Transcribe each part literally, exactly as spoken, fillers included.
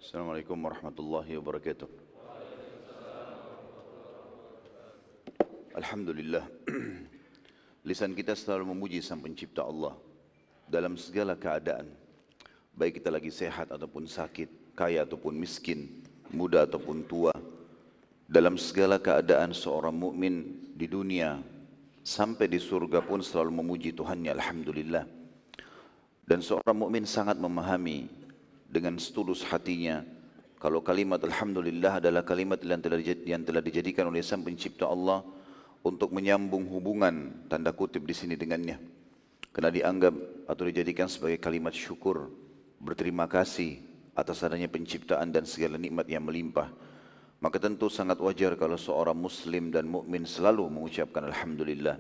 Assalamualaikum warahmatullahi wabarakatuh. Alhamdulillah. Lisan kita selalu memuji Sang Pencipta Allah dalam segala keadaan. Baik kita lagi sehat ataupun sakit, kaya ataupun miskin, muda ataupun tua. Dalam segala keadaan seorang mukmin di dunia sampai di surga pun selalu memuji Tuhannya, alhamdulillah. Dan seorang mukmin sangat memahami dengan setulus hatinya kalau kalimat alhamdulillah adalah kalimat yang telah yang telah dijadikan oleh Sang Pencipta Allah untuk menyambung hubungan tanda kutip di sini dengannya, karena dianggap atau dijadikan sebagai kalimat syukur, berterima kasih atas adanya penciptaan dan segala nikmat yang melimpah. Maka tentu sangat wajar kalau seorang muslim dan mukmin selalu mengucapkan alhamdulillah.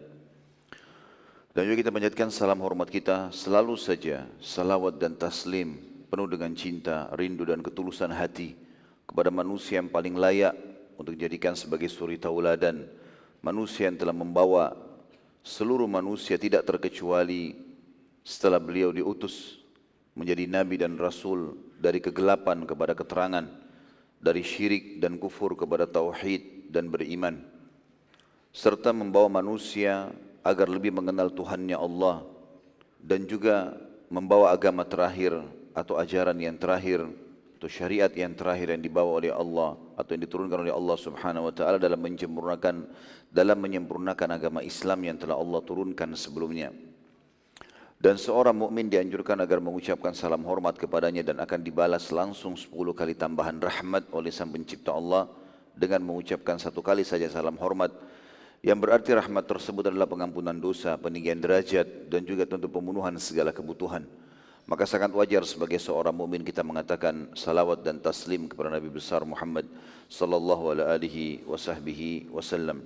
Dan juga kita panjatkan salam hormat kita selalu saja, salawat dan taslim penuh dengan cinta, rindu dan ketulusan hati kepada manusia yang paling layak untuk dijadikan sebagai suri tauladan, manusia yang telah membawa seluruh manusia tidak terkecuali setelah beliau diutus menjadi nabi dan rasul dari kegelapan kepada keterangan, dari syirik dan kufur kepada tauhid dan beriman, serta membawa manusia agar lebih mengenal Tuhannya Allah dan juga membawa agama terakhir atau ajaran yang terakhir atau syariat yang terakhir yang dibawa oleh Allah atau yang diturunkan oleh Allah Subhanahu wa taala dalam menyempurnakan dalam menyempurnakan agama Islam yang telah Allah turunkan sebelumnya. Dan seorang mukmin dianjurkan agar mengucapkan salam hormat kepadanya dan akan dibalas langsung sepuluh kali tambahan rahmat oleh Sang Pencipta Allah dengan mengucapkan satu kali saja salam hormat, yang berarti rahmat tersebut adalah pengampunan dosa, peninggian derajat dan juga tentu pemenuhan segala kebutuhan. Maka sangat wajar sebagai seorang mukmin kita mengatakan salawat dan taslim kepada Nabi besar Muhammad sallallahu alaihi wasallam.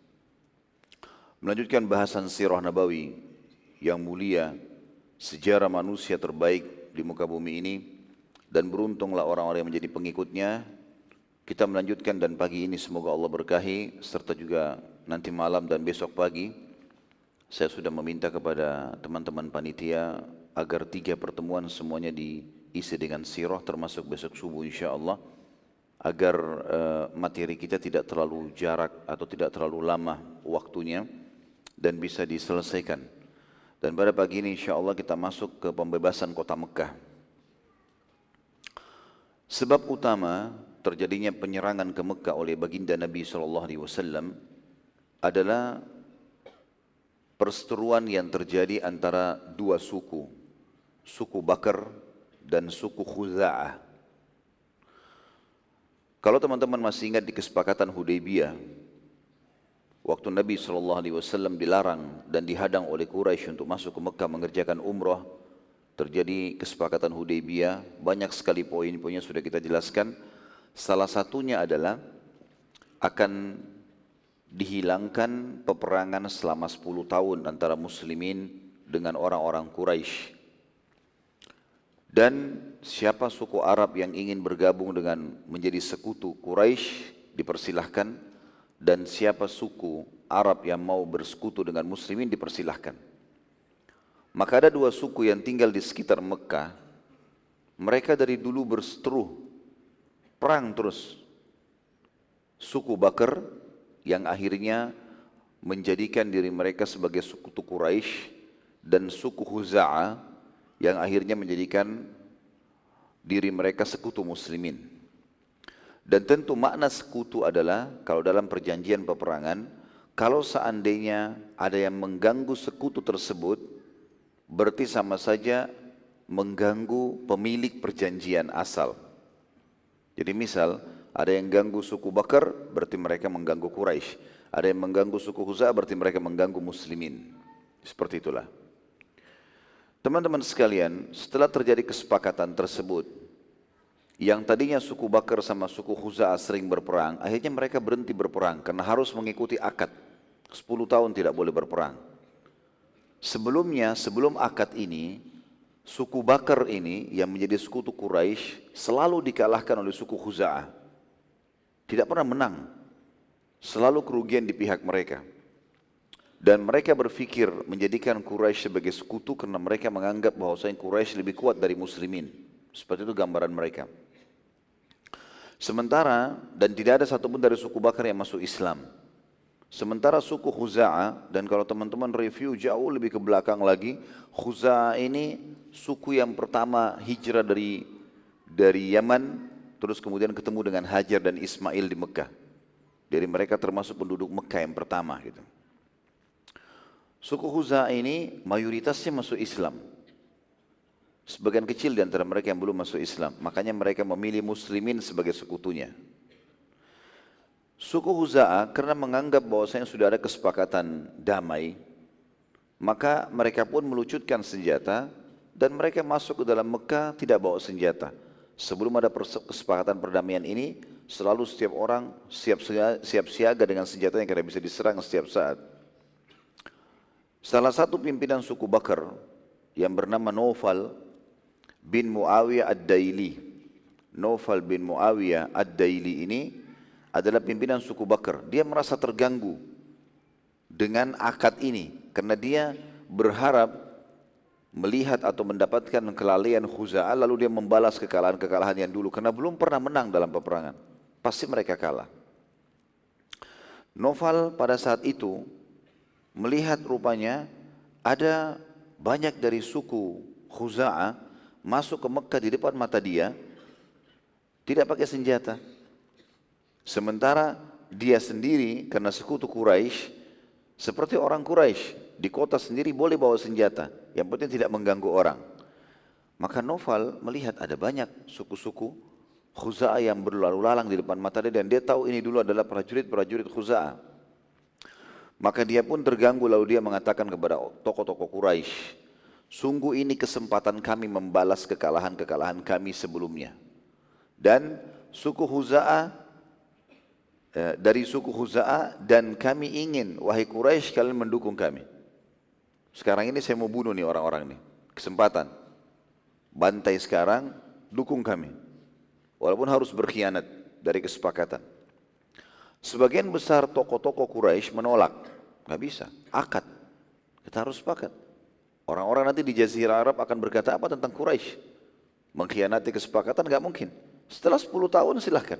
Melanjutkan bahasan sirah nabawi yang mulia, sejarah manusia terbaik di muka bumi ini, dan beruntunglah orang-orang yang menjadi pengikutnya. Kita melanjutkan dan pagi ini semoga Allah berkahi, serta juga nanti malam dan besok pagi saya sudah meminta kepada teman-teman panitia agar tiga pertemuan semuanya diisi dengan sirah, termasuk besok subuh insya Allah, agar uh, materi kita tidak terlalu jarak atau tidak terlalu lama waktunya dan bisa diselesaikan. Dan pada pagi ini insya Allah kita masuk ke pembebasan kota Mekah. Sebab utama terjadinya penyerangan ke Mekah oleh baginda Nabi shallallahu alaihi wasallam adalah perseteruan yang terjadi antara dua suku, suku Bakar dan suku Khuza'ah. Kalau teman-teman masih ingat di kesepakatan Hudaybiyah, waktu Nabi shallallahu alaihi wasallam dilarang dan dihadang oleh Quraisy untuk masuk ke Mekah mengerjakan umrah, terjadi kesepakatan Hudaybiyah. Banyak sekali poin-poinnya sudah kita jelaskan. Salah satunya adalah akan dihilangkan peperangan selama sepuluh tahun antara muslimin dengan orang-orang Quraisy. Dan siapa suku Arab yang ingin bergabung dengan menjadi sekutu Quraisy dipersilahkan, dan siapa suku Arab yang mau bersekutu dengan muslimin dipersilahkan. Maka ada dua suku yang tinggal di sekitar Mekah. Mereka dari dulu berseteru, perang terus. Suku Bakar yang akhirnya menjadikan diri mereka sebagai sekutu Quraisy, dan suku Khuza'ah yang akhirnya menjadikan diri mereka sekutu muslimin. Dan tentu makna sekutu adalah kalau dalam perjanjian peperangan, kalau seandainya ada yang mengganggu sekutu tersebut, berarti sama saja mengganggu pemilik perjanjian asal. Jadi misal ada yang ganggu suku Bakar, berarti mereka mengganggu Quraisy. Ada yang mengganggu suku Khuza'ah, berarti mereka mengganggu muslimin. Seperti itulah. Teman-teman sekalian, setelah terjadi kesepakatan tersebut, yang tadinya suku Bakar sama suku Khuza'ah sering berperang, akhirnya mereka berhenti berperang karena harus mengikuti akad. sepuluh tahun tidak boleh berperang. Sebelumnya, sebelum akad ini, suku Bakar ini yang menjadi sekutu Quraisy selalu dikalahkan oleh suku Khuza'ah. Tidak pernah menang. Selalu kerugian di pihak mereka. Dan mereka berfikir menjadikan Quraisy sebagai sekutu karena mereka menganggap bahwasanya Quraisy lebih kuat dari muslimin. Seperti itu gambaran mereka. Sementara, dan tidak ada satupun dari suku Bakar yang masuk Islam. Sementara suku Khuza'ah, dan kalau teman-teman review jauh lebih ke belakang lagi, Khuza'ah ini suku yang pertama hijrah dari dari Yaman, terus kemudian ketemu dengan Hajar dan Ismail di Mekah. Jadi mereka termasuk penduduk Mekah yang pertama gitu. Suku Khuza'ah ini mayoritasnya masuk Islam. Sebagian kecil di antara mereka yang belum masuk Islam, makanya mereka memilih muslimin sebagai sekutunya. Suku Khuza'ah karena menganggap bahwasanya sudah ada kesepakatan damai, maka mereka pun melucutkan senjata dan mereka masuk ke dalam Mekah tidak bawa senjata. Sebelum ada kesepakatan perdamaian ini, selalu setiap orang siap siap siaga dengan senjatanya karena bisa diserang setiap saat. Salah satu pimpinan suku Bakar yang bernama Naufal bin Muawiyah Ad-Daili. Naufal bin Muawiyah Ad-Daili ini adalah pimpinan suku Bakar. Dia merasa terganggu dengan akad ini karena dia berharap melihat atau mendapatkan kelalaian Khuza'ah lalu dia membalas kekalahan-kekalahan yang dulu karena belum pernah menang dalam peperangan. Pasti mereka kalah. Naufal pada saat itu melihat rupanya ada banyak dari suku Khuza'ah masuk ke Mekah di depan mata dia tidak pakai senjata. Sementara dia sendiri karena sekutu Quraisy seperti orang Quraisy di kota sendiri boleh bawa senjata, yang penting tidak mengganggu orang. Maka Naufal melihat ada banyak suku-suku Khuza'ah yang berlalu lalang di depan mata dia dan dia tahu ini dulu adalah prajurit-prajurit Khuza'ah. Maka dia pun terganggu lalu dia mengatakan kepada tokoh-tokoh Quraisy, sungguh ini kesempatan kami membalas kekalahan-kekalahan kami sebelumnya. Dan suku Khuza'ah dari suku Khuza'ah dan kami ingin wahai Quraisy kalian mendukung kami. Sekarang ini saya mau bunuh nih orang-orang nih. Kesempatan. Bantai sekarang, dukung kami. Walaupun harus berkhianat dari kesepakatan. Sebagian besar tokoh-tokoh Quraisy menolak. Gak bisa, akad. Kita harus sepakat. Orang-orang nanti di Jazirah Arab akan berkata apa tentang Quraisy? Mengkhianati kesepakatan gak mungkin. Setelah sepuluh tahun silahkan.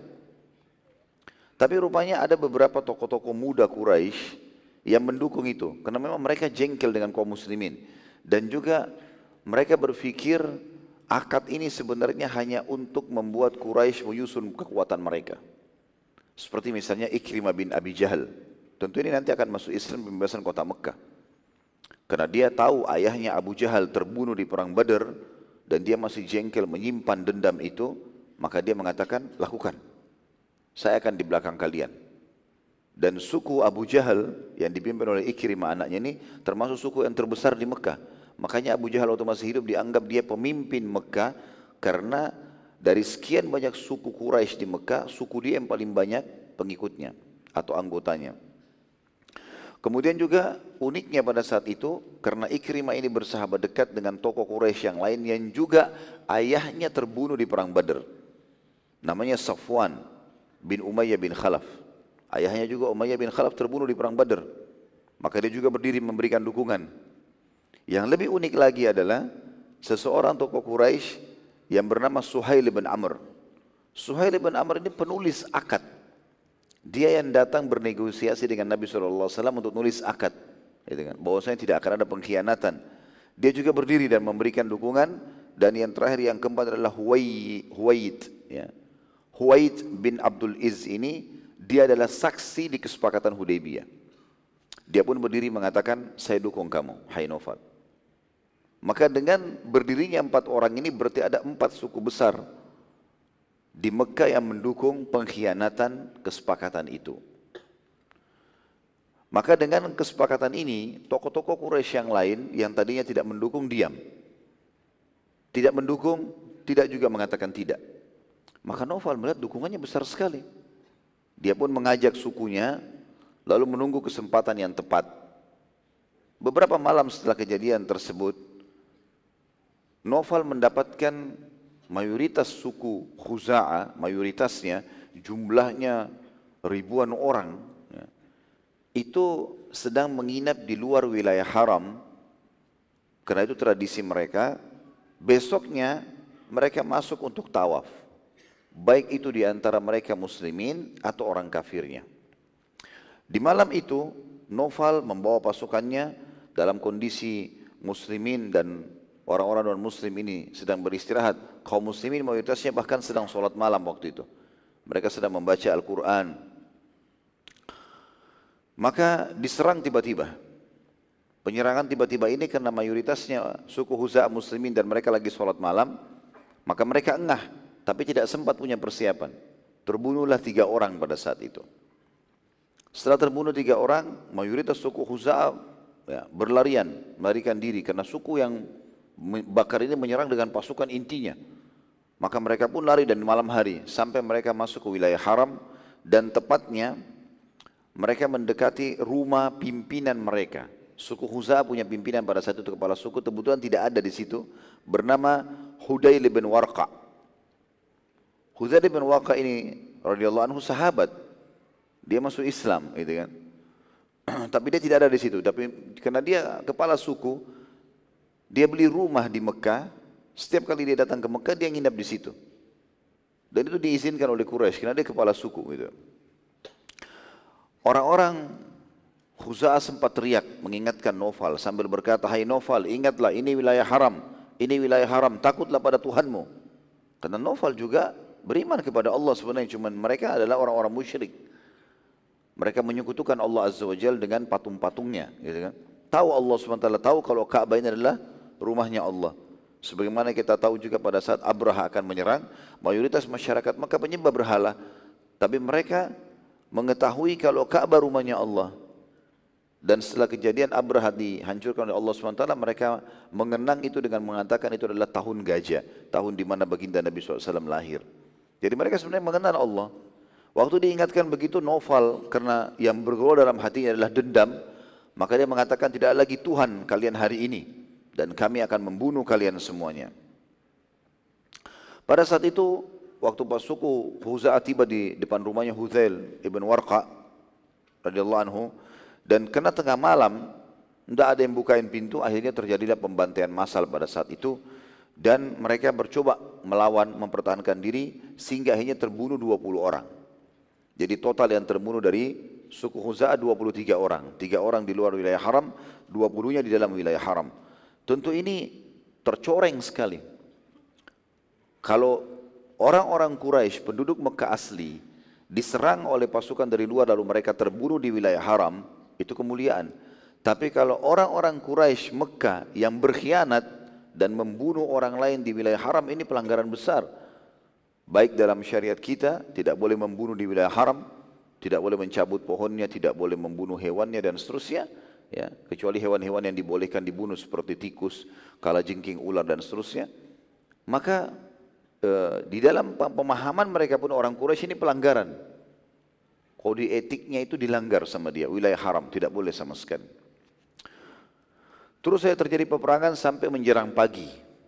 Tapi rupanya ada beberapa tokoh-tokoh muda Quraisy yang mendukung itu. Karena memang mereka jengkel dengan kaum muslimin. Dan juga mereka berpikir akad ini sebenarnya hanya untuk membuat Quraisy menyusun kekuatan mereka. Seperti misalnya Ikrimah bin Abi Jahal. Tentu ini nanti akan masuk Islam pembebasan kota Mekah. Karena dia tahu ayahnya Abu Jahal terbunuh di perang Badar. Dan dia masih jengkel menyimpan dendam itu. Maka dia mengatakan lakukan. Saya akan di belakang kalian. Dan suku Abu Jahal yang dipimpin oleh Ikrimah anaknya ini termasuk suku yang terbesar di Mekah. Makanya Abu Jahal waktu masih hidup dianggap dia pemimpin Mekah karena dari sekian banyak suku Quraisy di Mekah, suku dia yang paling banyak pengikutnya atau anggotanya. Kemudian juga uniknya pada saat itu karena Ikrimah ini bersahabat dekat dengan tokoh Quraisy yang lain yang juga ayahnya terbunuh di perang Badar. Namanya Safwan bin Umayyah bin Khalaf. Ayahnya juga Umayyah bin Khalaf terbunuh di perang Badar. Maka dia juga berdiri memberikan dukungan. Yang lebih unik lagi adalah seseorang tokoh Quraisy yang bernama Suhail bin Amr. Suhail bin Amr ini penulis akad. Dia yang datang bernegosiasi dengan Nabi shallallahu alaihi wasallam untuk nulis akad. Bahwasanya tidak akan ada pengkhianatan. Dia juga berdiri dan memberikan dukungan. Dan yang terakhir yang keempat adalah Huwaid. Ya. Huwaid bin Abdul Izz ini dia adalah saksi di kesepakatan Hudaybiyah. Dia pun berdiri mengatakan saya dukung kamu, hai Naufal. Maka dengan berdirinya empat orang ini berarti ada empat suku besar di Mekah yang mendukung pengkhianatan kesepakatan itu. Maka dengan kesepakatan ini tokoh-tokoh Quraisy yang lain yang tadinya tidak mendukung diam. Tidak mendukung, tidak juga mengatakan tidak. Maka Naufal melihat dukungannya besar sekali. Dia pun mengajak sukunya lalu menunggu kesempatan yang tepat. Beberapa malam setelah kejadian tersebut, Naufal mendapatkan mayoritas suku Khuza'ah, mayoritasnya jumlahnya ribuan orang, ya, itu sedang menginap di luar wilayah haram. Karena itu tradisi mereka, besoknya mereka masuk untuk tawaf. baik itu di antara mereka muslimin atau orang kafirnya. Di malam itu Naufal membawa pasukannya dalam kondisi muslimin dan orang-orang non-muslim ini sedang beristirahat. Kaum muslimin mayoritasnya bahkan sedang sholat malam waktu itu. Mereka sedang membaca Al-Quran. Maka diserang tiba-tiba. Penyerangan tiba-tiba ini karena mayoritasnya suku Huza'a muslimin dan mereka lagi sholat malam, maka mereka engah, tapi tidak sempat punya persiapan. Terbunuhlah tiga orang pada saat itu. Setelah terbunuh tiga orang, mayoritas suku Huza'a ya, berlarian, melarikan diri karena suku yang bakar ini menyerang dengan pasukan intinya. Maka mereka pun lari dan malam hari sampai mereka masuk ke wilayah haram dan tepatnya mereka mendekati rumah pimpinan mereka. Suku Huza'a punya pimpinan pada saat itu, kepala suku kebetulan tidak ada di situ, bernama Hudayl bin Warqa. Hudayl bin Warqa ini radhiyallahu anhu sahabat, dia masuk Islam, gitu kan. Tapi dia tidak ada di situ. Tapi karena dia kepala suku, dia beli rumah di Mekah. Setiap kali dia datang ke Mekah, dia nginap di situ. Dan itu diizinkan oleh Quraisy karena dia kepala suku, gitu. Orang-orang Huza'a sempat teriak mengingatkan Naufal sambil berkata, "Hai Naufal, ingatlah ini wilayah haram, ini wilayah haram, takutlah pada Tuhanmu." Karena Naufal juga beriman kepada Allah sebenarnya, cuma mereka adalah orang-orang musyrik. Mereka menyekutukan Allah Azza wa Jalla dengan patung-patungnya, gitu kan. Tahu Allah subhanahu wa taala, tahu kalau Ka'bah ini adalah rumahnya Allah. Sebagaimana kita tahu juga pada saat Abraha akan menyerang, mayoritas masyarakat Mekah menyembah berhala, tapi mereka mengetahui kalau Ka'bah rumahnya Allah. Dan setelah kejadian Abraha dihancurkan oleh Allah subhanahu wa taala, mereka mengenang itu dengan mengatakan itu adalah tahun gajah, tahun di mana baginda Nabi shallallahu alaihi wasallam lahir. Jadi mereka sebenarnya mengenal Allah. Waktu diingatkan begitu, Naufal karena yang bergolak dalam hatinya adalah dendam, maka dia mengatakan, tidak lagi Tuhan kalian hari ini, dan kami akan membunuh kalian semuanya. Pada saat itu, waktu pasuku Huza'a tiba di depan rumahnya Hudayl ibn Warqa radhiyallahu anhu, dan kena tengah malam, tidak ada yang bukain pintu, akhirnya terjadilah pembantaian massal pada saat itu, dan mereka bercoba melawan, mempertahankan diri, sehingga akhirnya terbunuh dua puluh orang. Jadi total yang terbunuh dari suku Huza'a dua puluh tiga orang, tiga orang di luar wilayah haram, dua puluh-nya di dalam wilayah haram. Tentu ini tercoreng sekali. Kalau orang-orang Quraisy, penduduk Mekah asli, diserang oleh pasukan dari luar lalu mereka terbunuh di wilayah haram, itu kemuliaan. Tapi kalau orang-orang Quraisy Mekah yang berkhianat dan membunuh orang lain di wilayah haram, ini pelanggaran besar. Baik dalam syariat kita, tidak boleh membunuh di wilayah haram, tidak boleh mencabut pohonnya, tidak boleh membunuh hewannya dan seterusnya, ya, kecuali hewan-hewan yang dibolehkan dibunuh seperti tikus, kalajengking, ular dan seterusnya. Maka eh, di dalam pemahaman mereka pun orang Quraisy ini pelanggaran. Kode etiknya itu dilanggar sama dia, wilayah haram, tidak boleh sama sekali. Terus saya terjadi peperangan sampai menjelang pagi.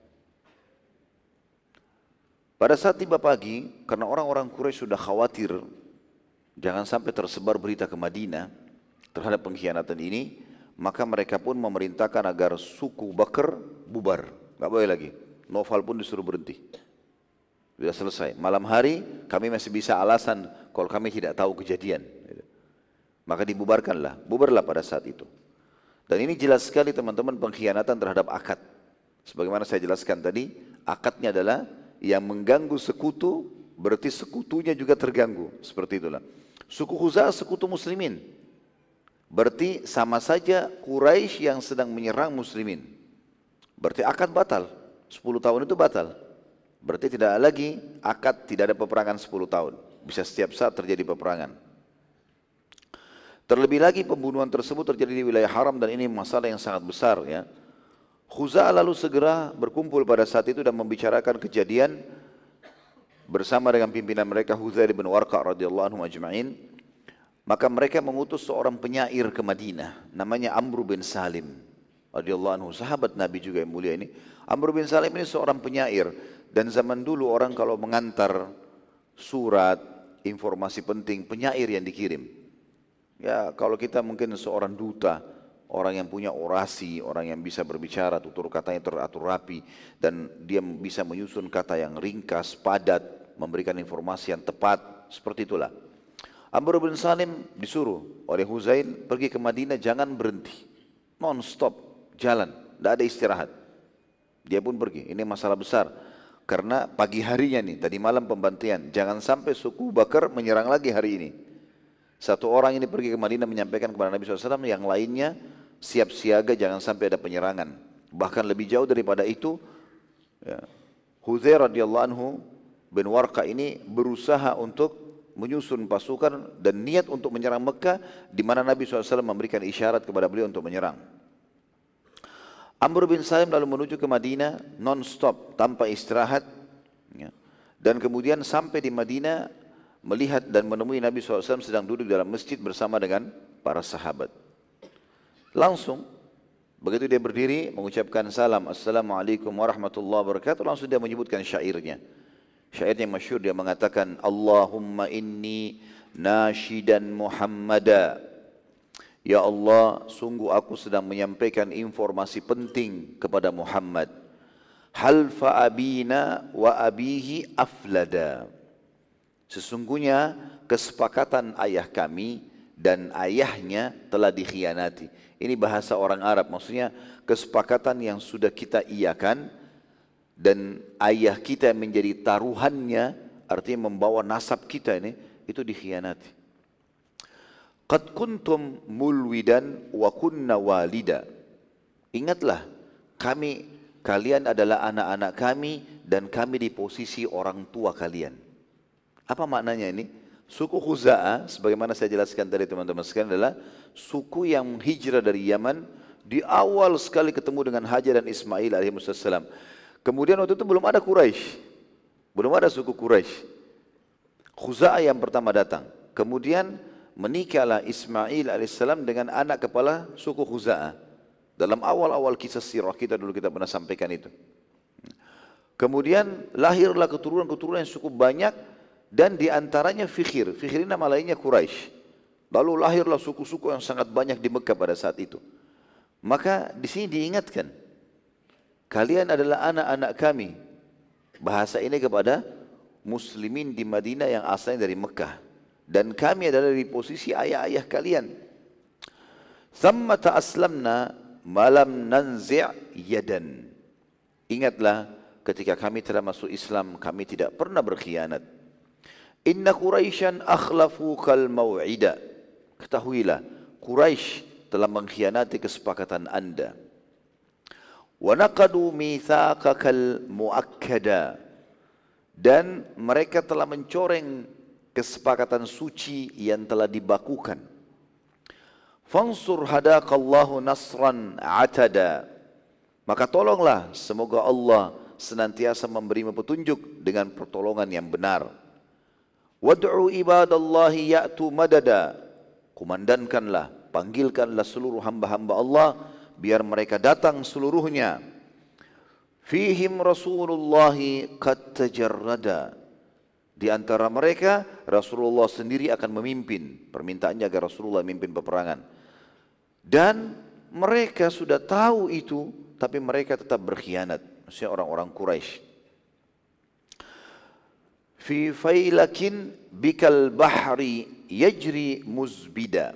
Pada saat tiba pagi, karena orang-orang Quraisy sudah khawatir jangan sampai tersebar berita ke Madinah terhadap pengkhianatan ini, maka mereka pun memerintahkan agar suku Bakar bubar, nggak boleh lagi. Naufal pun disuruh berhenti. Sudah selesai. Malam hari kami masih bisa alasan kalau kami tidak tahu kejadian. Maka dibubarkanlah, bubarlah pada saat itu. Dan ini jelas sekali teman-teman pengkhianatan terhadap akad. Sebagaimana saya jelaskan tadi, akadnya adalah yang mengganggu sekutu, berarti sekutunya juga terganggu. Seperti itulah. Suku Huza'a sekutu muslimin. Berarti sama saja Quraisy yang sedang menyerang muslimin. Berarti akad batal. sepuluh tahun itu batal. Berarti tidak lagi akad, tidak ada peperangan sepuluh tahun. Bisa setiap saat terjadi peperangan. Terlebih lagi pembunuhan tersebut terjadi di wilayah haram dan ini masalah yang sangat besar, ya. Huza'a lalu segera berkumpul pada saat itu dan membicarakan kejadian bersama dengan pimpinan mereka Hudayl bin Warqa radhiyallahu anhu ajma'in. Maka mereka mengutus seorang penyair ke Madinah, namanya Amr bin Salim radhiyallahu anhu, sahabat Nabi juga yang mulia ini. Amr bin Salim ini seorang penyair. Dan zaman dulu orang kalau mengantar surat, informasi penting, penyair yang dikirim. Ya kalau kita mungkin seorang duta, orang yang punya orasi, orang yang bisa berbicara, tutur katanya teratur rapi, dan dia bisa menyusun kata yang ringkas, padat, memberikan informasi yang tepat, seperti itulah. Amr bin Salim disuruh oleh Huzail pergi ke Madinah, jangan berhenti, non-stop jalan, tidak ada istirahat. Dia pun pergi, ini masalah besar. Karena pagi harinya nih, tadi malam pembantian, jangan sampai suku Bakar menyerang lagi hari ini. Satu orang ini pergi ke Madinah menyampaikan kepada Nabi shallallahu alaihi wasallam, yang lainnya siap siaga jangan sampai ada penyerangan. Bahkan lebih jauh daripada itu, ya, Huzair radhiyallahu anhu bin Warqa ini berusaha untuk menyusun pasukan dan niat untuk menyerang Mekah, di mana Nabi shallallahu alaihi wasallam memberikan isyarat kepada beliau untuk menyerang. Amr bin Salim lalu menuju ke Madinah non-stop tanpa istirahat, ya. Dan kemudian sampai di Madinah melihat dan menemui Nabi shallallahu alaihi wasallam sedang duduk dalam masjid bersama dengan para sahabat. Langsung begitu dia berdiri mengucapkan salam, Assalamualaikum warahmatullahi wabarakatuh, langsung dia menyebutkan syairnya. Syairnya masyhur, dia mengatakan, Allahumma inni nashidan Muhammada. Ya Allah, sungguh aku sedang menyampaikan informasi penting kepada Muhammad. Halfa abina wa abihi aflada. Sesungguhnya kesepakatan ayah kami dan ayahnya telah dikhianati. Ini bahasa orang Arab, maksudnya kesepakatan yang sudah kita iakan dan ayah kita menjadi taruhannya, artinya membawa nasab kita ini, itu dikhianati. Qad kuntum mulwidan wa kunna walida. Ingatlah, kami, kalian adalah anak-anak kami dan kami di posisi orang tua kalian. Apa maknanya ini? Suku Khuza'ah, sebagaimana saya jelaskan tadi teman-teman sekalian, adalah suku yang hijrah dari Yaman di awal sekali ketemu dengan Hajar dan Ismail alaihissalam. Kemudian waktu itu belum ada Quraisy, belum ada suku Quraisy. Khuza'ah yang pertama datang. Kemudian menikahlah Ismail alaihissalam dengan anak kepala suku Khuza'ah. Dalam awal-awal kisah sirah kita dulu kita pernah sampaikan itu. Kemudian lahirlah keturunan-keturunan yang cukup banyak dan diantaranya Fikhir. Fikhir ini nama lainnya Quraisy. Lalu lahirlah suku-suku yang sangat banyak di Mekah pada saat itu. Maka di sini diingatkan, kalian adalah anak-anak kami. Bahasa ini kepada muslimin di Madinah yang asalnya dari Mekah. Dan kami adalah di posisi ayah-ayah kalian. Thamma ta'aslamna malam nanzi' yadan. Ingatlah ketika kami telah masuk Islam, kami tidak pernah berkhianat. Inna Quraisyan akhlafu kal maw'ida. Ketahuilah, Quraisy telah mengkhianati kesepakatan anda. Wa naqadu mitsaqakal muakkada. Dan mereka telah mencoreng kesepakatan suci yang telah dibakukan. Fansur hadakallahu nasran atada. Maka tolonglah, semoga Allah senantiasa memberimu petunjuk dengan pertolongan yang benar. Wad'u ibadallahi ya'tu madada. Kumandankanlah, panggilkanlah seluruh hamba-hamba Allah biar mereka datang seluruhnya. Fihim Rasulullahi qad tajarrada. Di antara mereka Rasulullah sendiri akan memimpin. Permintaannya agar Rasulullah memimpin peperangan. Dan mereka sudah tahu itu, tapi mereka tetap berkhianat. Maksudnya orang-orang Quraisy. Fi failakin bikal bahri yajri muzbida.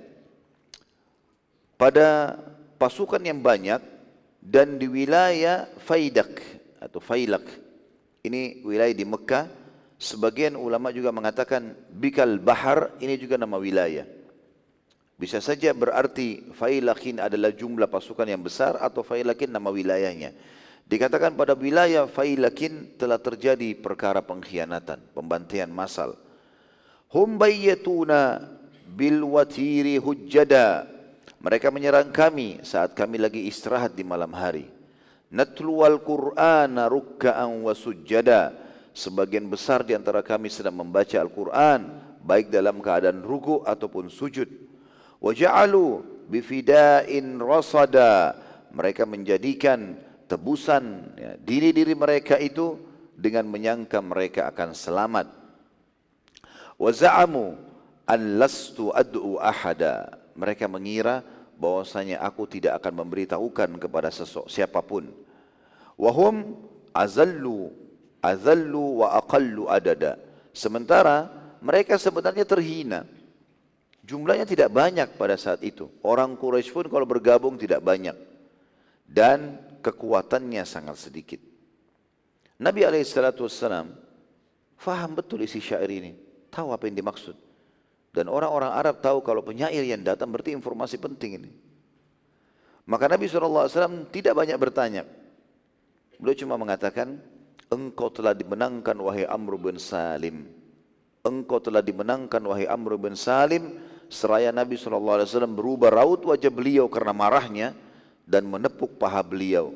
Pada pasukan yang banyak dan di wilayah Faidak atau Failak. Ini wilayah di Mekah. Sebagian ulama juga mengatakan bikal bahar, ini juga nama wilayah. Bisa saja berarti Failakin adalah jumlah pasukan yang besar atau Failakin nama wilayahnya. Dikatakan pada wilayah Failakin telah terjadi perkara pengkhianatan, pembantaian massal. Hum bayyatuna bil watiri hujjada. Mereka menyerang kami saat kami lagi istirahat di malam hari. Natluwal Qur'ana rukka'an wa sujjada. Sebagian besar di antara kami sedang membaca Al-Quran, baik dalam keadaan ruku ataupun sujud. Waja'alu bifida'in rasada. Mereka menjadikan tebusan ya, diri-diri mereka itu dengan menyangka mereka akan selamat. Waza'amu an lastu ad'u ahada. Mereka mengira bahwasanya aku tidak akan memberitahukan kepada sesok siapapun. Wahum azallu azallu wa aqallu adada. Sementara mereka sebenarnya terhina. Jumlahnya tidak banyak pada saat itu. Orang Quraisy pun kalau bergabung tidak banyak. Dan kekuatannya sangat sedikit. Nabi alaihi salatu wassalam faham betul isi syair ini. Tahu apa yang dimaksud. Dan orang-orang Arab tahu kalau penyair yang datang berarti informasi penting ini. Maka Nabi shallallahu alaihi wasallam tidak banyak bertanya. Beliau cuma mengatakan, engkau telah dimenangkan wahai Amr bin Salim. Engkau telah dimenangkan wahai Amr bin Salim. Seraya Nabi shallallahu alaihi wasallam berubah raut wajah beliau karena marahnya dan menepuk paha beliau.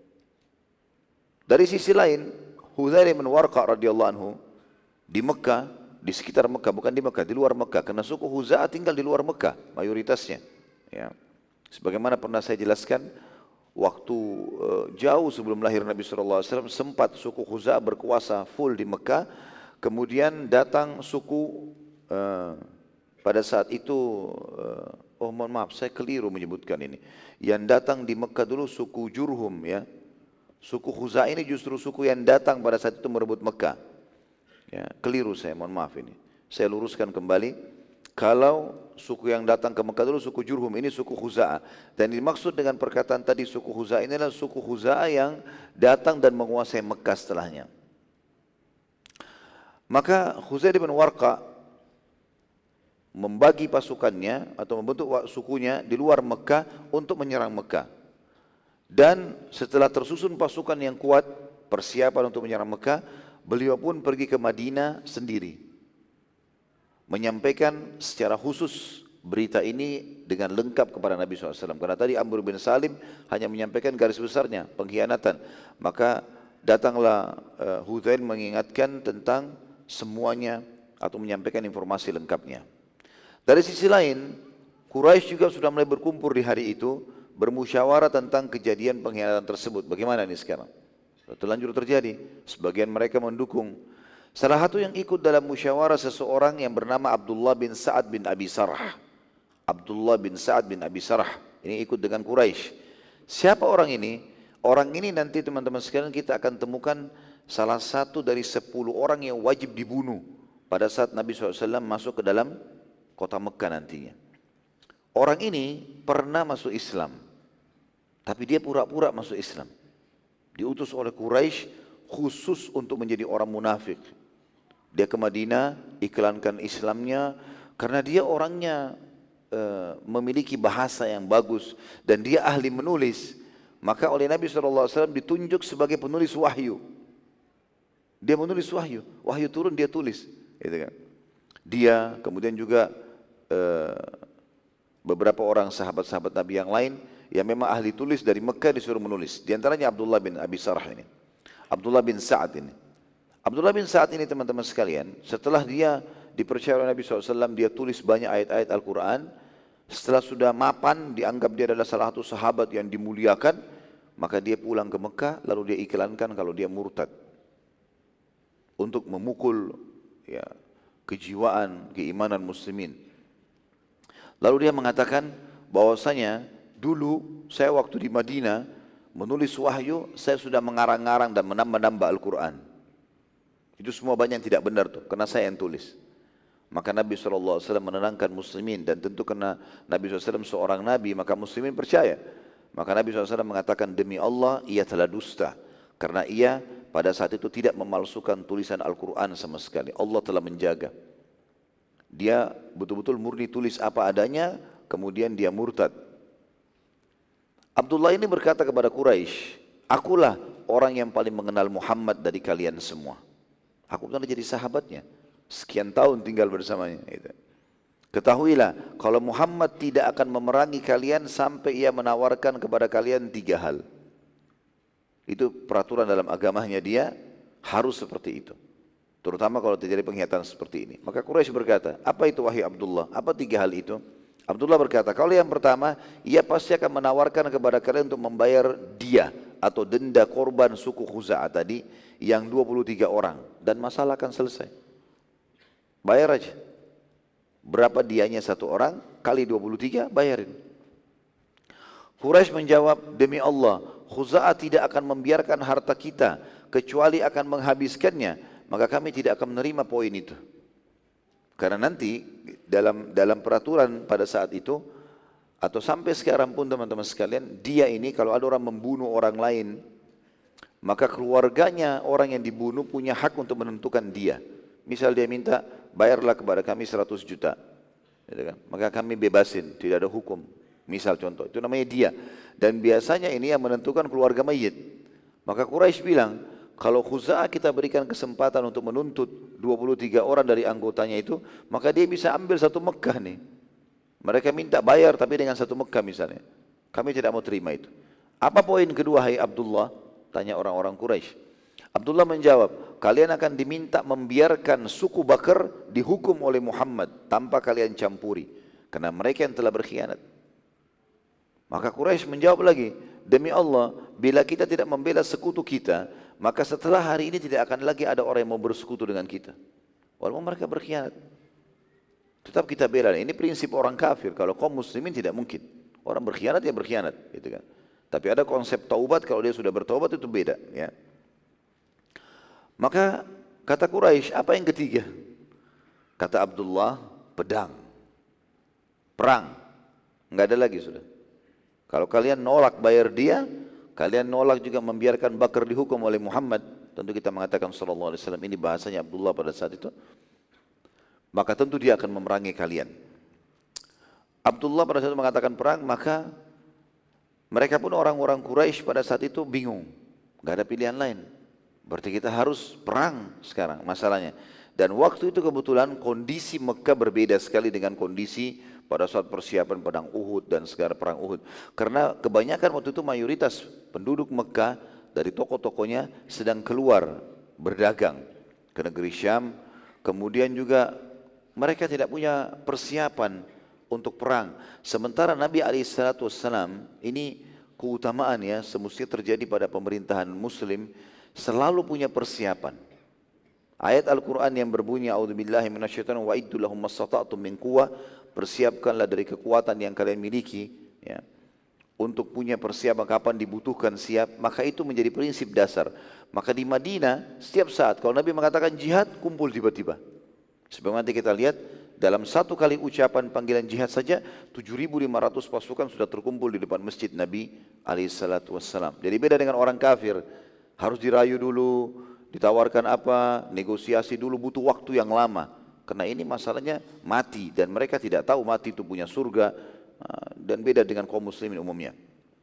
Dari sisi lain, Hudzail bin Warqa radhiyallahu anhu di Mekah, di sekitar Mekah, bukan di Mekah, di luar Mekah, karena suku Huza'ah tinggal di luar Mekah mayoritasnya. Ya. Sebagaimana pernah saya jelaskan, waktu uh, jauh sebelum lahir Nabi shallallahu alaihi wasallam sempat suku Huza'ah berkuasa full di Mekah. Kemudian datang suku uh, pada saat itu, uh, oh mohon maaf saya keliru menyebutkan ini. Yang datang di Mekah dulu suku Jurhum ya. Suku Huza'ah ini justru suku yang datang pada saat itu merebut Mekah. Ya, keliru saya, mohon maaf ini. Saya luruskan kembali. Kalau suku yang datang ke Mekah dulu suku Jurhum, ini suku Huza'ah. Dan dimaksud dengan perkataan tadi suku Huza'ah ini adalah suku Huza'ah yang datang dan menguasai Mekah setelahnya. Maka Hudzail bin Warqa membagi pasukannya atau membentuk sukunya di luar Mekah untuk menyerang Mekah. Dan setelah tersusun pasukan yang kuat, persiapan untuk menyerang Mekah, beliau pun pergi ke Madinah sendiri. Menyampaikan secara khusus berita ini dengan lengkap kepada Nabi shallallahu alaihi wasallam. Karena tadi Amr bin Salim hanya menyampaikan garis besarnya, pengkhianatan. Maka datanglah uh, Hudzail mengingatkan tentang semuanya atau menyampaikan informasi lengkapnya. Dari sisi lain, Quraisy juga sudah mulai berkumpul di hari itu, bermusyawarah tentang kejadian pengkhianatan tersebut. Bagaimana ini sekarang? Terlanjur terjadi. Sebagian mereka mendukung. Salah satu yang ikut dalam musyawarah seseorang yang bernama Abdullah bin Sa'ad bin Abi Sarh. Abdullah bin Sa'ad bin Abi Sarh. Ini ikut dengan Quraisy. Siapa orang ini? Orang ini nanti teman-teman sekalian kita akan temukan salah satu dari sepuluh orang yang wajib dibunuh pada saat Nabi shallallahu alaihi wasallam masuk ke dalam kota Mekah nantinya. Orang ini pernah masuk Islam, tapi dia pura-pura masuk Islam. Diutus oleh Quraisy khusus untuk menjadi orang munafik. Dia ke Madinah, iklankan Islamnya, karena dia orangnya uh, memiliki bahasa yang bagus dan dia ahli menulis. Maka oleh Nabi shallallahu alaihi wasallam ditunjuk sebagai penulis wahyu. Dia menulis wahyu, wahyu turun dia tulis. Gitu kan. Dia kemudian juga Uh, beberapa orang sahabat-sahabat Nabi yang lain yang memang ahli tulis dari Mekah disuruh menulis. Di antaranya Abdullah bin Abi Sarh ini, Abdullah bin Sa'ad ini. Abdullah bin Sa'ad ini teman-teman sekalian, setelah dia dipercaya oleh Nabi shallallahu alaihi wasallam, dia tulis banyak ayat-ayat Al-Quran. Setelah sudah mapan, dianggap dia adalah salah satu sahabat yang dimuliakan, maka dia pulang ke Mekah, lalu dia iklankan kalau dia murtad. Untuk memukul ya, kejiwaan, keimanan muslimin. Lalu dia mengatakan bahwasanya dulu saya waktu di Madinah menulis wahyu, saya sudah mengarang-arang dan menambah-nambah Al-Quran. Itu semua banyak yang tidak benar tuh, karena saya yang tulis. Maka Nabi shallallahu alaihi wasallam menenangkan muslimin, dan tentu karena Nabi shallallahu alaihi wasallam seorang Nabi, maka muslimin percaya. Maka Nabi shallallahu alaihi wasallam mengatakan, demi Allah ia telah dusta, karena ia pada saat itu tidak memalsukan tulisan Al-Quran sama sekali. Allah telah menjaga. Dia betul-betul murni tulis apa adanya, kemudian dia murtad. Abdullah ini berkata kepada Quraisy, akulah orang yang paling mengenal Muhammad dari kalian semua. Aku pernah jadi sahabatnya, sekian tahun tinggal bersamanya. Ketahuilah, kalau Muhammad tidak akan memerangi kalian sampai ia menawarkan kepada kalian tiga hal. Itu peraturan dalam agamanya dia, harus seperti itu. Terutama kalau terjadi pengkhianatan seperti ini. Maka Quraisy berkata, apa itu wahai Abdullah? Apa tiga hal itu? Abdullah berkata, kalau yang pertama, ia pasti akan menawarkan kepada kalian untuk membayar dia atau denda korban suku Khuza'ah tadi yang dua puluh tiga orang. Dan masalah akan selesai. Bayar aja. Berapa dianya satu orang, kali dua puluh tiga, bayarin. Quraisy menjawab, demi Allah, Khuza'ah tidak akan membiarkan harta kita, kecuali akan menghabiskannya. maka kami tidak akan menerima poin itu. Karena nanti dalam dalam peraturan pada saat itu, atau sampai sekarang pun teman-teman sekalian, dia ini kalau ada orang membunuh orang lain, maka keluarganya orang yang dibunuh punya hak untuk menentukan dia. Misal dia minta, bayarlah kepada kami seratus juta. Gitu kan? Maka kami bebasin, tidak ada hukum. Misal contoh, itu namanya dia. Dan biasanya ini yang menentukan keluarga mayit. Maka Quraisy bilang, kalau Khuza'ah kita berikan kesempatan untuk menuntut dua puluh tiga orang dari anggotanya itu, maka dia bisa ambil satu Mekah nih. Mereka minta bayar tapi dengan satu Mekah misalnya. Kami tidak mau terima itu. Apa poin kedua hai Abdullah? Tanya orang-orang Quraisy. Abdullah menjawab, kalian akan diminta membiarkan suku Bakar dihukum oleh Muhammad tanpa kalian campuri. Karena mereka yang telah berkhianat. Maka Quraisy menjawab lagi, demi Allah, bila kita tidak membela sekutu kita, maka setelah hari ini tidak akan lagi ada orang yang mau bersekutu dengan kita. Walaupun mereka berkhianat. Tetap kita bela. Ini prinsip orang kafir. Kalau kaum muslimin tidak mungkin. Orang berkhianat ya berkhianat. Gitu kan. Tapi ada konsep taubat, kalau dia sudah bertaubat itu beda. Ya. Maka kata Quraisy, apa yang ketiga? Kata Abdullah, pedang. Perang. Enggak ada lagi sudah. Kalau kalian nolak bayar dia, kalian nolak juga membiarkan Bakar dihukum oleh Muhammad. Tentu kita mengatakan sallallahu alaihi wasallam, ini bahasanya Abdullah pada saat itu. Maka tentu dia akan memerangi kalian. Abdullah pada saat itu mengatakan perang, maka mereka pun orang-orang Quraisy pada saat itu bingung. Gak ada pilihan lain. Berarti kita harus perang sekarang masalahnya. Dan waktu itu kebetulan kondisi Mekah berbeda sekali dengan kondisi pada saat persiapan pedang Uhud dan segala perang Uhud. Karena kebanyakan waktu itu mayoritas penduduk Mekah dari toko-tokonya sedang keluar berdagang ke negeri Syam. Kemudian juga mereka tidak punya persiapan untuk perang. Sementara Nabi alaihi salatu wassalam, ini keutamaan ya, semestinya terjadi pada pemerintahan muslim, selalu punya persiapan. Ayat Al-Quran yang berbunyi, A'udzubillahi minasyaitonir wa iddu lahum mastata'tum min quwwah, persiapkanlah dari kekuatan yang kalian miliki, ya, untuk punya persiapan kapan dibutuhkan siap. Maka itu menjadi prinsip dasar. Maka di Madinah setiap saat kalau Nabi mengatakan jihad, kumpul tiba-tiba. Sebab nanti kita lihat dalam satu kali ucapan panggilan jihad saja tujuh ribu lima ratus pasukan sudah terkumpul di depan masjid Nabi alaihi salatu wassalam. Jadi beda dengan orang kafir, harus dirayu dulu, ditawarkan apa, negosiasi dulu, butuh waktu yang lama. Karena ini masalahnya mati dan mereka tidak tahu mati itu punya surga, dan beda dengan kaum muslimin umumnya.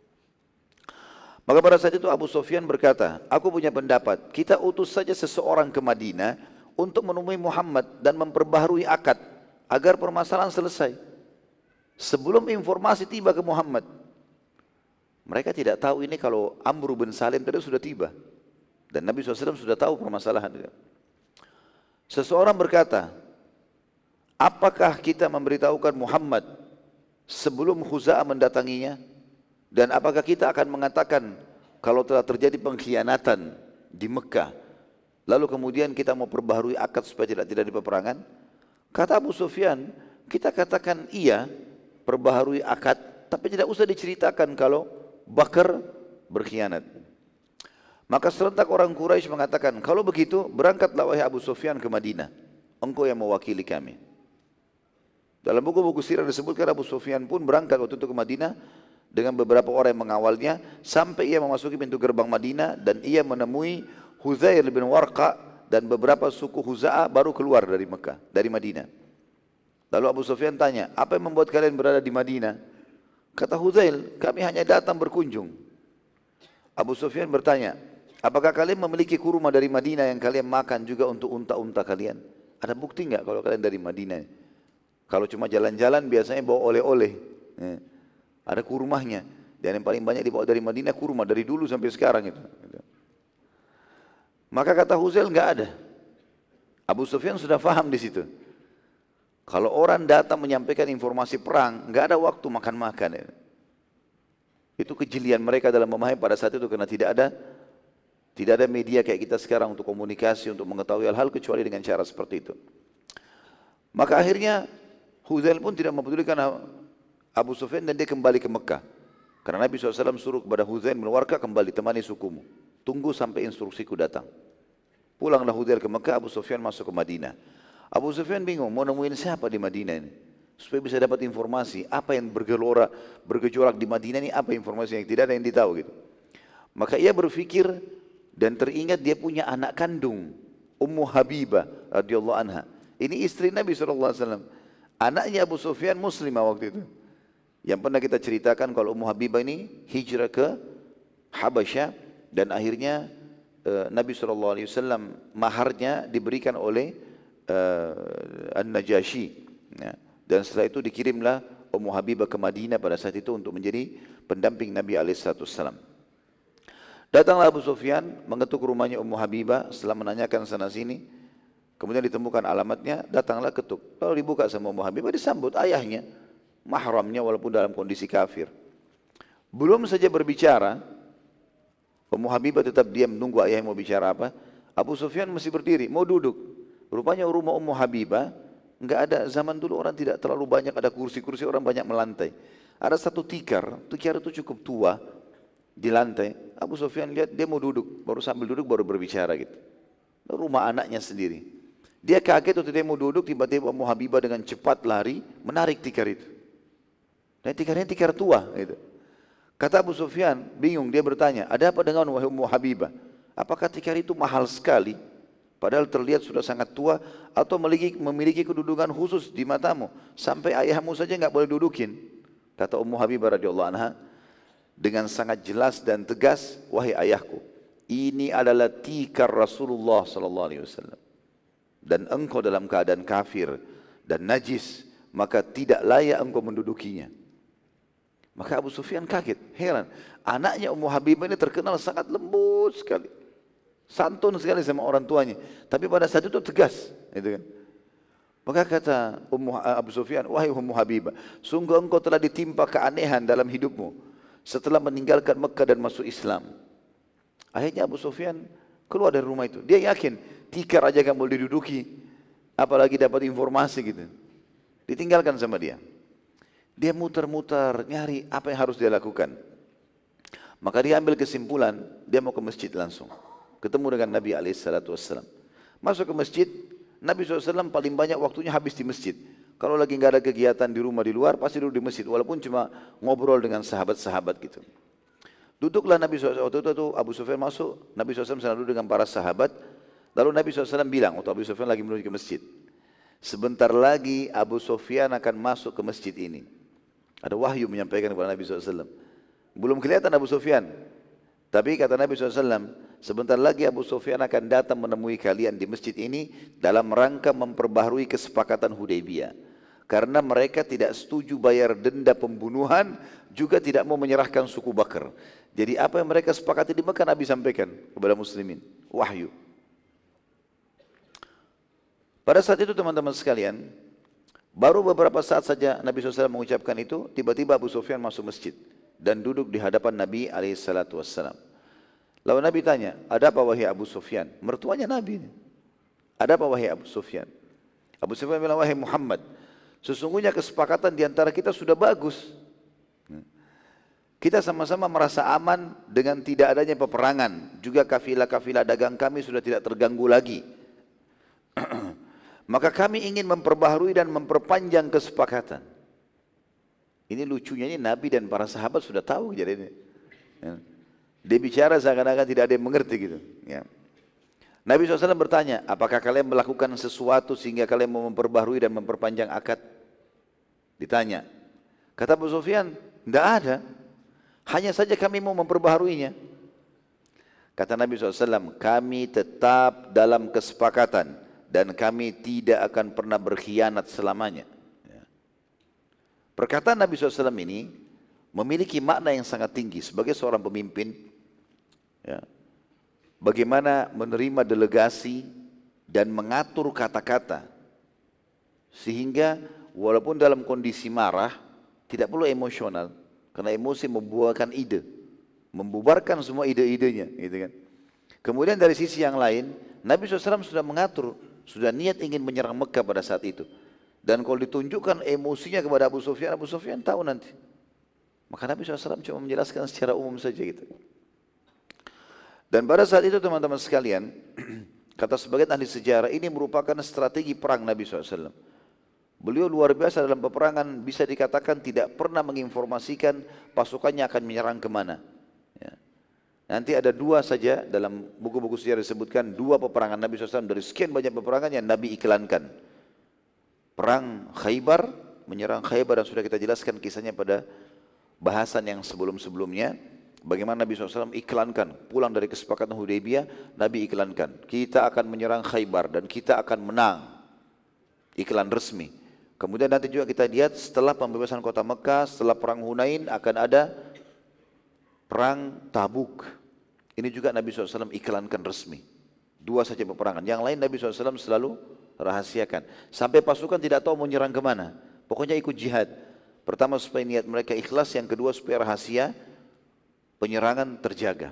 Maka pada saat itu Abu Sufyan berkata, aku punya pendapat, kita utus saja seseorang ke Madinah untuk menemui Muhammad dan memperbaharui akad agar permasalahan selesai sebelum informasi tiba ke Muhammad. Mereka tidak tahu ini kalau Amr bin Salim tadi sudah tiba dan Nabi shallallahu alaihi wasallam sudah tahu permasalahan. Seseorang berkata, apakah kita memberitahukan Muhammad sebelum Khuza'ah mendatanginya? Dan apakah kita akan mengatakan kalau telah terjadi pengkhianatan di Mekah, lalu kemudian kita mau perbaharui akad supaya tidak terjadi peperangan? Kata Abu Sufyan, kita katakan iya, perbaharui akad, tapi tidak usah diceritakan kalau Bakar berkhianat. Maka serentak orang Quraisy mengatakan, kalau begitu berangkatlah wahai Abu Sufyan ke Madinah, engkau yang mewakili kami. Dalam buku-buku sirah disebutkan Abu Sufyan pun berangkat waktu itu ke Madinah dengan beberapa orang yang mengawalnya sampai ia memasuki pintu gerbang Madinah dan ia menemui Hudzail bin Warqa dan beberapa suku Khuza'ah baru keluar dari Mekah, dari Madinah. Lalu Abu Sufyan tanya, apa yang membuat kalian berada di Madinah? Kata Hudzail, kami hanya datang berkunjung. Abu Sufyan bertanya, apakah kalian memiliki kurma dari Madinah yang kalian makan juga untuk unta-unta kalian? Ada bukti enggak kalau kalian dari Madinah? Kalau cuma jalan-jalan biasanya bawa oleh-oleh. Ya. Ada kurmahnya. Dan yang paling banyak dibawa dari Madinah kurma dari dulu sampai sekarang itu. Maka kata Hudzail enggak ada. Abu Sufyan sudah faham di situ. Kalau orang datang menyampaikan informasi perang, enggak ada waktu makan-makan. Ya. Itu kejelian mereka dalam memahami pada saat itu karena tidak ada tidak ada media kayak kita sekarang untuk komunikasi, untuk mengetahui hal-hal kecuali dengan cara seperti itu. Maka akhirnya Hudzail pun tidak mempedulikan Abu Sufyan dan dia kembali ke Mekah. Karena Nabi shallallahu alaihi wasallam suruh kepada Hudzail bin Warqa, kembali temani sukumu. Tunggu sampai instruksiku datang. Pulanglah Hudayl ke Mekah, Abu Sufyan masuk ke Madinah. Abu Sufyan bingung mau nemuin siapa di Madinah ini, supaya bisa dapat informasi apa yang bergelora, bergejolak di Madinah ini, apa informasi yang tidak ada yang ditahu gitu. Maka ia berpikir dan teringat dia punya anak kandung, Ummu Habibah radhiyallahu anha. Ini istri Nabi shallallahu alaihi wasallam. Anaknya Abu Sufyan muslimah waktu itu. Yang pernah kita ceritakan kalau Ummu Habibah ini hijrah ke Habasyah dan akhirnya uh, Nabi shallallahu alaihi wasallam maharnya diberikan oleh uh, An-Najasyi. Ya. Dan setelah itu dikirimlah Ummu Habibah ke Madinah pada saat itu untuk menjadi pendamping Nabi alaihi wasallam. Datanglah Abu Sufyan mengetuk rumahnya Ummu Habibah setelah menanyakan sana sini. Kemudian ditemukan alamatnya, datanglah ketuk. Lalu dibuka sama Ummu Habibah, disambut ayahnya, mahramnya walaupun dalam kondisi kafir. Belum saja berbicara, Ummu Habibah tetap diam menunggu ayahnya mau bicara apa. Abu Sufyan masih berdiri, mau duduk. Rupanya rumah Ummu Habibah, enggak ada, zaman dulu orang tidak terlalu banyak ada kursi-kursi, orang banyak melantai. Ada satu tikar, tikar itu cukup tua, di lantai. Abu Sufyan lihat dia mau duduk, baru sambil duduk baru berbicara gitu. Rumah anaknya sendiri. Dia kaget waktu dia mau duduk, tiba-tiba Ummu Habibah dengan cepat lari menarik tikar itu. Dan tikarnya tikar tua gitu. Kata Abu Sufyan bingung, dia bertanya, ada apa dengan wahai Ummu Habibah? Apakah tikar itu mahal sekali? Padahal terlihat sudah sangat tua, atau memiliki, memiliki kedudukan khusus di matamu sampai ayahmu saja nggak boleh dudukin. Kata Ummu Habibah radhiyallahu anha dengan sangat jelas dan tegas, wahai ayahku, ini adalah tikar Rasulullah sallallahu alaihi wasallam. Dan engkau dalam keadaan kafir dan najis, maka tidak layak engkau mendudukinya. Maka Abu Sufyan kaget, heran. Anaknya Ummu Habibah ini terkenal sangat lembut sekali, santun sekali sama orang tuanya. Tapi pada saat itu tegas, gitu kan. Maka kata Ummu, Abu Sufyan, wahai Ummu Habibah, sungguh engkau telah ditimpa keanehan dalam hidupmu setelah meninggalkan Mekah dan masuk Islam. Akhirnya Abu Sufyan keluar dari rumah itu. Dia yakin tikar aja kan boleh diduduki, apalagi dapat informasi gitu. Ditinggalkan sama dia. Dia muter-muter nyari apa yang harus dia lakukan. Maka dia ambil kesimpulan, dia mau ke masjid langsung. Ketemu dengan Nabi alaihi salatu wassalam. Masuk ke masjid, Nabi shallallahu alaihi wasallam paling banyak waktunya habis di masjid. Kalau lagi nggak ada kegiatan di rumah di luar, pasti duduk di masjid, walaupun cuma ngobrol dengan sahabat-sahabat gitu. Duduklah Nabi shallallahu alaihi wasallam, waktu itu Abu Sufyan masuk, Nabi shallallahu alaihi wasallam sedang duduk dengan para sahabat. Lalu Nabi shallallahu alaihi wasallam bilang, waktu Abu Sufyan lagi menuju ke masjid, sebentar lagi Abu Sufyan akan masuk ke masjid ini. Ada wahyu menyampaikan kepada Nabi shallallahu alaihi wasallam. Belum kelihatan Abu Sufyan, tapi kata Nabi shallallahu alaihi wasallam, sebentar lagi Abu Sufyan akan datang menemui kalian di masjid ini dalam rangka memperbaharui kesepakatan Hudaybiyah. Karena mereka tidak setuju bayar denda pembunuhan, juga tidak mau menyerahkan suku Bakar. Jadi apa yang mereka sepakati di Mekah, Nabi sampaikan kepada muslimin. Wahyu. Pada saat itu teman-teman sekalian, baru beberapa saat saja Nabi shallallahu alaihi wasallam mengucapkan itu, tiba-tiba Abu Sufyan masuk masjid dan duduk di hadapan Nabi alaihi salatu wassalam. Lalu Nabi tanya, ada apa wahai Abu Sufyan? Mertuanya Nabi ini. Ada apa wahai Abu Sufyan? Abu Sufyan bilang, wahai Muhammad, sesungguhnya kesepakatan di antara kita sudah bagus. Kita sama-sama merasa aman dengan tidak adanya peperangan. Juga kafilah-kafilah dagang kami sudah tidak terganggu lagi. Maka kami ingin memperbaharui dan memperpanjang kesepakatan. Ini lucunya, ini Nabi dan para sahabat sudah tahu kejadian ini. Dia bicara seakan-akan tidak ada yang mengerti gitu. Ya. Nabi shallallahu alaihi wasallam bertanya, apakah kalian melakukan sesuatu sehingga kalian mau memperbaharui dan memperpanjang akad? Ditanya. Kata Abu Sufyan, tidak ada. Hanya saja kami mau memperbaharuinya. Kata Nabi shallallahu alaihi wasallam, kami tetap dalam kesepakatan dan kami tidak akan pernah berkhianat selamanya. Perkataan Nabi shallallahu alaihi wasallam ini memiliki makna yang sangat tinggi sebagai seorang pemimpin. Ya. Bagaimana menerima delegasi dan mengatur kata-kata sehingga walaupun dalam kondisi marah tidak perlu emosional, karena emosi membuahkan ide, membubarkan semua ide-idenya, gitu kan. Kemudian dari sisi yang lain, Nabi shallallahu alaihi wasallam sudah mengatur, sudah niat ingin menyerang Mekah pada saat itu. Dan kalau ditunjukkan emosinya kepada Abu Sufyan, Abu Sufyan tahu nanti. Maka Nabi shallallahu alaihi wasallam cuma menjelaskan secara umum saja gitu. Dan pada saat itu teman-teman sekalian, Kata sebagian ahli sejarah, ini merupakan strategi perang Nabi shallallahu alaihi wasallam. Beliau luar biasa dalam peperangan, bisa dikatakan tidak pernah menginformasikan pasukannya akan menyerang kemana. Ya. Nanti ada dua saja dalam buku-buku sejarah disebutkan, dua peperangan Nabi shallallahu alaihi wasallam dari sekian banyak peperangan yang Nabi iklankan. Perang Khaybar, menyerang Khaybar, dan sudah kita jelaskan kisahnya pada bahasan yang sebelum-sebelumnya. Bagaimana Nabi shallallahu alaihi wasallam iklankan, pulang dari kesepakatan Hudaybiyah, Nabi iklankan, kita akan menyerang Khaybar dan kita akan menang. Iklan resmi. Kemudian nanti juga kita lihat setelah pembebasan kota Mekah, setelah perang Hunain akan ada perang Tabuk. Ini juga Nabi shallallahu alaihi wasallam iklankan resmi. Dua saja peperangan. Yang lain Nabi shallallahu alaihi wasallam selalu rahasiakan. Sampai pasukan tidak tahu mau menyerang kemana. Pokoknya ikut jihad. Pertama supaya niat mereka ikhlas, yang kedua supaya rahasia penyerangan terjaga.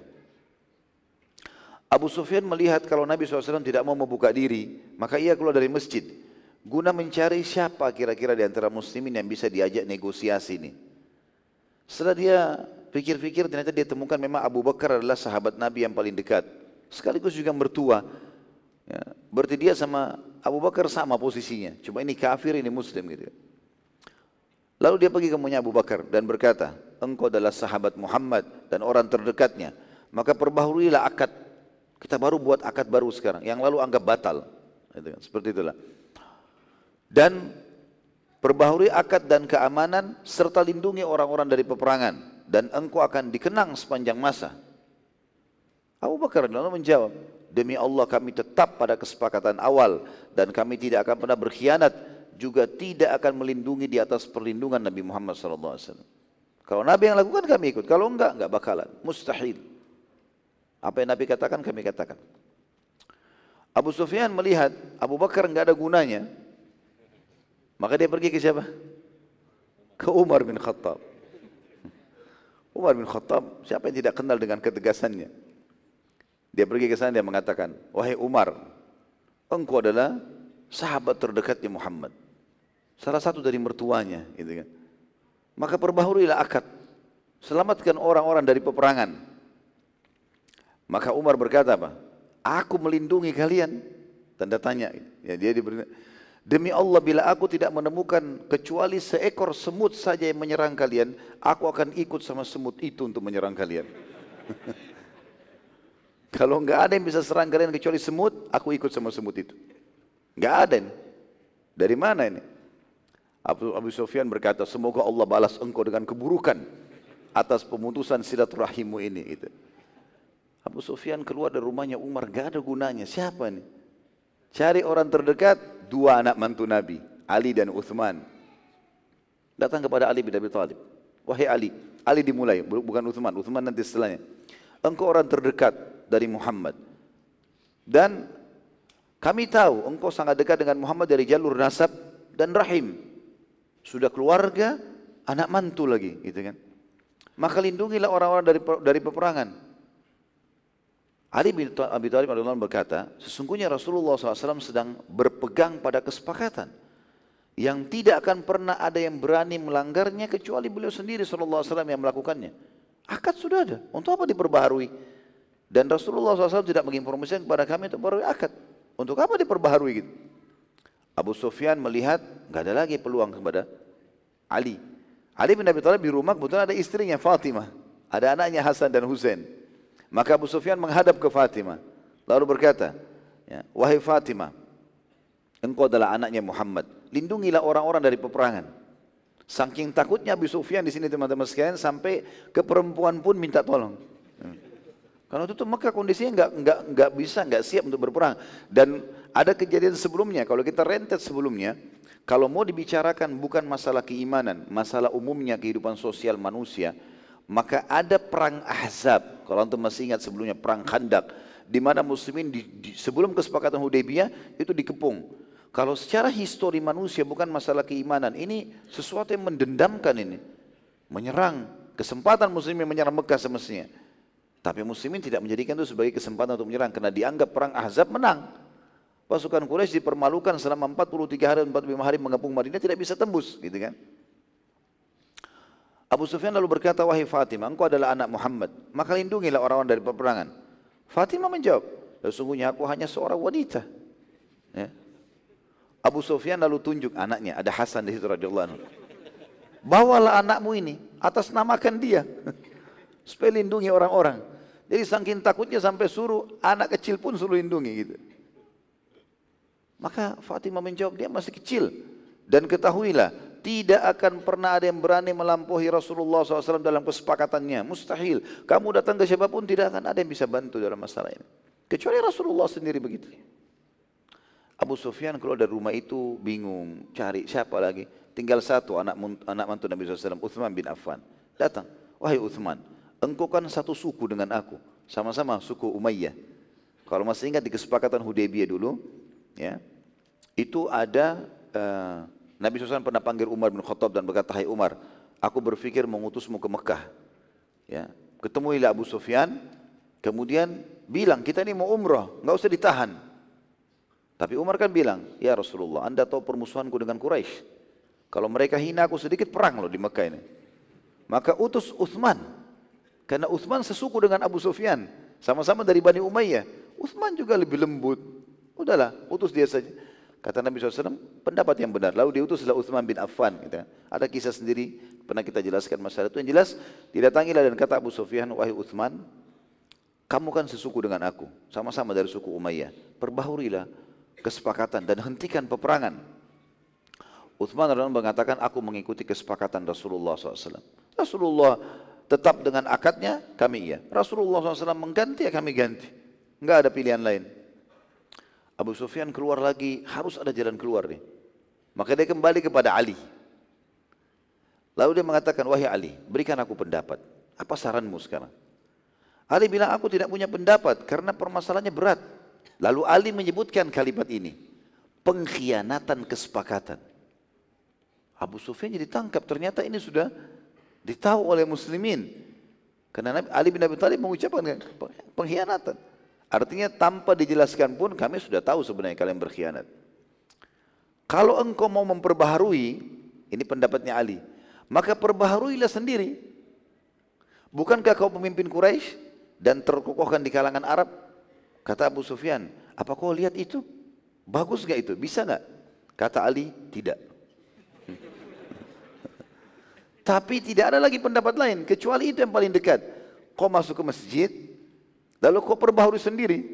Abu Sufyan melihat kalau Nabi shallallahu alaihi wasallam tidak mau membuka diri, maka ia keluar dari masjid guna mencari siapa kira-kira di antara muslimin yang bisa diajak negosiasi ini. Setelah dia pikir-pikir, ternyata dia temukan memang Abu Bakar adalah sahabat Nabi yang paling dekat, sekaligus juga mertua. Ya, berarti dia sama Abu Bakar sama posisinya, cuma ini kafir, ini muslim gitu. Lalu dia pergi ke rumahnya Abu Bakar dan berkata, engkau adalah sahabat Muhammad dan orang terdekatnya, maka perbaharuilah akad. Kita baru buat akad baru sekarang, yang lalu anggap batal. Seperti itulah. Dan perbaharui akad dan keamanan serta lindungi orang-orang dari peperangan, dan engkau akan dikenang sepanjang masa. Abu Bakar lalu menjawab, demi Allah kami tetap pada kesepakatan awal dan kami tidak akan pernah berkhianat, juga tidak akan melindungi di atas perlindungan Nabi Muhammad shallallahu alaihi wasallam. Kalau Nabi yang lakukan kami ikut, kalau enggak, enggak bakalan, mustahil. Apa yang Nabi katakan kami katakan. Abu Sufyan melihat Abu Bakar enggak ada gunanya, maka dia pergi ke siapa? Ke Umar bin Khattab. Umar bin Khattab, siapa yang tidak kenal dengan ketegasannya? Dia pergi ke sana, dia mengatakan, wahai Umar, engkau adalah sahabat terdekatnya Muhammad, salah satu dari mertuanya, gitu kan. Maka perbaharuilah akad, selamatkan orang-orang dari peperangan. Maka Umar berkata apa? Aku melindungi kalian? Tanda tanya. Ya, dia diberi, demi Allah bila aku tidak menemukan kecuali seekor semut saja yang menyerang kalian, aku akan ikut sama semut itu untuk menyerang kalian. Kalau enggak ada yang bisa serang kalian kecuali semut, aku ikut sama semut itu. Enggak ada ini. Dari mana ini? Abu, Abu Sufyan berkata, semoga Allah balas engkau dengan keburukan atas pemutusan silaturahimmu ini. Gitu. Abu Sufyan keluar dari rumahnya Umar, enggak ada gunanya. Siapa ini? Cari orang terdekat, dua anak mantu Nabi, Ali dan Uthman. Datang kepada Ali bin Abi Thalib. Wahai Ali, Ali dimulai, bukan Uthman, Uthman nanti setelahnya. Engkau orang terdekat dari Muhammad. Dan kami tahu engkau sangat dekat dengan Muhammad dari jalur nasab dan rahim. Sudah keluarga, anak mantu lagi, gitu kan. Maka lindungilah orang-orang dari dari peperangan. Ali bin Abi Thalib radhiyallahu anhu berkata, sesungguhnya Rasulullah shallallahu alaihi wasallam sedang berpegang pada kesepakatan yang tidak akan pernah ada yang berani melanggarnya kecuali beliau sendiri shallallahu alaihi wasallam yang melakukannya. Akad sudah ada, untuk apa diperbaharui? Dan Rasulullah shallallahu alaihi wasallam tidak menginformasikan kepada kami untuk memperbaharui akad. Untuk apa diperbaharui gitu? Abu Sufyan melihat nggak ada lagi peluang kepada Ali. Ali bin Abi Thalib di rumah kebetulan ada istrinya Fatimah, ada anaknya Hasan dan Husain. Maka Abu Sufyan menghadap ke Fatimah, lalu berkata, ya, wahai Fatimah, engkau adalah anaknya Muhammad, lindungilah orang-orang dari peperangan. Saking takutnya Abu Sufyan di sini teman-teman sekalian, sampai ke perempuan pun minta tolong. Karena itu Mekah kondisinya nggak nggak nggak bisa, nggak siap untuk berperang. Dan ada kejadian sebelumnya, kalau kita rentet sebelumnya, kalau mau dibicarakan bukan masalah keimanan, masalah umumnya kehidupan sosial manusia, maka ada perang Ahzab. Kalau antum masih ingat sebelumnya perang Khandak, di mana muslimin di, di, sebelum kesepakatan Hudaybiyah itu dikepung. Kalau secara histori manusia bukan masalah keimanan, ini sesuatu yang mendendamkan ini, menyerang kesempatan muslimin menyerang Mekah semestinya. Tapi muslimin tidak menjadikan itu sebagai kesempatan untuk menyerang, karena dianggap perang Ahzab menang. Pasukan Quraisy dipermalukan selama empat puluh tiga hari dan empat puluh lima hari mengepung Madinah, tidak bisa tembus, gitu kan? Abu Sufyan lalu berkata, wahai Fatimah, engkau adalah anak Muhammad, maka lindungilah orang-orang dari peperangan. Fatimah menjawab, sesungguhnya aku hanya seorang wanita. Ya. Abu Sufyan lalu tunjuk anaknya, ada Hasan di situ radhiyallahu anhu. Bawalah anakmu ini, atas namakan dia, supaya lindungi orang-orang. Jadi saking takutnya sampai suruh anak kecil pun suruh lindungi gitu. Maka Fatimah menjawab, dia masih kecil. Dan ketahuilah, tidak akan pernah ada yang berani melampaui Rasulullah shallallahu alaihi wasallam dalam kesepakatannya. Mustahil. Kamu datang ke siapapun, tidak akan ada yang bisa bantu dalam masalah ini. Kecuali Rasulullah sendiri begitu. Abu Sufyan keluar dari rumah itu bingung, cari siapa lagi. Tinggal satu anak anak mantu Nabi shallallahu alaihi wasallam, Uthman bin Affan. Datang, wahai Uthman, engkau kan satu suku dengan aku, sama-sama suku Umayyah. Kalau masih ingat di kesepakatan Hudaybiyah dulu, ya, itu ada uh, Nabi shallallahu alaihi wasallam pernah panggil Umar bin Khattab dan berkata, hai Umar, aku berpikir mengutusmu ke Mekah. Ya, ketemuilah Abu Sufyan, kemudian bilang kita ini mau umrah, nggak usah ditahan. Tapi Umar kan bilang, ya Rasulullah, anda tahu permusuhanku dengan Quraisy. Kalau mereka hina aku sedikit, perang loh di Mekah ini. Maka utus Uthman. Karena Uthman sesuku dengan Abu Sufyan. Sama-sama dari Bani Umayyah. Uthman juga lebih lembut. Udahlah, utus dia saja. Kata Nabi shallallahu alaihi wasallam, pendapat yang benar. Lalu diutuslah Uthman bin Affan. Gitu. Ada kisah sendiri, pernah kita jelaskan masalah itu. Yang jelas, didatangilah dan kata Abu Sufyan, wahai Uthman, kamu kan sesuku dengan aku. Sama-sama dari suku Umayyah. Perbaharui kesepakatan dan hentikan peperangan. Uthman radhiyallahu anhu mengatakan, aku mengikuti kesepakatan Rasulullah shallallahu alaihi wasallam. Rasulullah tetap dengan akadnya, kami iya. Rasulullah shallallahu alaihi wasallam mengganti, ya kami ganti. Enggak ada pilihan lain. Abu Sufyan keluar lagi, harus ada jalan keluar nih. Maka dia kembali kepada Ali. Lalu dia mengatakan, wahai Ali, berikan aku pendapat. Apa saranmu sekarang? Ali bilang, aku tidak punya pendapat karena permasalahannya berat. Lalu Ali menyebutkan kalimat ini, pengkhianatan kesepakatan. Abu Sufyan jadi tangkap, ternyata ini sudah ditahu oleh muslimin. Karena Ali bin Abi Thalib mengucapkan pengkhianatan. Artinya tanpa dijelaskan pun kami sudah tahu sebenarnya kalian berkhianat. Kalau engkau mau memperbaharui, ini pendapatnya Ali, maka perbaharuilah sendiri. Bukankah kau pemimpin Quraisy dan terkokohkan di kalangan Arab? Kata Abu Sufyan, apa kau lihat itu? Bagus gak itu? Bisa gak? Kata Ali, tidak. Tapi tidak ada lagi pendapat lain, kecuali itu yang paling dekat. Kau masuk ke masjid, lalu kau perbaharui sendiri.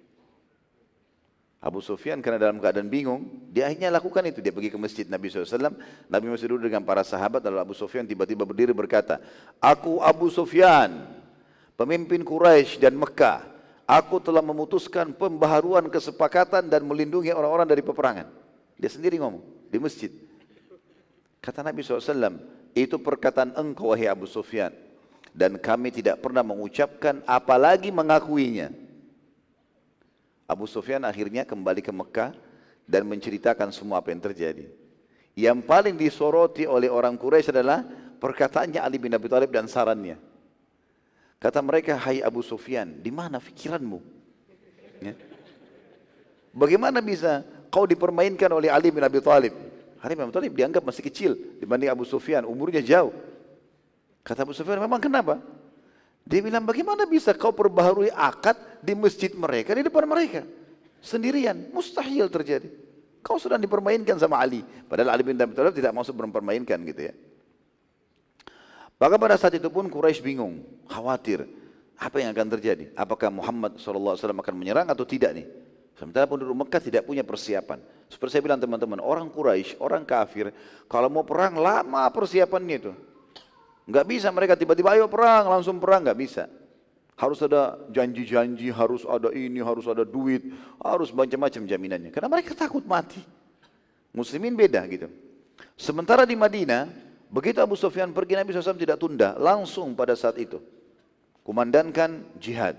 Abu Sufyan karena dalam keadaan bingung, dia akhirnya lakukan itu. Dia pergi ke masjid Nabi shallallahu alaihi wasallam, Nabi masih duduk dengan para sahabat, lalu Abu Sufyan tiba-tiba berdiri berkata, aku Abu Sufyan, pemimpin Quraisy dan Mekah, aku telah memutuskan pembaharuan kesepakatan dan melindungi orang-orang dari peperangan. Dia sendiri ngomong di masjid. Kata Nabi shallallahu alaihi wasallam, itu perkataan engkau wahai Abu Sufyan, dan kami tidak pernah mengucapkan apalagi mengakuinya. Abu Sufyan akhirnya kembali ke Mekah dan menceritakan semua apa yang terjadi. Yang paling disoroti oleh orang Quraisy adalah perkataannya Ali bin Abi Thalib dan sarannya. Kata mereka, hai Abu Sufyan, di mana fikiranmu? Ya. Bagaimana bisa kau dipermainkan oleh Ali bin Abi Thalib? Ali bin Abi Thalib dianggap masih kecil dibanding Abu Sufyan, umurnya jauh. Kata Abu Sufyan, memang kenapa? Dia bilang, bagaimana bisa kau perbaharui akad di masjid mereka, di depan mereka? Sendirian, mustahil terjadi. Kau sudah dipermainkan sama Ali. Padahal Ali bin Abi Thalib tidak maksud mempermainkan gitu ya. Maka pada saat itu pun Quraisy bingung, khawatir. Apa yang akan terjadi? Apakah Muhammad shallallahu alaihi wasallam akan menyerang atau tidak nih? Sementara penduduk Mekah tidak punya persiapan. Seperti saya bilang teman-teman, orang Quraisy, orang kafir, kalau mau perang lama persiapannya itu. Enggak bisa mereka tiba-tiba ayo perang, langsung perang, enggak bisa. Harus ada janji-janji, harus ada ini, harus ada duit, harus macam-macam jaminannya. Karena mereka takut mati. Muslimin beda gitu. Sementara di Madinah, begitu Abu Sufyan pergi, Nabi shallallahu alaihi wasallam tidak tunda, langsung pada saat itu kumandankan jihad.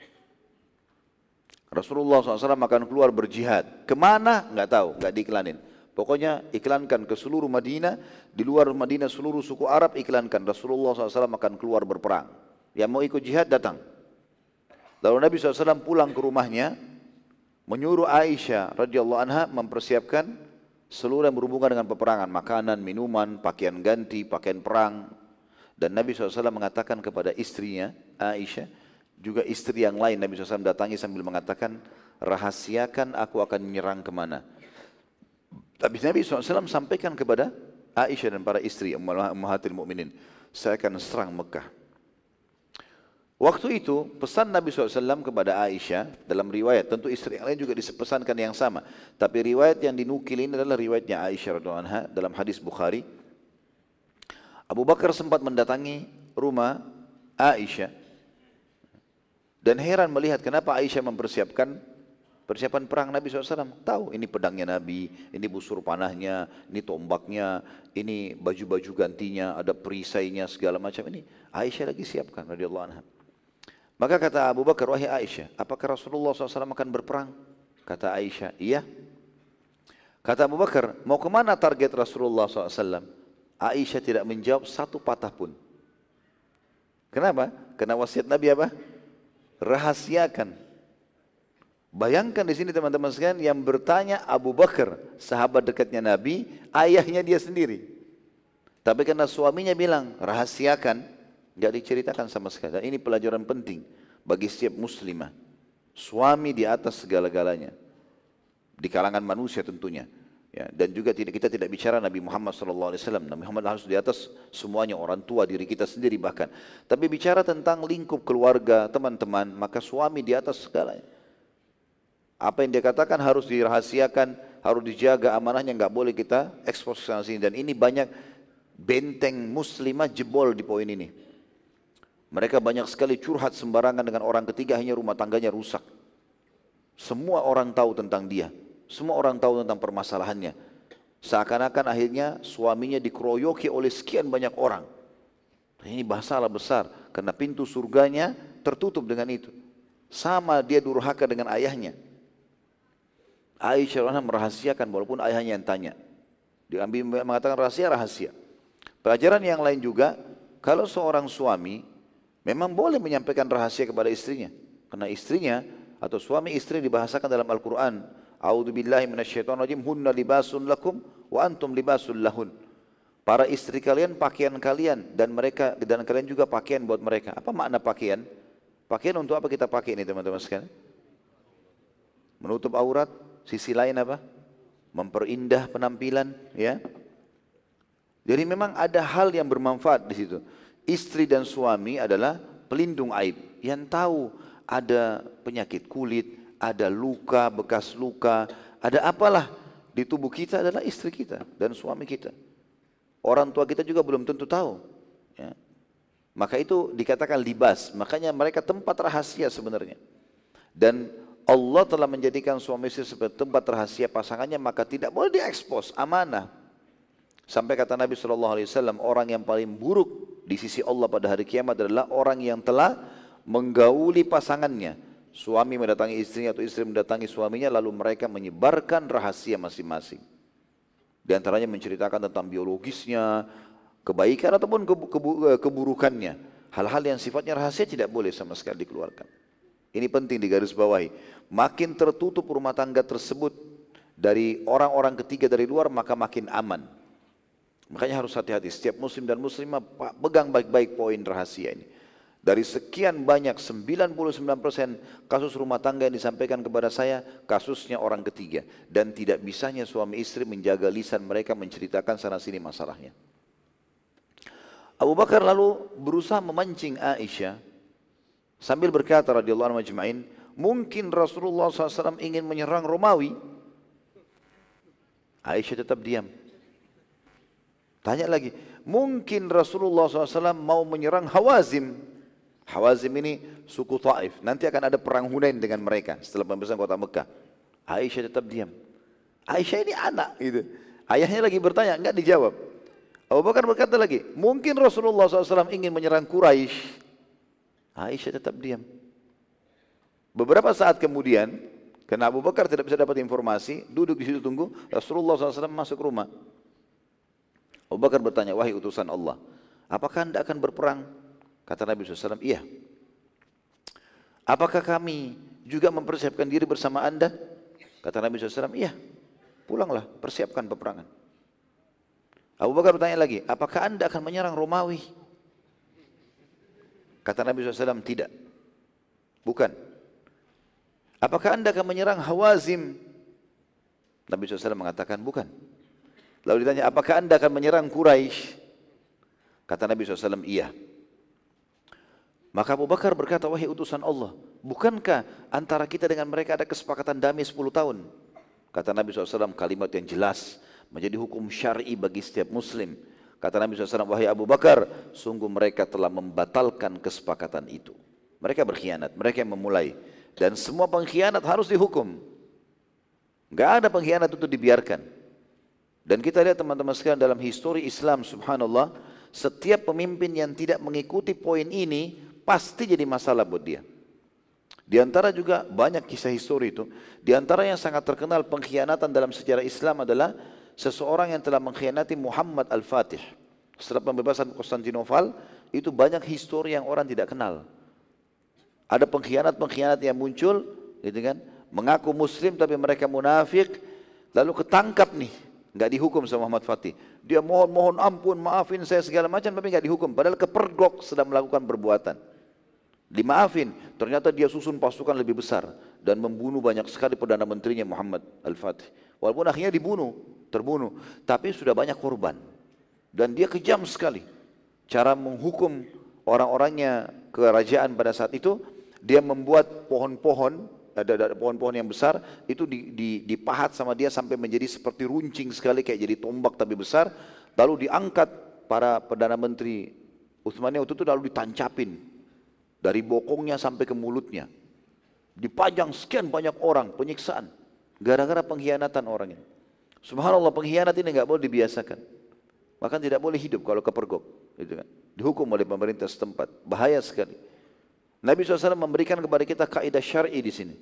Rasulullah shallallahu alaihi wasallam akan keluar berjihad. Kemana? Enggak tahu, enggak diiklanin. Pokoknya iklankan ke seluruh Madinah, di luar Madinah seluruh suku Arab iklankan Rasulullah shallallahu alaihi wasallam akan keluar berperang. Yang mau ikut jihad datang. Lalu Nabi shallallahu alaihi wasallam pulang ke rumahnya, menyuruh Aisyah radhiyallahu anha mempersiapkan seluruh yang berhubungan dengan peperangan, makanan, minuman, pakaian ganti, pakaian perang. Dan Nabi shallallahu alaihi wasallam mengatakan kepada istrinya Aisyah, juga istri yang lain Nabi shallallahu alaihi wasallam datangi sambil mengatakan, rahasiakan aku akan menyerang kemana. Tapi Nabi shallallahu alaihi wasallam sampaikan kepada Aisyah dan para istri Ummahatil Mukminin, saya akan serang Mekah. Waktu itu pesan Nabi shallallahu alaihi wasallam kepada Aisyah dalam riwayat, tentu istri yang lain juga dipesankan yang sama. Tapi riwayat yang dinukil ini adalah riwayatnya Aisyah radhiyallahu anha dalam hadis Bukhari. Abu Bakar sempat mendatangi rumah Aisyah dan heran melihat kenapa Aisyah mempersiapkan persiapan perang Nabi shallallahu alaihi wasallam. Tahu ini pedangnya Nabi, ini busur panahnya, ini tombaknya, ini baju-baju gantinya, ada perisainya segala macam ini. Aisyah lagi siapkan radhiyallahu anha. Maka kata Abu Bakar, wahai Aisyah, apakah Rasulullah shallallahu alaihi wasallam akan berperang? Kata Aisyah, iya. Kata Abu Bakar, mau kemana target Rasulullah shallallahu alaihi wasallam? Aisyah tidak menjawab satu patah pun. Kenapa? Karena wasiat Nabi apa? Rahasiakan. Bayangkan di sini teman-teman sekalian, yang bertanya Abu Bakar, sahabat dekatnya Nabi, ayahnya dia sendiri. Tapi karena suaminya bilang, rahasiakan, nggak diceritakan sama sekali. Dan ini pelajaran penting bagi setiap muslimah. Suami di atas segala-galanya. Di kalangan manusia tentunya. Ya, dan juga tidak, kita tidak bicara Nabi Muhammad shallallahu alaihi wasallam. Nabi Muhammad harus di atas semuanya, orang tua, diri kita sendiri bahkan. Tapi bicara tentang lingkup keluarga, teman-teman, maka suami di atas segalanya. Apa yang dia katakan harus dirahasiakan, harus dijaga amanahnya, nggak boleh kita ekspos ke sana sini. Dan ini banyak benteng muslimah jebol di poin ini. Mereka banyak sekali curhat sembarangan dengan orang ketiga, hanya rumah tangganya rusak. Semua orang tahu tentang dia. Semua orang tahu tentang permasalahannya. Seakan-akan akhirnya suaminya dikeroyoki oleh sekian banyak orang. Ini masalah besar karena pintu surganya tertutup dengan itu. Sama dia durhaka dengan ayahnya. Aisyah merahasiakan walaupun ayahnya yang tanya. Diambil mengatakan rahasia rahasia. Pelajaran yang lain juga, kalau seorang suami memang boleh menyampaikan rahasia kepada istrinya. Karena istrinya atau suami istri dibahasakan dalam Al-Quran. A'udzubillahi minasyaitonirrajim, hunna libasun lakum wa antum libasul lahun. Para istri kalian pakaian kalian dan mereka dan kalian juga pakaian buat mereka. Apa makna pakaian? Pakaian untuk apa kita pakai ini teman-teman sekalian? Menutup aurat, sisi lain apa? Memperindah penampilan, ya. Jadi memang ada hal yang bermanfaat di situ. Istri dan suami adalah pelindung aib yang tahu ada penyakit kulit, ada luka, bekas luka, ada apalah di tubuh kita adalah istri kita dan suami kita. Orang tua kita juga belum tentu tahu. Ya. Maka itu dikatakan libas, makanya mereka tempat rahasia sebenarnya. Dan Allah telah menjadikan suami istri sebagai tempat rahasia pasangannya, maka tidak boleh diekspos, amanah. Sampai kata Nabi shallallahu alaihi wasallam, orang yang paling buruk di sisi Allah pada hari kiamat adalah orang yang telah menggauli pasangannya. Suami mendatangi istrinya atau istri mendatangi suaminya, lalu mereka menyebarkan rahasia masing-masing. Di antaranya menceritakan tentang biologisnya, kebaikan ataupun keburukannya. Hal-hal yang sifatnya rahasia tidak boleh sama sekali dikeluarkan. Ini penting digarisbawahi. Makin tertutup rumah tangga tersebut dari orang-orang ketiga dari luar, maka makin aman. Makanya harus hati-hati. Setiap muslim dan muslimah pegang baik-baik poin rahasia ini. Dari sekian banyak sembilan puluh sembilan persen kasus rumah tangga yang disampaikan kepada saya, kasusnya orang ketiga. Dan tidak bisanya suami istri menjaga lisan mereka menceritakan sana sini masalahnya. Abu Bakar lalu berusaha memancing Aisyah sambil berkata radhiyallahu anhu ajma'in, mungkin Rasulullah shallallahu alaihi wasallam ingin menyerang Romawi. Aisyah tetap diam. Tanya lagi, mungkin Rasulullah shallallahu alaihi wasallam mau menyerang Hawazim. Hawazim ini suku Taif. Nanti akan ada perang Hunain dengan mereka setelah pembebasan kota Mekah. Aisyah tetap diam. Aisyah ini anak gitu. Ayahnya lagi bertanya, enggak dijawab. Abu Bakar berkata lagi, mungkin Rasulullah shallallahu alaihi wasallam ingin menyerang Quraisy. Aisyah tetap diam. Beberapa saat kemudian, karena Abu Bakar tidak bisa dapat informasi, duduk di situ tunggu, Rasulullah shallallahu alaihi wasallam masuk rumah. Abu Bakar bertanya, wahai utusan Allah, apakah anda akan berperang? Kata Nabi shallallahu alaihi wasallam, iya. Apakah kami juga mempersiapkan diri bersama anda? Kata Nabi shallallahu alaihi wasallam, iya. Pulanglah, persiapkan peperangan. Abu Bakar bertanya lagi, apakah anda akan menyerang Romawi? Kata Nabi shallallahu alaihi wasallam, tidak. Bukan. Apakah anda akan menyerang Hawazim? Nabi shallallahu alaihi wasallam mengatakan bukan. Lalu ditanya, apakah anda akan menyerang Quraisy? Kata Nabi shallallahu alaihi wasallam, iya. Maka Abu Bakar berkata, wahai utusan Allah, bukankah antara kita dengan mereka ada kesepakatan damai sepuluh tahun? Kata Nabi shallallahu alaihi wasallam, kalimat yang jelas, menjadi hukum syar'i bagi setiap muslim. Kata Nabi shallallahu alaihi wasallam, wahai Abu Bakar, sungguh mereka telah membatalkan kesepakatan itu. Mereka berkhianat, mereka yang memulai. Dan semua pengkhianat harus dihukum. Gak ada pengkhianat itu dibiarkan. Dan kita lihat teman-teman sekalian dalam histori Islam, subhanallah, setiap pemimpin yang tidak mengikuti poin ini, pasti jadi masalah buat dia. Di antara juga banyak kisah histori itu. Di antara yang sangat terkenal pengkhianatan dalam sejarah Islam adalah seseorang yang telah mengkhianati Muhammad Al-Fatih. Setelah pembebasan Konstantinopel, itu banyak histori yang orang tidak kenal. Ada pengkhianat-pengkhianat yang muncul, gitu kan? Mengaku Muslim tapi mereka munafik, lalu ketangkap nih, nggak dihukum sama Muhammad Fatih. Dia mohon mohon ampun, maafin saya segala macam, tapi nggak dihukum. Padahal kepergok sedang melakukan perbuatan. Dimaafin, ternyata dia susun pasukan lebih besar dan membunuh banyak sekali perdana menterinya Muhammad Al-Fatih. Walaupun akhirnya dibunuh, terbunuh, tapi sudah banyak korban. Dan dia kejam sekali cara menghukum orang-orangnya kerajaan pada saat itu. Dia membuat pohon-pohon, ada pohon-pohon yang besar, itu dipahat sama dia sampai menjadi seperti runcing sekali, kayak jadi tombak tapi besar. Lalu diangkat para perdana menteri Utsmania itu lalu ditancapin. Dari bokongnya sampai ke mulutnya. Dipajang sekian banyak orang, penyiksaan. Gara-gara pengkhianatan orang ini. Subhanallah, pengkhianat ini nggak boleh dibiasakan. Bahkan tidak boleh hidup kalau kepergok. Gitu kan. Dihukum oleh pemerintah setempat. Bahaya sekali. Nabi shallallahu alaihi wasallam memberikan kepada kita kaidah syar'i di sini.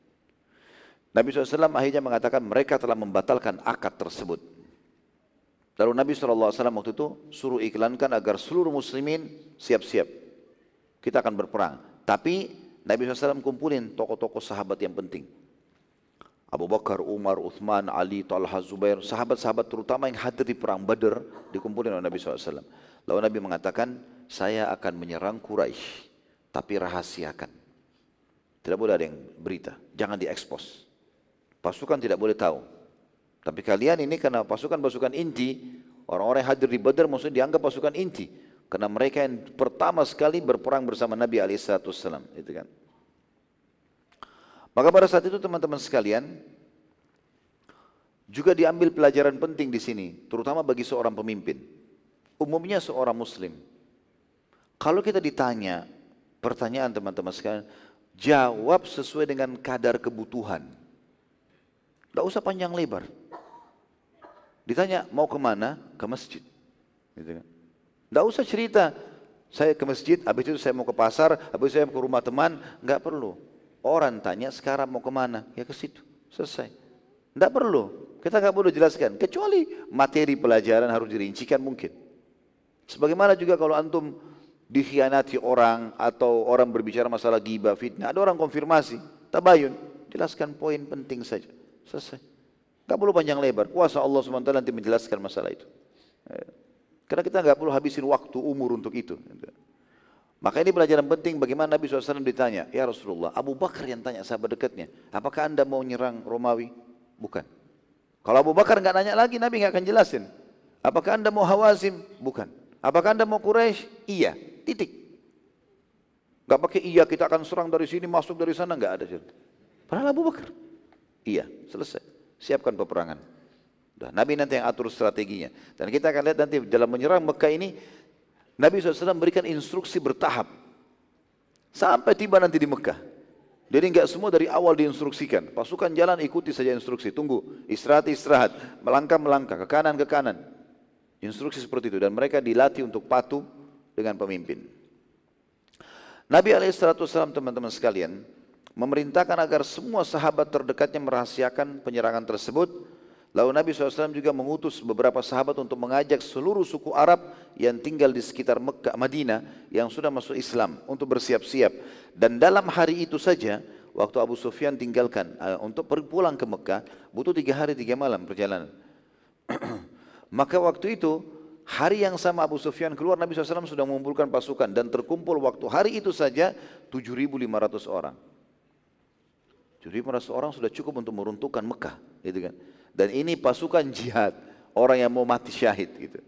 Nabi shallallahu alaihi wasallam akhirnya mengatakan mereka telah membatalkan akad tersebut. Lalu Nabi shallallahu alaihi wasallam waktu itu suruh iklankan agar seluruh muslimin siap-siap. Kita akan berperang. Tapi Nabi shallallahu alaihi wasallam kumpulin tokoh-tokoh sahabat yang penting. Abu Bakar, Umar, Uthman, Ali, Talha, Zubair, sahabat-sahabat terutama yang hadir di perang Badar dikumpulin oleh Nabi shallallahu alaihi wasallam. Lalu Nabi mengatakan, saya akan menyerang Quraisy, tapi rahasiakan. Tidak boleh ada yang berita, jangan diekspos. Pasukan tidak boleh tahu. Tapi kalian ini karena pasukan-pasukan inti, orang-orang yang hadir di Badar maksudnya dianggap pasukan inti. Karena mereka yang pertama sekali berperang bersama Nabi alaihi salatu wassalam, itu kan. Maka pada saat itu teman-teman sekalian juga diambil pelajaran penting di sini, terutama bagi seorang pemimpin. Umumnya seorang muslim. Kalau kita ditanya pertanyaan teman-teman sekalian, jawab sesuai dengan kadar kebutuhan. Tidak usah panjang lebar. Ditanya mau kemana? Ke masjid. Gitu kan. Tidak usah cerita, saya ke masjid, habis itu saya mau ke pasar, habis itu saya mau ke rumah teman, enggak perlu. Orang tanya sekarang mau kemana, ya ke situ, selesai. Tidak perlu, kita enggak perlu jelaskan, kecuali materi pelajaran harus dirincikan mungkin. Sebagaimana juga kalau antum dikhianati orang, atau orang berbicara masalah ghibah, fitnah, ada orang konfirmasi, tabayun, jelaskan poin penting saja, selesai. Enggak perlu panjang lebar, kuasa Allah subhanahu wa taala nanti menjelaskan masalah itu. Karena kita nggak perlu habisin waktu umur untuk itu. Maka ini pelajaran penting bagaimana Nabi shallallahu alaihi wasallam ditanya, ya Rasulullah, Abu Bakar yang tanya sahabat dekatnya, apakah anda mau nyerang Romawi? Bukan. Kalau Abu Bakar nggak nanya lagi, Nabi nggak akan jelasin. Apakah anda mau Hawazim? Bukan. Apakah anda mau Quraisy? Iya. Titik. Nggak pakai iya kita akan serang dari sini, masuk dari sana, nggak ada. Padahal Abu Bakar. Iya, selesai. Siapkan peperangan. Nah, Nabi nanti yang atur strateginya. Dan kita akan lihat nanti dalam menyerang Mekah ini, Nabi shallallahu alaihi wasallam berikan instruksi bertahap. Sampai tiba nanti di Mekah. Jadi enggak semua dari awal diinstruksikan. Pasukan jalan ikuti saja instruksi. Tunggu, istirahat, istirahat. Melangkah, melangkah. Ke kanan, ke kanan. Instruksi seperti itu. Dan mereka dilatih untuk patuh dengan pemimpin. Nabi alaihi salatu wassalam teman-teman sekalian, memerintahkan agar semua sahabat terdekatnya merahasiakan penyerangan tersebut. Lalu Nabi shallallahu alaihi wasallam juga mengutus beberapa sahabat untuk mengajak seluruh suku Arab yang tinggal di sekitar Mekah, Madinah yang sudah masuk Islam untuk bersiap-siap. Dan dalam hari itu saja, waktu Abu Sufyan tinggalkan uh, untuk pergi pulang ke Mekah, butuh tiga hari tiga malam perjalanan. Maka waktu itu Hari yang sama Abu Sufyan keluar, Nabi shallallahu alaihi wasallam sudah mengumpulkan pasukan dan terkumpul waktu hari itu saja tujuh ribu lima ratus orang. tujuh ribu lima ratus orang sudah cukup untuk meruntuhkan Mekah, gitu kan. Dan ini pasukan jihad, orang yang mau mati syahid gitu.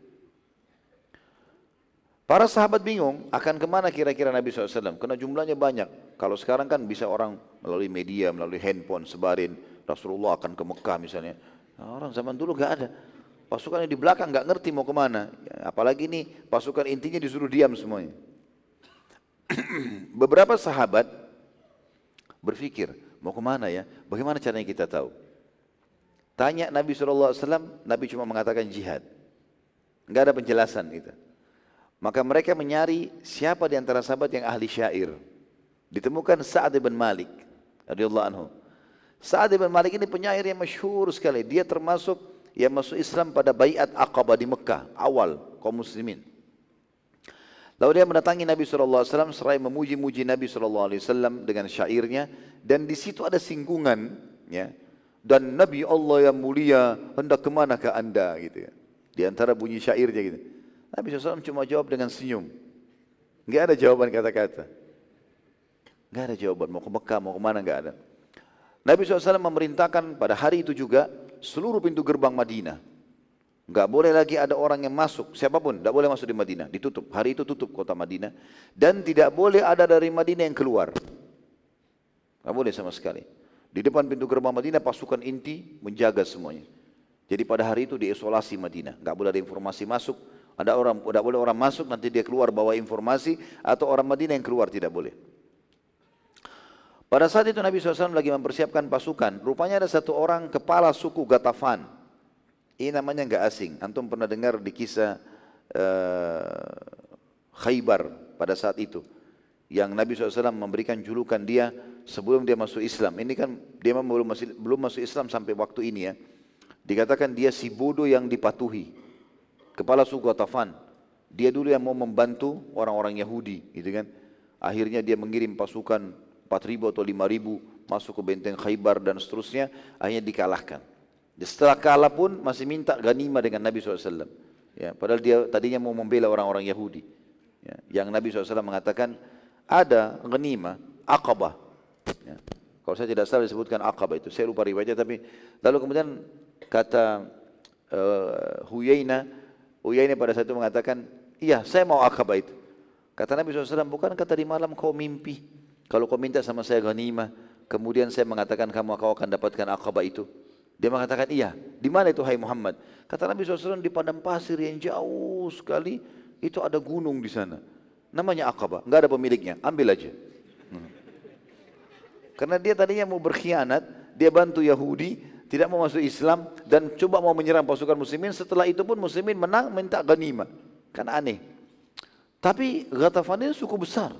Para sahabat bingung akan kemana kira-kira Nabi shallallahu alaihi wasallam, karena jumlahnya banyak. Kalau sekarang kan bisa orang melalui media, melalui handphone sebarin Rasulullah akan ke Mekah misalnya. Nah, orang zaman dulu gak ada. Pasukan yang di belakang gak ngerti mau kemana. Ya, apalagi ini pasukan intinya disuruh diam semuanya. Beberapa sahabat berpikir, mau kemana ya? Bagaimana caranya kita tahu? Tanya Nabi shallallahu alaihi wasallam, Nabi cuma mengatakan jihad. Gak ada penjelasan gitu. Maka mereka mencari siapa di antara sahabat yang ahli syair. Ditemukan Sa'ad bin Malik radhiyallahu anhu. Sa'ad bin Malik ini penyair yang masyhur sekali. Dia termasuk yang masuk Islam pada Baiat Aqabah di Mekah, awal kaum muslimin. Lalu dia mendatangi Nabi shallallahu alaihi wasallam seraya memuji-muji Nabi shallallahu alaihi wasallam dengan syairnya, dan di situ ada singgungan, ya. Dan Nabi Allah yang mulia hendak kemanakah anda, gitu ya. Di antara bunyi syairnya gitu. Nabi shallallahu alaihi wasallam cuma jawab dengan senyum. Enggak ada jawaban kata-kata. Enggak ada jawaban, mau ke Mekah, mau kemana, enggak ada. Nabi shallallahu alaihi wasallam memerintahkan pada hari itu juga seluruh pintu gerbang Madinah. Enggak boleh lagi ada orang yang masuk, siapapun enggak boleh masuk di Madinah, ditutup. Hari itu tutup kota Madinah. Dan tidak boleh ada dari Madinah yang keluar. Enggak boleh sama sekali. Di depan pintu gerbang Madinah pasukan inti menjaga semuanya. Jadi pada hari itu diisolasi Madinah. Enggak boleh ada informasi masuk. Ada orang, tidak boleh orang masuk, nanti dia keluar bawa informasi, atau orang Madinah yang keluar, tidak boleh. Pada saat itu Nabi shallallahu alaihi wasallam lagi mempersiapkan pasukan. Rupanya ada satu orang kepala suku Ghatafan. Ini namanya enggak asing. Antum pernah dengar di kisah uh, Khaybar pada saat itu. Yang Nabi shallallahu alaihi wasallam memberikan julukan dia sebelum dia masuk Islam. Ini kan dia belum masuk, belum masuk Islam sampai waktu ini ya. Dikatakan dia si bodoh yang dipatuhi. Kepala suku Ghatafan. Dia dulu yang mau membantu orang-orang Yahudi, gitu kan. Akhirnya dia mengirim pasukan empat ribu atau lima ribu masuk ke benteng Khaybar dan seterusnya, akhirnya dikalahkan. Setelah kalah pun masih minta ganima dengan Nabi shallallahu alaihi wasallam. Ya, padahal dia tadinya mau membela orang-orang Yahudi. Ya, yang Nabi shallallahu alaihi wasallam mengatakan ada ganima Aqabah. Ya. Kalau saya tidak salah disebutkan Aqabah itu, saya lupa riwayatnya, tapi lalu kemudian kata uh, Huyainah Uyainah pada saat itu mengatakan, iya saya mau Aqabah itu. Kata Nabi shallallahu alaihi wasallam, bukan kata di malam kau mimpi, kalau kau minta sama saya ghanimah, kemudian saya mengatakan kamu kau akan dapatkan Aqabah itu. Dia mengatakan iya. Di mana itu hai Muhammad? Kata Nabi shallallahu alaihi wasallam, di padang pasir yang jauh sekali, itu ada gunung di sana. Namanya Aqabah, enggak ada pemiliknya, ambil aja. Hmm. Karena dia tadinya mau berkhianat, dia bantu Yahudi, tidak mau masuk Islam dan coba mau menyerang pasukan muslimin. Setelah itu pun muslimin menang, minta ghanimah. Kan aneh. Tapi Ghatafan ini suku besar.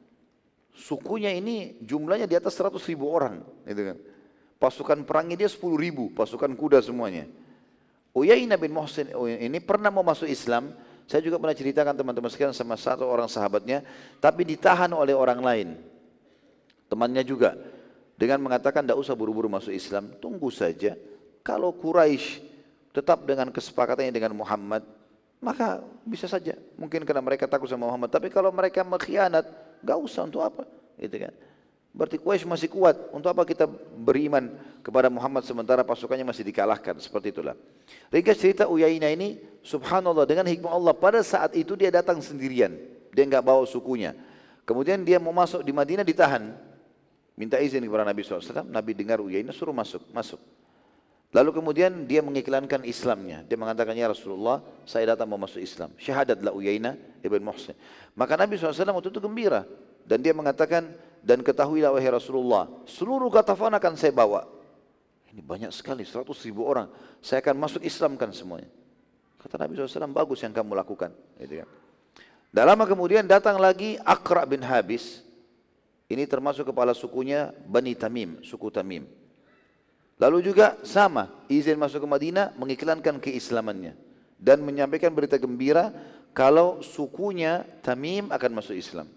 Sukunya ini jumlahnya di atas seratus ribu orang, gitu kan. Pasukan perangnya dia sepuluh ribu, pasukan kuda semuanya. Uyainah bin Muhsin ini pernah mau masuk Islam. Saya juga pernah ceritakan teman-teman sekalian sama satu orang sahabatnya, tapi ditahan oleh orang lain. Temannya juga. Dengan mengatakan tidak usah buru-buru masuk Islam, tunggu saja. Kalau Quraisy tetap dengan kesepakatannya dengan Muhammad, maka bisa saja. Mungkin karena mereka takut sama Muhammad. Tapi kalau mereka mengkhianat, nggak usah, untuk apa? Gitu kan? Berarti Quraisy masih kuat. Untuk apa kita beriman kepada Muhammad sementara pasukannya masih dikalahkan? Seperti itulah. Ringkas cerita Uyainah ini, subhanallah, dengan hikmah Allah, pada saat itu dia datang sendirian. Dia nggak bawa sukunya. Kemudian dia mau masuk di Madinah, ditahan. Minta izin kepada Nabi shallallahu alaihi wasallam, Nabi dengar Uyainah suruh masuk, masuk. Lalu kemudian dia mengiklankan Islamnya. Dia mengatakan, ya Rasulullah, saya datang mau masuk Islam. Syahadatlah Uyainah ibn Muhsin. Maka Nabi shallallahu alaihi wasallam waktu itu gembira. Dan dia mengatakan, dan ketahuilah wahai Rasulullah, seluruh Ghatafan akan saya bawa. Ini banyak sekali, seratus ribu orang. Saya akan masuk Islamkan semuanya. Kata Nabi shallallahu alaihi wasallam, bagus yang kamu lakukan. Gitu kan. Dan lama kemudian datang lagi Aqra bin Habis. Ini termasuk kepala sukunya Bani Tamim, suku Tamim. Lalu juga sama, izin masuk ke Madinah, mengiklankan keislamannya. Dan menyampaikan berita gembira kalau sukunya Tamim akan masuk Islam.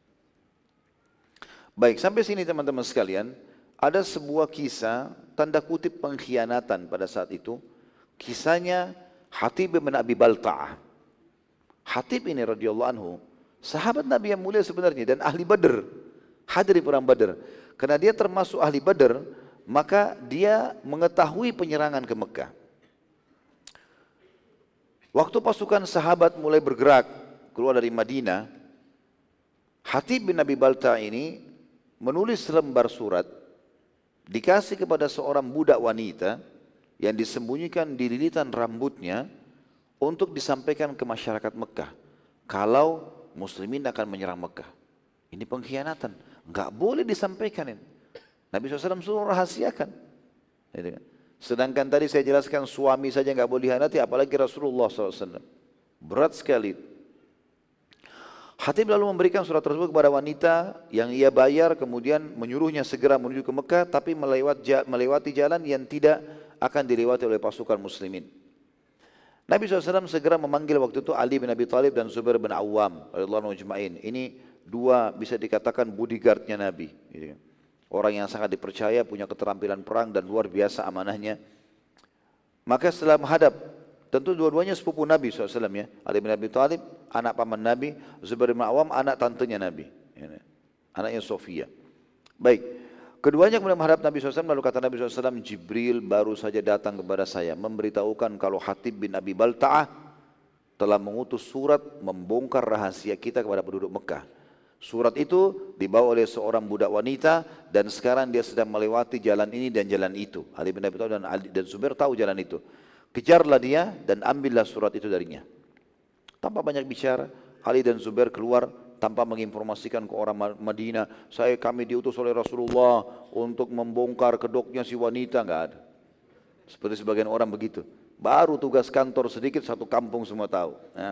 Baik, sampai sini teman-teman sekalian, ada sebuah kisah, tanda kutip pengkhianatan pada saat itu. Kisahnya Hatib bin Abi Balta'ah. Hatib ini radhiyallahu anhu, sahabat Nabi yang mulia sebenarnya dan ahli Badr, hadir di perang Badr. Karena dia termasuk ahli Badr, maka dia mengetahui penyerangan ke Mekah. Waktu pasukan sahabat mulai bergerak keluar dari Madinah, Hatib bin Abi Balta ini menulis lembar surat, dikasih kepada seorang budak wanita yang disembunyikan di lilitan rambutnya untuk disampaikan ke masyarakat Mekah. Kalau muslimin akan menyerang Mekah. Ini pengkhianatan. Enggak boleh disampaikan ini. Nabi shallallahu alaihi wasallam suruh rahasiakan. Sedangkan tadi saya jelaskan suami saja enggak boleh dikhianati, apalagi Rasulullah shallallahu alaihi wasallam. Berat sekali. Hatib lalu memberikan surat tersebut kepada wanita yang ia bayar, kemudian menyuruhnya segera menuju ke Mekah, tapi melewati, melewati jalan yang tidak akan dilewati oleh pasukan muslimin. Nabi shallallahu alaihi wasallam segera memanggil waktu itu Ali bin Abi Thalib dan Zubair bin Awam radhiyallahu anhum. Ini dua bisa dikatakan bodyguardnya Nabi. Orang yang sangat dipercaya, punya keterampilan perang dan luar biasa amanahnya. Maka setelah menghadap, tentu dua-duanya sepupu Nabi shallallahu alaihi wasallam ya. Ali bin Abi Thalib, anak paman Nabi, Zubair bin Awam, anak tantenya Nabi. Anaknya Sofia. Baik. Keduanya kemudian menghadap Nabi shallallahu alaihi wasallam, lalu kata Nabi shallallahu alaihi wasallam, Jibril baru saja datang kepada saya, memberitahukan kalau Hatib bin Abi Balta'ah telah mengutus surat membongkar rahasia kita kepada penduduk Mekah. Surat itu dibawa oleh seorang budak wanita dan sekarang dia sedang melewati jalan ini dan jalan itu. Ali bin Abi Thalib dan Ali dan Zubair tahu jalan itu. Kejarlah dia dan ambillah surat itu darinya. Tanpa banyak bicara, Ali dan Zubair keluar tanpa menginformasikan ke orang Madinah, saya kami diutus oleh Rasulullah untuk membongkar kedoknya si wanita, enggak ada. Seperti sebagian orang begitu. Baru tugas kantor sedikit, satu kampung semua tahu. Ya.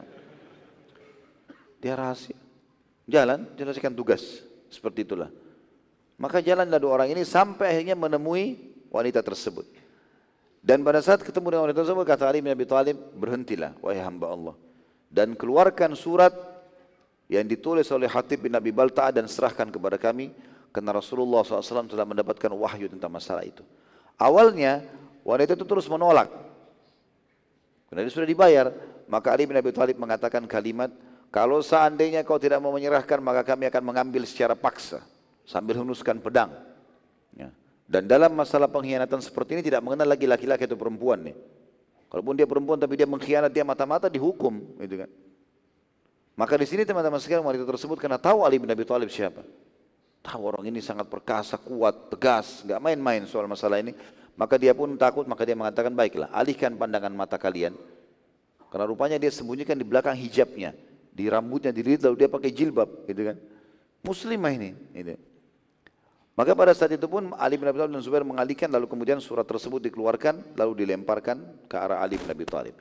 Dia rahasia. Jalan, jelaskan tugas. Seperti itulah. Maka jalanlah dua orang ini sampai akhirnya menemui wanita tersebut. Dan pada saat ketemu dengan wanita tersebut, kata Ali bin Abi Thalib, berhentilah, wahai hamba Allah. Dan keluarkan surat yang ditulis oleh Hatib bin Abi Balta'ah dan serahkan kepada kami, karena Rasulullah shallallahu alaihi wasallam telah mendapatkan wahyu tentang masalah itu. Awalnya wanita itu terus menolak, karena dia sudah dibayar. Maka Ali bin Abi Thalib mengatakan kalimat, kalau seandainya kau tidak mau menyerahkan, maka kami akan mengambil secara paksa sambil henuskan pedang. Ya. Dan dalam masalah pengkhianatan seperti ini tidak mengenal lagi laki-laki atau perempuan nih. Kalaupun dia perempuan tapi dia mengkhianat, dia mata-mata dihukum, gitu kan. Maka di sini teman-teman sekalian, wanita tersebut karena tahu Ali bin Abi Thalib siapa. Tahu orang ini sangat perkasa, kuat, tegas, enggak main-main soal masalah ini. Maka dia pun takut, maka dia mengatakan, baiklah, alihkan pandangan mata kalian. Karena rupanya dia sembunyikan di belakang hijabnya, di rambutnya, di lilit, lalu dia pakai jilbab, gitu kan. Muslimah ini, gitu. Maka pada saat itu pun Ali bin Abi Thalib dan Zubair mengalihkan, lalu kemudian surat tersebut dikeluarkan, lalu dilemparkan ke arah Ali bin Abi Thalib.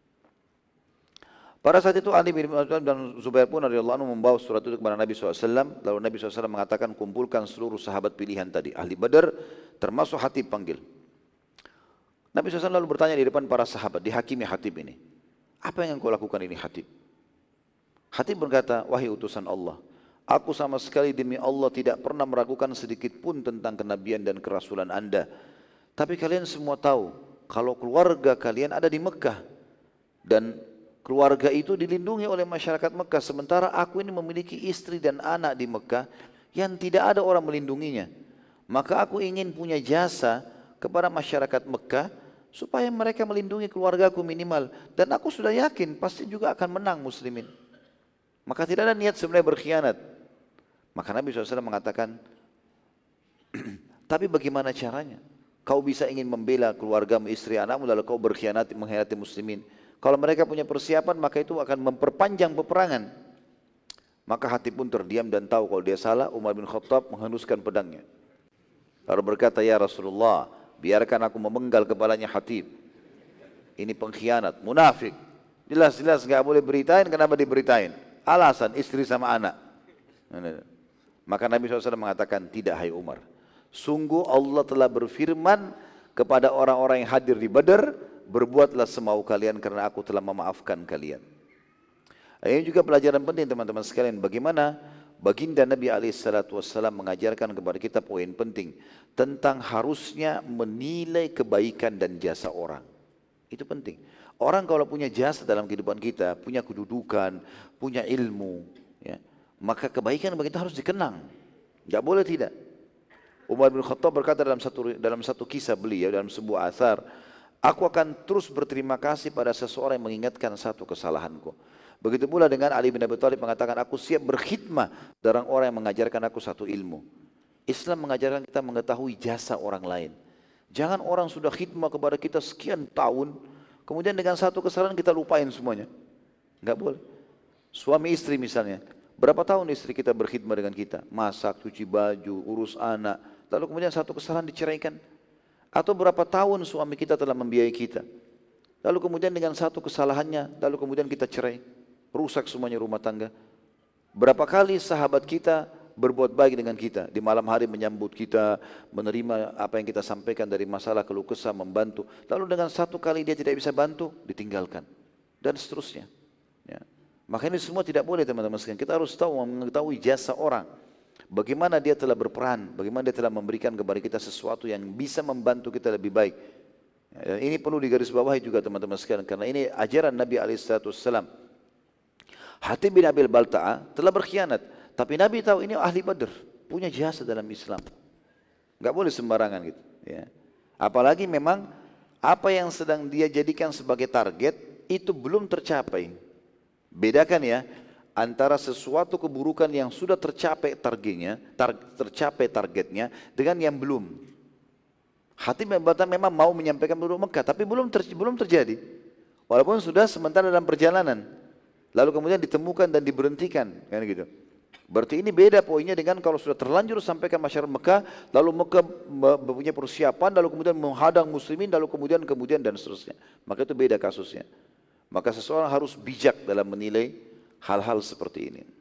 Pada saat itu Ali bin Abi Thalib dan Zubair pun radhiyallahu anhu membawa surat itu kepada Nabi shallallahu alaihi wasallam. Lalu Nabi shallallahu alaihi wasallam mengatakan, kumpulkan seluruh sahabat pilihan tadi, ahli Badar, termasuk Hatib panggil. Nabi shallallahu alaihi wasallam lalu bertanya di depan para sahabat, dihakimi Hatib ini, apa yang kau lakukan ini Hatib? Hatib berkata, wahai utusan Allah, aku sama sekali demi Allah tidak pernah meragukan sedikit pun tentang kenabian dan kerasulan anda. Tapi kalian semua tahu kalau keluarga kalian ada di Mekah dan keluarga itu dilindungi oleh masyarakat Mekah, sementara aku ini memiliki istri dan anak di Mekah yang tidak ada orang melindunginya. Maka aku ingin punya jasa kepada masyarakat Mekah supaya mereka melindungi keluargaku minimal, dan aku sudah yakin pasti juga akan menang muslimin. Maka tidak ada niat sebenarnya berkhianat. Maka Nabi shallallahu alaihi wasallam mengatakan, tapi bagaimana caranya? Kau bisa ingin membela keluargamu, istri, anakmu, lalu kau berkhianati, mengkhianati muslimin. Kalau mereka punya persiapan, maka itu akan memperpanjang peperangan. Maka Hatib pun terdiam dan tahu kalau dia salah. Umar bin Khattab menghenuskan pedangnya. Lalu berkata, ya Rasulullah, biarkan aku memenggal kepalanya Hatib. Ini pengkhianat, munafik. Jelas-jelas nggak boleh beritain, kenapa diberitain? Alasan istri sama anak. Maka Nabi shallallahu alaihi wasallam mengatakan, tidak hai Umar. Sungguh Allah telah berfirman kepada orang-orang yang hadir di Badar, berbuatlah semau kalian karena aku telah memaafkan kalian. Ini juga pelajaran penting teman-teman sekalian, bagaimana baginda Nabi alaihi salatu wasallam mengajarkan kepada kita poin penting tentang harusnya menilai kebaikan dan jasa orang. Itu penting. Orang kalau punya jasa dalam kehidupan kita, punya kedudukan, punya ilmu, ya, maka kebaikan bagi kita harus dikenang. Tidak boleh tidak. Umar bin Khattab berkata dalam satu dalam satu kisah beliau, dalam sebuah asar, aku akan terus berterima kasih pada seseorang yang mengingatkan satu kesalahanku. Begitu pula dengan Ali bin Abi Thalib mengatakan, aku siap berkhidmah dari orang yang mengajarkan aku satu ilmu. Islam mengajarkan kita mengetahui jasa orang lain. Jangan orang sudah khidmah kepada kita sekian tahun, kemudian dengan satu kesalahan kita lupain semuanya. Enggak boleh. Suami istri misalnya, berapa tahun istri kita berkhidmah dengan kita? Masak, cuci baju, urus anak, lalu kemudian satu kesalahan diceraikan. Atau berapa tahun suami kita telah membiayai kita, lalu kemudian dengan satu kesalahannya, lalu kemudian kita cerai, rusak semuanya rumah tangga. Berapa kali sahabat kita berbuat baik dengan kita, di malam hari menyambut kita, menerima apa yang kita sampaikan dari masalah keluh kesah, membantu. Lalu dengan satu kali dia tidak bisa bantu, ditinggalkan, dan seterusnya. Ya. Maka ini semua tidak boleh teman-teman sekalian. Kita harus tahu mengetahui jasa orang. Bagaimana dia telah berperan, bagaimana dia telah memberikan kepada kita sesuatu yang bisa membantu kita lebih baik. Ya, dan ini perlu digarisbawahi juga teman-teman sekalian, karena ini ajaran Nabi alaihi wasallam. Hatib bin Abil Balta'a telah berkhianat, tapi Nabi tahu ini ahli Badr, punya jasa dalam Islam. Enggak boleh sembarangan gitu. Ya. Apalagi memang apa yang sedang dia jadikan sebagai target itu belum tercapai. Bedakan ya antara sesuatu keburukan yang sudah tercapai targetnya, tar, tercapai targetnya dengan yang belum. Hatib bin Balta'a memang mau menyampaikan penduduk Mekah, tapi belum ter, belum terjadi. Walaupun sudah sementara dalam perjalanan. Lalu kemudian ditemukan dan diberhentikan, kan gitu. Berarti ini beda poinnya dengan kalau sudah terlanjur sampaikan masyarakat Mekah, lalu Mekah mempunyai persiapan, lalu kemudian menghadang muslimin, lalu kemudian kemudian dan seterusnya. Maka itu beda kasusnya. Maka seseorang harus bijak dalam menilai hal-hal seperti ini.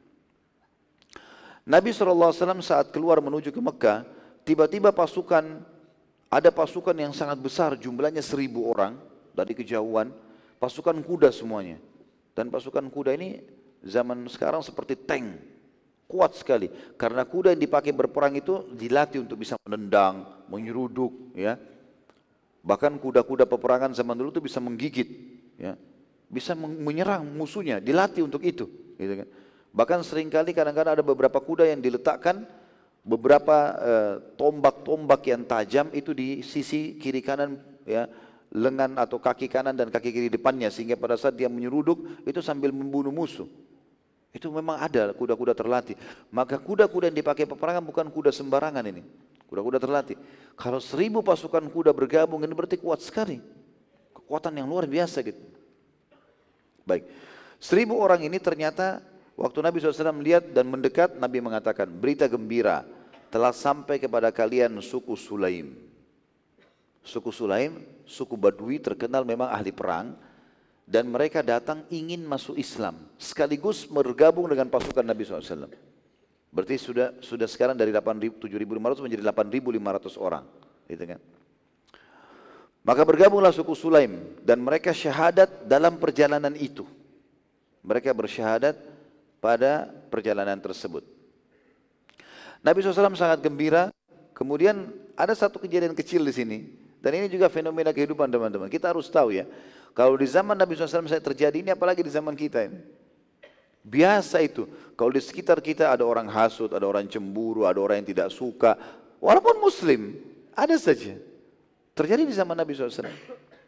Nabi shallallahu alaihi wasallam saat keluar menuju ke Mekah, tiba-tiba pasukan, ada pasukan yang sangat besar, jumlahnya seribu orang dari kejauhan, pasukan kuda semuanya. Dan pasukan kuda ini zaman sekarang seperti tank, kuat sekali. Karena kuda yang dipakai berperang itu dilatih untuk bisa menendang, menyeruduk, ya. Bahkan kuda-kuda peperangan zaman dulu itu bisa menggigit, ya. Bisa menyerang musuhnya, dilatih untuk itu, gitu kan. Bahkan seringkali kadang-kadang ada beberapa kuda yang diletakkan beberapa tombak-tombak uh, yang tajam itu di sisi kiri kanan, ya, lengan atau kaki kanan dan kaki kiri depannya, sehingga pada saat dia menyeruduk itu sambil membunuh musuh. Itu memang ada kuda-kuda terlatih. Maka kuda-kuda yang dipakai peperangan bukan kuda sembarangan ini, kuda-kuda terlatih. Kalau seribu pasukan kuda bergabung ini berarti kuat sekali, kekuatan yang luar biasa gitu. Baik, seribu orang ini ternyata waktu Nabi shallallahu alaihi wasallam melihat dan mendekat, Nabi mengatakan, berita gembira telah sampai kepada kalian suku Sulaim. Suku Sulaim, suku Badui terkenal memang ahli perang, dan mereka datang ingin masuk Islam sekaligus bergabung dengan pasukan Nabi shallallahu alaihi wasallam. Berarti sudah sudah sekarang dari tujuh ribu lima ratus menjadi delapan ribu lima ratus orang, gitu kan. Maka bergabunglah suku Sulaim dan mereka syahadat dalam perjalanan itu. Mereka bersyahadat pada perjalanan tersebut. Nabi shallallahu alaihi wasallam sangat gembira. Kemudian ada satu kejadian kecil di sini. Dan ini juga fenomena kehidupan teman-teman. Kita harus tahu ya, kalau di zaman Nabi shallallahu alaihi wasallam saya terjadi ini, apalagi di zaman kita ini. Biasa itu, kalau di sekitar kita ada orang hasut, ada orang cemburu, ada orang yang tidak suka. Walaupun muslim, ada saja. Terjadi di zaman Nabi shallallahu alaihi wasallam.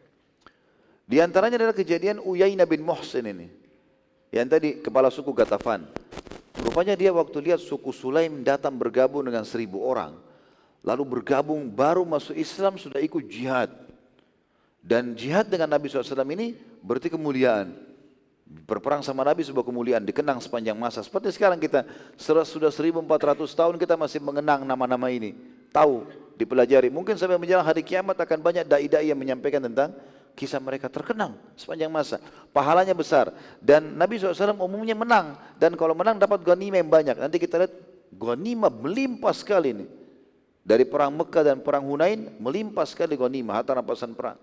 Di antaranya adalah kejadian Uyainah bin Muhsin ini. Yang tadi kepala suku Gatafan. Rupanya dia waktu lihat suku Sulaim datang bergabung dengan seribu orang. Lalu bergabung, baru masuk Islam sudah ikut jihad. Dan jihad dengan Nabi shallallahu alaihi wasallam ini berarti kemuliaan. Berperang sama Nabi sebuah kemuliaan, dikenang sepanjang masa. Seperti sekarang kita sudah seribu empat ratus tahun kita masih mengenang nama-nama ini. Tahu, dipelajari. Mungkin sampai menjelang hari kiamat akan banyak dai-dai yang menyampaikan tentang kisah mereka, terkenang sepanjang masa. Pahalanya besar. Dan Nabi shallallahu alaihi wasallam umumnya menang. Dan kalau menang dapat ghanimah yang banyak. Nanti kita lihat ghanimah melimpah sekali ini. Dari perang Mekah dan perang Hunain melimpah sekali ghanimah, harta rampasan perang.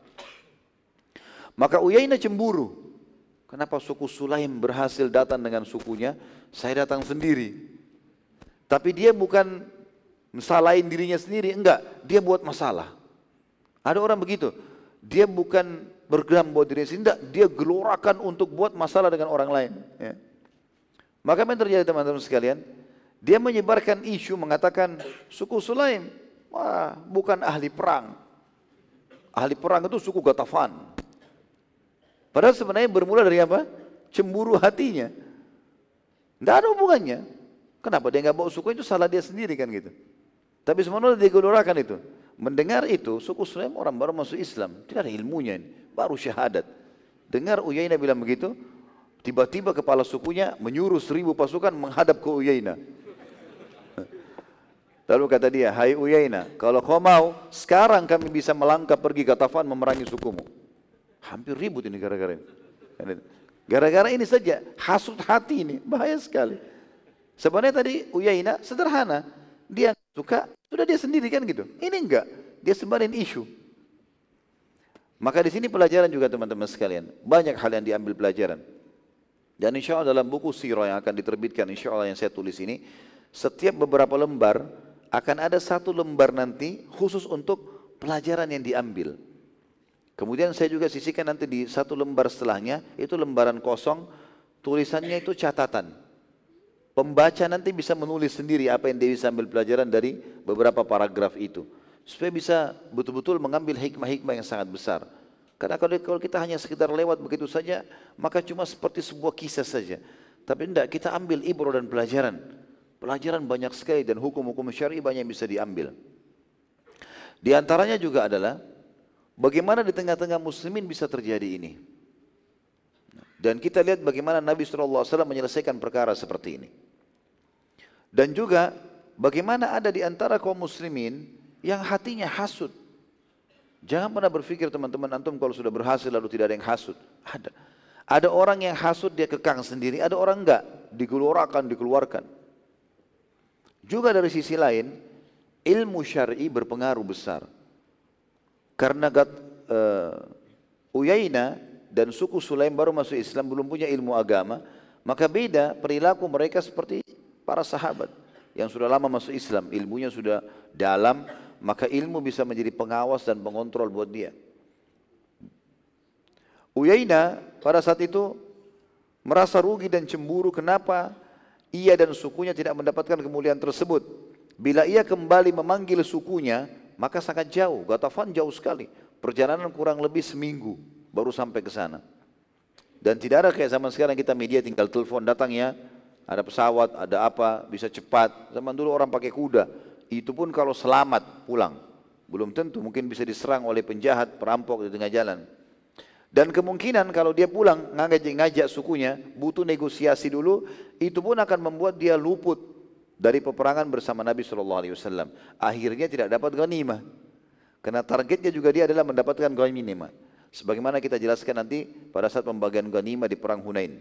Maka Uyainah cemburu. Kenapa suku Sulaim berhasil datang dengan sukunya, saya datang sendiri. Tapi dia bukan mesalahin dirinya sendiri, enggak, dia buat masalah. Ada orang begitu. Dia bukan bergeram buat diri sendiri, tidak, dia gelorakan untuk buat masalah dengan orang lain. Ya. Maka apa yang terjadi teman-teman sekalian? Dia menyebarkan isu mengatakan suku Sulaim, wah, bukan ahli perang. Ahli perang itu suku Ghatafan. Padahal sebenarnya bermula dari apa? Cemburu hatinya. Tidak ada hubungannya. Kenapa dia nggak bawa suku itu, salah dia sendiri kan gitu. Tapi sebenarnya dia gelorakan itu. Mendengar itu, suku Sulaim orang baru masuk Islam, tidak ada ilmunya ini, baru syahadat. Dengar Uyainah bilang begitu, tiba-tiba kepala sukunya menyuruh seribu pasukan menghadap ke Uyainah. Lalu kata dia, hai Uyainah, kalau kau mau, sekarang kami bisa melangkah pergi ke Ghatafan memerangi sukumu. Hampir ribut ini gara-gara ini. Gara-gara ini saja, hasut hati ini, bahaya sekali. Sebenarnya tadi Uyainah sederhana, dia suka, sudah dia sendiri kan gitu. Ini enggak, dia sebarin isu. Maka di sini pelajaran juga teman-teman sekalian, banyak hal yang diambil pelajaran. Dan insya Allah dalam buku sirah yang akan diterbitkan, insya Allah yang saya tulis ini, setiap beberapa lembar akan ada satu lembar nanti khusus untuk pelajaran yang diambil. Kemudian saya juga sisihkan nanti di satu lembar setelahnya, itu lembaran kosong, tulisannya itu catatan. Pembaca nanti bisa menulis sendiri apa yang dia bisa ambil pelajaran dari beberapa paragraf itu. Supaya bisa betul-betul mengambil hikmah-hikmah yang sangat besar. Karena kalau kita hanya sekedar lewat begitu saja, maka cuma seperti sebuah kisah saja. Tapi tidak, kita ambil ibrah dan pelajaran. Pelajaran banyak sekali dan hukum-hukum syar'i banyak yang bisa diambil. Di antaranya juga adalah bagaimana di tengah-tengah muslimin bisa terjadi ini. Dan kita lihat bagaimana Nabi shallallahu alaihi wasallam menyelesaikan perkara seperti ini. Dan juga bagaimana ada di antara kaum muslimin yang hatinya hasud. Jangan pernah berpikir teman-teman antum kalau sudah berhasil lalu tidak ada yang hasud. Ada. Ada orang yang hasud dia kekang sendiri, ada orang enggak, digelorakan, dikeluarkan. Juga dari sisi lain, ilmu syar'i berpengaruh besar. Karena uh, Uyainah dan suku Sulaim baru masuk Islam, belum punya ilmu agama, maka beda perilaku mereka seperti para sahabat yang sudah lama masuk Islam, ilmunya sudah dalam, maka ilmu bisa menjadi pengawas dan pengontrol buat dia. Uyainah pada saat itu merasa rugi dan cemburu, kenapa ia dan sukunya tidak mendapatkan kemuliaan tersebut. Bila ia kembali memanggil sukunya, maka sangat jauh, Ghatafan jauh sekali, perjalanan kurang lebih seminggu baru sampai ke sana. Dan tidak ada kayak zaman sekarang kita media tinggal telepon datang ya, ada pesawat, ada apa, bisa cepat. Zaman dulu orang pakai kuda, itu pun kalau selamat pulang. Belum tentu, mungkin bisa diserang oleh penjahat, perampok di tengah jalan. Dan kemungkinan kalau dia pulang ngajak, ngajak sukunya, butuh negosiasi dulu, itu pun akan membuat dia luput dari peperangan bersama Nabi shallallahu alaihi wasallam. Akhirnya tidak dapat ghanimah. Karena targetnya juga dia adalah mendapatkan ghanimah. Sebagaimana kita jelaskan nanti pada saat pembagian ghanimah di perang Hunain.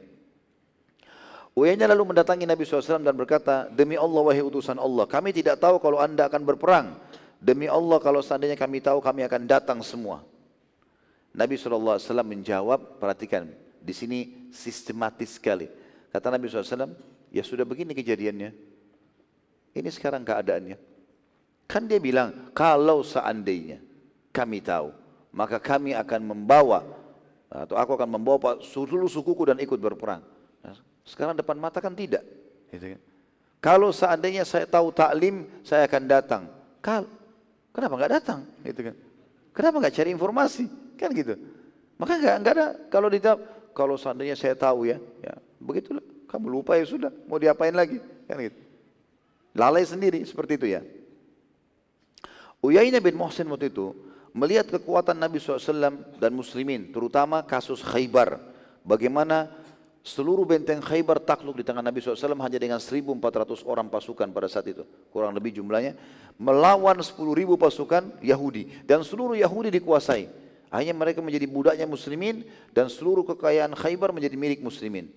Uyainah lalu mendatangi Nabi shallallahu alaihi wasallam dan berkata, demi Allah wahai utusan Allah, kami tidak tahu kalau anda akan berperang. Demi Allah kalau seandainya kami tahu, kami akan datang semua. Nabi shallallahu alaihi wasallam menjawab, perhatikan, di sini sistematis sekali. Kata Nabi shallallahu alaihi wasallam, ya sudah begini kejadiannya. Ini sekarang keadaannya. Kan dia bilang, kalau seandainya kami tahu, maka kami akan membawa, atau aku akan membawa seluruh sukuku dan ikut berperang. Sekarang depan mata kan tidak. Gitu kan? Kalau seandainya saya tahu taklim, saya akan datang. Kal, kenapa nggak datang? Gitu kan? Kenapa nggak cari informasi? Kan gitu. Maka nggak nggak ada. Kalau dijawab, kalau seandainya saya tahu ya, ya begitulah. Kamu lupa ya sudah. Mau diapain lagi? Kan gitu. Lalai sendiri seperti itu ya. Uyainah bin Muhsin waktu itu melihat kekuatan Nabi shallallahu alaihi wasallam dan muslimin, terutama kasus Khaybar. Bagaimana seluruh benteng Khaybar takluk di tangan Nabi shallallahu alaihi wasallam hanya dengan seribu empat ratus orang pasukan pada saat itu. Kurang lebih jumlahnya. Melawan sepuluh ribu pasukan Yahudi. Dan seluruh Yahudi dikuasai. Akhirnya mereka menjadi budaknya muslimin dan seluruh kekayaan Khaybar menjadi milik muslimin.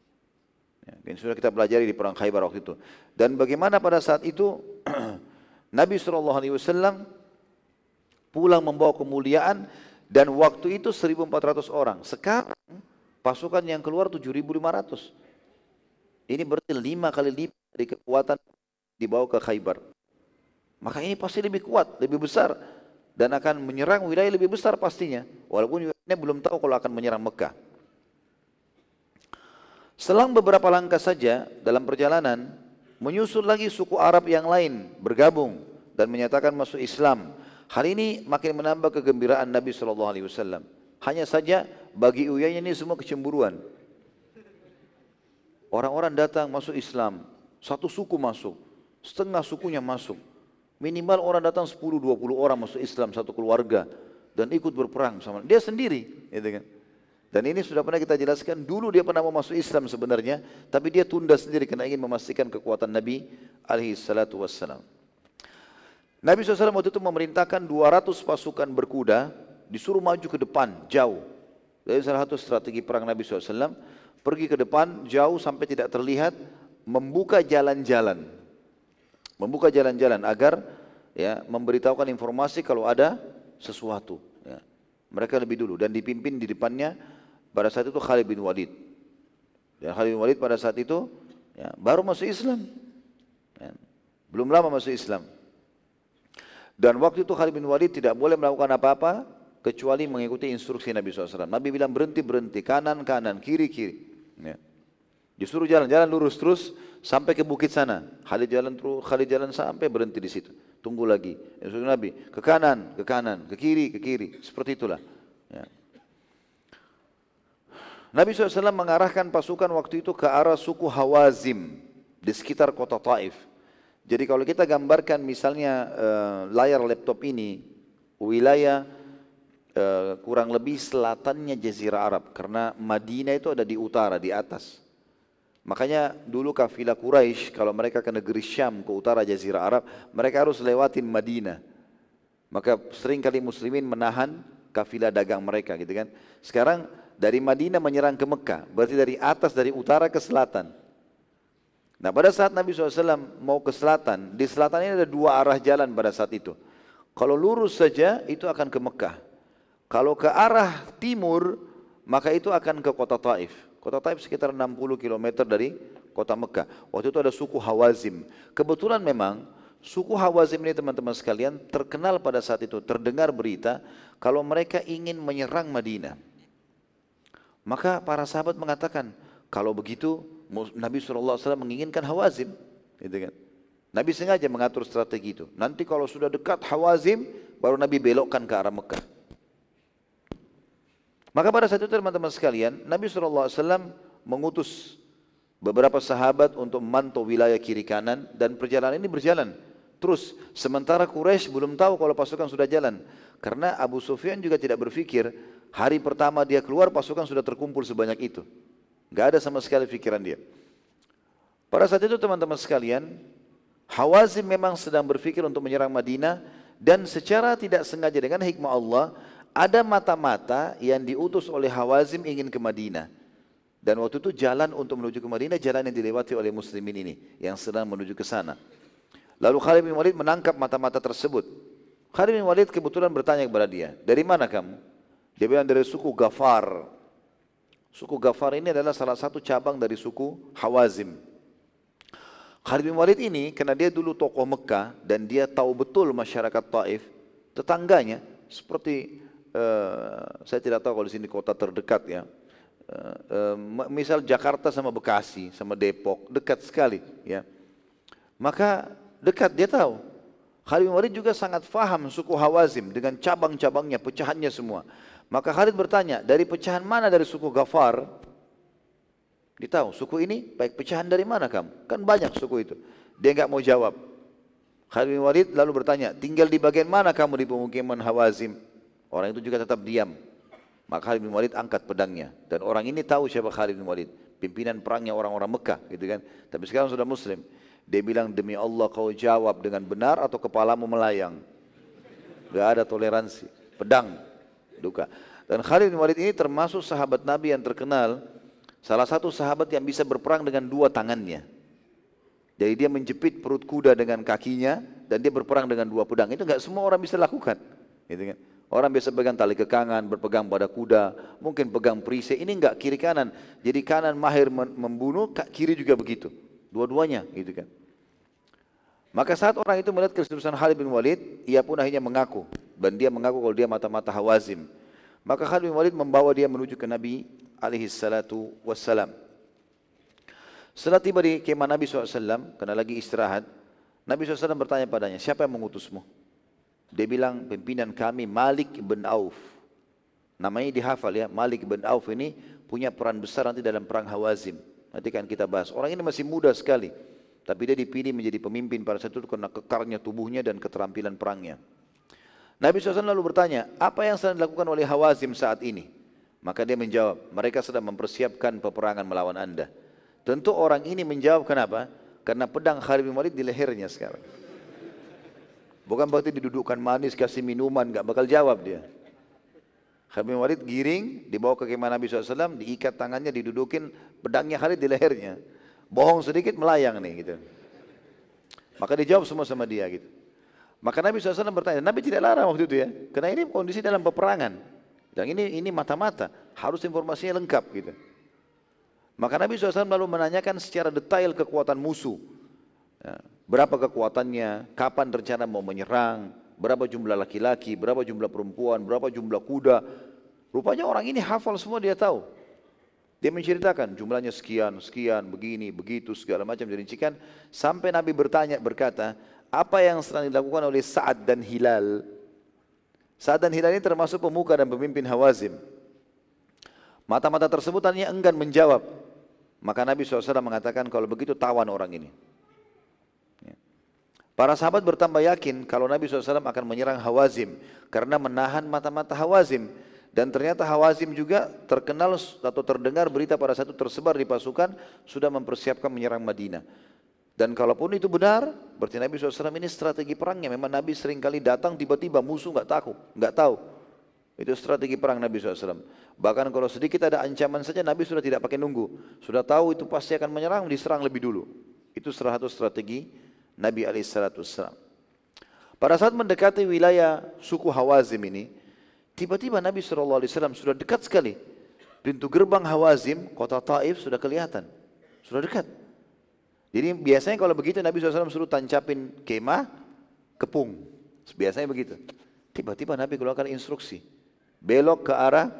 Ya, sudah kita pelajari di perang Khaybar waktu itu. Dan bagaimana pada saat itu Nabi shallallahu alaihi wasallam pulang membawa kemuliaan dan waktu itu seribu empat ratus orang. Sekarang pasukan yang keluar tujuh ribu lima ratus. Ini berarti lima kali lipat dari kekuatan dibawa ke Khaybar. Maka ini pasti lebih kuat, lebih besar. dan akan menyerang wilayah lebih besar pastinya. Walaupun wilayahnya belum tahu kalau akan menyerang Mekah. Selang beberapa langkah saja dalam perjalanan, menyusul lagi suku Arab yang lain bergabung dan menyatakan masuk Islam. Hal ini makin menambah kegembiraan Nabi shallallahu alaihi wasallam. Hanya saja bagi Uyainah ini semua kecemburuan. Orang-orang datang masuk Islam, satu suku masuk, setengah sukunya masuk. Minimal orang datang sepuluh dua puluh orang masuk Islam, satu keluarga, dan ikut berperang sama dia sendiri, gitu kan. Dan ini sudah pernah kita jelaskan, dulu dia pernah mau masuk Islam sebenarnya, tapi dia tunda sendiri karena ingin memastikan kekuatan Nabi alaihi salatu wassalam. Nabi shallallahu alaihi wasallam waktu itu memerintahkan dua ratus pasukan berkuda, disuruh maju ke depan, jauh. Dari salah satu strategi perang Nabi shallallahu alaihi wasallam, pergi ke depan, jauh sampai tidak terlihat, membuka jalan-jalan. Membuka jalan-jalan agar ya, memberitahukan informasi kalau ada sesuatu. Ya. Mereka lebih dulu dan dipimpin di depannya pada saat itu Khalid bin Walid. Dan Khalid bin Walid pada saat itu ya, baru masuk Islam. Ya. Belum lama masuk Islam. Dan waktu itu Khalid bin Walid tidak boleh melakukan apa-apa kecuali mengikuti instruksi Nabi shallallahu alaihi wasallam. Nabi bilang berhenti, berhenti, kanan, kanan, kiri, kiri. Ya. Disuruh jalan, jalan lurus terus sampai ke bukit sana. Khalid jalan terus, Khalid jalan sampai berhenti di situ. Tunggu lagi. Instruksi Nabi, ke kanan, ke kanan, ke kiri, ke kiri. Seperti itulah. Ya. Nabi shallallahu alaihi wasallam mengarahkan pasukan waktu itu ke arah suku Hawazim di sekitar kota Taif. Jadi kalau kita gambarkan misalnya uh, layar laptop ini, wilayah uh, kurang lebih selatannya Jazirah Arab, karena Madinah itu ada di utara, di atas. Makanya dulu kafilah Quraisy kalau mereka ke negeri Syam, ke utara Jazirah Arab, mereka harus lewatin Madinah. Maka sering kali muslimin menahan kafilah dagang mereka, gitu kan. Sekarang dari Madinah menyerang ke Mekah, berarti dari atas, dari utara ke selatan. Nah pada saat Nabi shallallahu alaihi wasallam mau ke selatan, di selatan ini ada dua arah jalan pada saat itu. Kalau lurus saja itu akan ke Mekah. Kalau ke arah timur maka itu akan ke kota Taif. Kota Taif sekitar enam puluh kilometer dari kota Mekah. Waktu itu ada suku Hawazim. Kebetulan memang suku Hawazim ini teman-teman sekalian terkenal pada saat itu. Terdengar berita kalau mereka ingin menyerang Madinah. Maka para sahabat mengatakan, kalau begitu Nabi shallallahu alaihi wasallam menginginkan Hawazim, gitu kan. Nabi sengaja mengatur strategi itu. Nanti kalau sudah dekat Hawazim, baru Nabi belokkan ke arah Mekah. Maka pada saat itu teman-teman sekalian, Nabi shallallahu alaihi wasallam mengutus beberapa sahabat untuk memantau wilayah kiri kanan dan perjalanan ini berjalan. Terus sementara Quraisy belum tahu kalau pasukan sudah jalan, karena Abu Sufyan juga tidak berpikir hari pertama dia keluar pasukan sudah terkumpul sebanyak itu. Gak ada sama sekali pikiran dia. Pada saat itu teman-teman sekalian, Hawazim memang sedang berpikir untuk menyerang Madinah, dan secara tidak sengaja dengan hikmah Allah, ada mata-mata yang diutus oleh Hawazim ingin ke Madinah. Dan waktu itu jalan untuk menuju ke Madinah, jalan yang dilewati oleh muslimin ini, yang sedang menuju ke sana. Lalu Khalid bin Walid menangkap mata-mata tersebut. Khalid bin Walid kebetulan bertanya kepada dia, dari mana kamu? Dia bilang dari suku Ghafar. Suku Ghafar ini adalah salah satu cabang dari suku Hawazim. Khalid bin Walid ini, karena dia dulu tokoh Mekah dan dia tahu betul masyarakat Taif, tetangganya, seperti uh, saya tidak tahu kalau di sini kota terdekat ya, uh, uh, misal Jakarta sama Bekasi sama Depok, dekat sekali ya. Maka dekat, dia tahu. Khalid bin Walid juga sangat faham suku Hawazim dengan cabang-cabangnya, pecahannya semua. Maka Khalid bertanya, dari pecahan mana dari suku Ghafar? Dia tahu, suku ini baik pecahan dari mana kamu? Kan banyak suku itu. Dia enggak mau jawab. Khalid bin Walid lalu bertanya, tinggal di bagian mana kamu di pemukiman Hawazim? Orang itu juga tetap diam. Maka Khalid bin Walid angkat pedangnya. Dan orang ini tahu siapa Khalid bin Walid. Pimpinan perangnya orang-orang Mekah, gitu kan. Tapi sekarang sudah Muslim. Dia bilang, demi Allah kau jawab dengan benar atau kepalamu melayang. Gak ada toleransi. Pedang. Duka. Dan Khalid bin Walid ini termasuk sahabat Nabi yang terkenal, salah satu sahabat yang bisa berperang dengan dua tangannya. Jadi dia menjepit perut kuda dengan kakinya dan dia berperang dengan dua pedang. Itu enggak semua orang bisa lakukan, gitu kan? Orang biasa pegang tali kekangan, berpegang pada kuda, mungkin pegang perisai. Ini enggak, kiri kanan. Jadi kanan mahir membunuh, kiri juga begitu. Dua-duanya, gitu kan? Maka saat orang itu melihat keseriusan Khalid bin Walid, ia pun akhirnya mengaku. dan dia mengaku kalau dia mata-mata Hawazim. Maka Khalid bin Walid membawa dia menuju ke Nabi alaihi salatu wassalam. Setelah tiba di kemah Nabi shallallahu alaihi wasallam, karena lagi istirahat, Nabi shallallahu alaihi wasallam bertanya padanya, siapa yang mengutusmu? Dia bilang, pimpinan kami Malik bin Auf. Namanya dihafal ya, Malik bin Auf ini punya peran besar nanti dalam perang Hawazim. Nanti kan kita bahas. Orang ini masih muda sekali, tapi dia dipilih menjadi pemimpin pada saat itu karena kekarnya tubuhnya dan keterampilan perangnya. Nabi shallallahu alaihi wasallam lalu bertanya, apa yang sedang dilakukan oleh Hawazim saat ini? Maka dia menjawab, mereka sedang mempersiapkan peperangan melawan anda. Tentu orang ini menjawab kenapa? Karena pedang Khalid bin Walid di lehernya sekarang. Bukan berarti didudukkan manis, kasih minuman, gak bakal jawab dia. Khalid bin Walid giring, dibawa ke kemah Nabi shallallahu alaihi wasallam, diikat tangannya, didudukin pedangnya Khalid di lehernya. Bohong sedikit melayang nih gitu. Maka dijawab semua sama dia gitu. Maka Nabi shallallahu alaihi wasallam bertanya, Nabi tidak larang waktu itu ya, karena ini kondisi dalam peperangan. Dan ini ini mata-mata, harus informasinya lengkap gitu. Maka Nabi shallallahu alaihi wasallam lalu menanyakan secara detail kekuatan musuh. Ya, berapa kekuatannya, kapan rencana mau menyerang, berapa jumlah laki-laki, berapa jumlah perempuan, berapa jumlah kuda. Rupanya orang ini hafal semua, dia tahu. Dia menceritakan jumlahnya sekian, sekian, begini, begitu, segala macam dirincikan. Sampai Nabi bertanya, berkata, apa yang sedang dilakukan oleh Sa'ad dan Hilal? Sa'ad dan Hilal ini termasuk pemuka dan pemimpin Hawazim. Mata-mata tersebut tadinya enggan menjawab. Maka Nabi shallallahu alaihi wasallam mengatakan, kalau begitu tawan orang ini. Ya. Para sahabat bertambah yakin kalau Nabi shallallahu alaihi wasallam akan menyerang Hawazim karena menahan mata-mata Hawazim. Dan ternyata Hawazim juga terkenal atau terdengar berita pada satu tersebar di pasukan sudah mempersiapkan menyerang Madinah. Dan kalaupun itu benar, berarti Nabi shallallahu alaihi wasallam ini strategi perangnya. Memang Nabi seringkali datang tiba-tiba musuh nggak tahu, nggak tahu. Itu strategi perang Nabi shallallahu alaihi wasallam. Bahkan kalau sedikit ada ancaman saja Nabi sudah tidak pakai nunggu. Sudah tahu itu pasti akan menyerang, diserang lebih dulu. Itu salah satu strategi Nabi alaihi salatu wassalam. Pada saat mendekati wilayah suku Hawazim ini, tiba-tiba Nabi shallallahu alaihi wasallam sudah dekat sekali. Pintu gerbang Hawazim, kota Taif sudah kelihatan. Sudah dekat. Jadi biasanya kalau begitu Nabi shallallahu alaihi wasallam suruh tancapin kemah, kepung. Biasanya begitu. Tiba-tiba Nabi keluarkan instruksi. Belok ke arah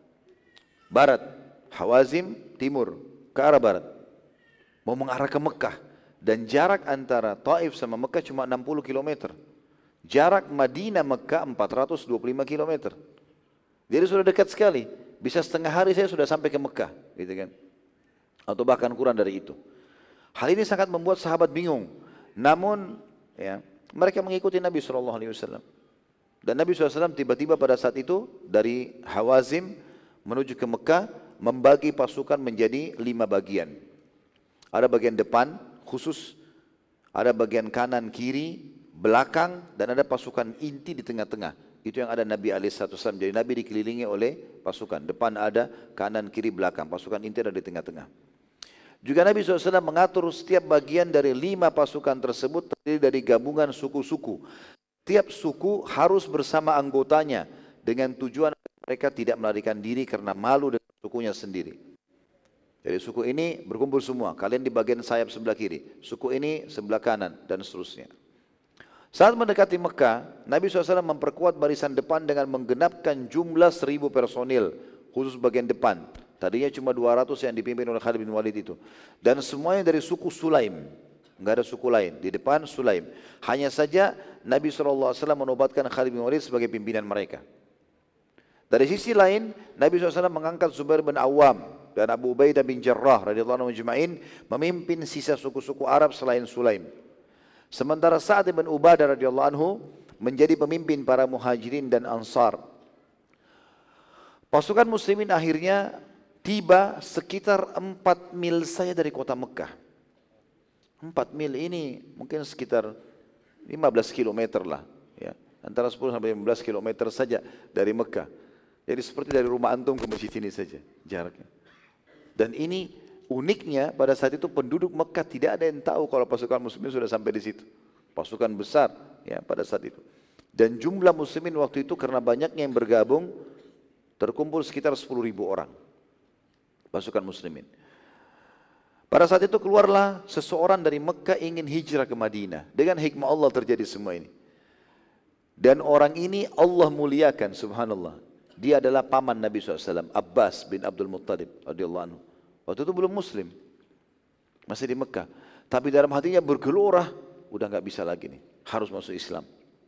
barat, Hawazim timur, ke arah barat. Mau mengarah ke Mekah. Dan jarak antara Taif sama Mekah cuma enam puluh kilometer. Jarak Madinah Mekah empat ratus dua puluh lima kilometer. Jadi sudah dekat sekali. Bisa setengah hari saya sudah sampai ke Mekah, gitu kan? Atau bahkan kurang dari itu. Hal ini sangat membuat sahabat bingung. Namun, ya, mereka mengikuti Nabi shallallahu alaihi wasallam. Dan Nabi shallallahu alaihi wasallam tiba-tiba pada saat itu dari Hawazim menuju ke Mekah membagi pasukan menjadi lima bagian. Ada bagian depan khusus, ada bagian kanan kiri, belakang, dan ada pasukan inti di tengah-tengah. Itu yang ada Nabi alaihi salatu wasallam. Jadi Nabi dikelilingi oleh pasukan. Depan ada, kanan kiri belakang. Pasukan inti ada di tengah-tengah. Juga Nabi shallallahu alaihi wasallam mengatur setiap bagian dari lima pasukan tersebut terdiri dari gabungan suku-suku. Tiap suku harus bersama anggotanya dengan tujuan mereka tidak melarikan diri karena malu dengan sukunya sendiri. Jadi suku ini berkumpul semua, kalian di bagian sayap sebelah kiri, suku ini sebelah kanan, dan seterusnya. Saat mendekati Mekah, Nabi shallallahu alaihi wasallam memperkuat barisan depan dengan menggenapkan jumlah seribu personil, khusus bagian depan. Tadinya cuma dua ratus yang dipimpin oleh Khalid bin Walid itu. Dan semuanya dari suku Sulaim. Enggak ada suku lain. Di depan Sulaim. Hanya saja Nabi shallallahu alaihi wasallam menobatkan Khalid bin Walid sebagai pimpinan mereka. Dari sisi lain, Nabi shallallahu alaihi wasallam mengangkat Zubair bin Awam dan Abu Ubaidah bin Jarrah radhiyallahu anhu majma'in memimpin sisa suku-suku Arab selain Sulaim. Sementara Sa'ad bin Ubadah radhiyallahu anhu menjadi pemimpin para muhajirin dan ansar. Pasukan muslimin akhirnya tiba sekitar empat mil saja dari kota Mekah. empat mil ini mungkin sekitar lima belas kilometer lah. Ya. Antara sepuluh sampai lima belas kilometer saja dari Mekah. Jadi seperti dari rumah antum ke masjid ini saja jaraknya. Dan ini uniknya pada saat itu penduduk Mekah tidak ada yang tahu kalau pasukan muslimin sudah sampai di situ. Pasukan besar ya pada saat itu. Dan jumlah muslimin waktu itu karena banyaknya yang bergabung terkumpul sekitar sepuluh ribu orang. Pasukan muslimin. Pada saat itu keluarlah seseorang dari Mekah ingin hijrah ke Madinah. Dengan hikmah Allah terjadi semua ini. Dan orang ini Allah muliakan, subhanallah. Dia adalah paman Nabi shallallahu alaihi wasallam, Abbas bin Abdul Muttalib radhiyallahu anhu. Waktu itu belum muslim, masih di Mekah. Tapi dalam hatinya bergelora, udah nggak bisa lagi nih, harus masuk Islam.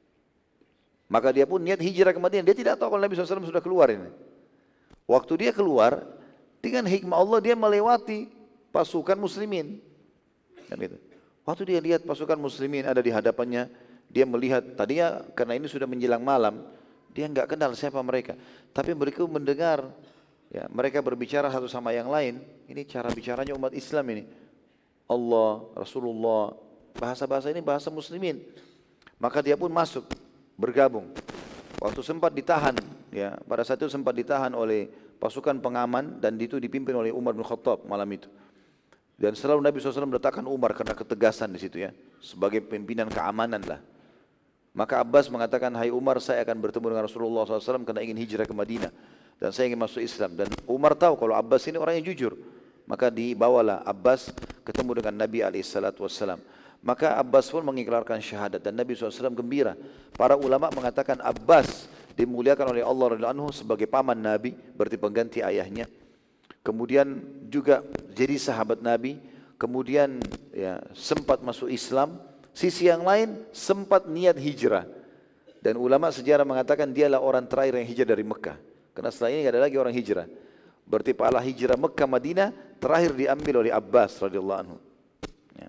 Maka dia pun niat hijrah ke Madinah. Dia tidak tahu kalau Nabi shallallahu alaihi wasallam sudah keluar ini. Waktu dia keluar, dengan hikmah Allah dia melewati pasukan muslimin. Kan gitu. Waktu dia lihat pasukan muslimin ada di hadapannya, dia melihat, tadinya karena ini sudah menjelang malam, dia nggak kenal siapa mereka. Tapi mereka mendengar, ya, mereka berbicara satu sama yang lain. Ini cara bicaranya umat Islam ini. Allah, Rasulullah, bahasa-bahasa ini bahasa muslimin. Maka dia pun masuk, bergabung. Waktu sempat ditahan, ya, pada saat itu sempat ditahan oleh pasukan pengaman dan itu dipimpin oleh Umar bin Khattab malam itu. Dan selalu Nabi shallallahu alaihi wasallam meletakkan Umar karena ketegasan di situ, ya, sebagai pimpinan keamanan lah. Maka Abbas mengatakan, hai Umar, saya akan bertemu dengan Rasulullah shallallahu alaihi wasallam karena ingin hijrah ke Madinah dan saya ingin masuk Islam. Dan Umar tahu kalau Abbas ini orang yang jujur. Maka dibawalah Abbas ketemu dengan Nabi alaihi salatu wasallam. Maka Abbas pun mengikrarkan syahadat dan Nabi shallallahu alaihi wasallam gembira. Para ulama mengatakan Abbas dimuliakan oleh Allah radhiyallahu anhu sebagai paman Nabi, berarti pengganti ayahnya. Kemudian juga jadi sahabat Nabi, kemudian ya, sempat masuk Islam. Sisi yang lain sempat niat hijrah. Dan ulama sejarah mengatakan dialah orang terakhir yang hijrah dari Mekah. Karena setelah ini tidak ada lagi orang hijrah. Berarti pahala hijrah Mekah Madinah terakhir diambil oleh Abbas radhiyallahu anhu. Ya.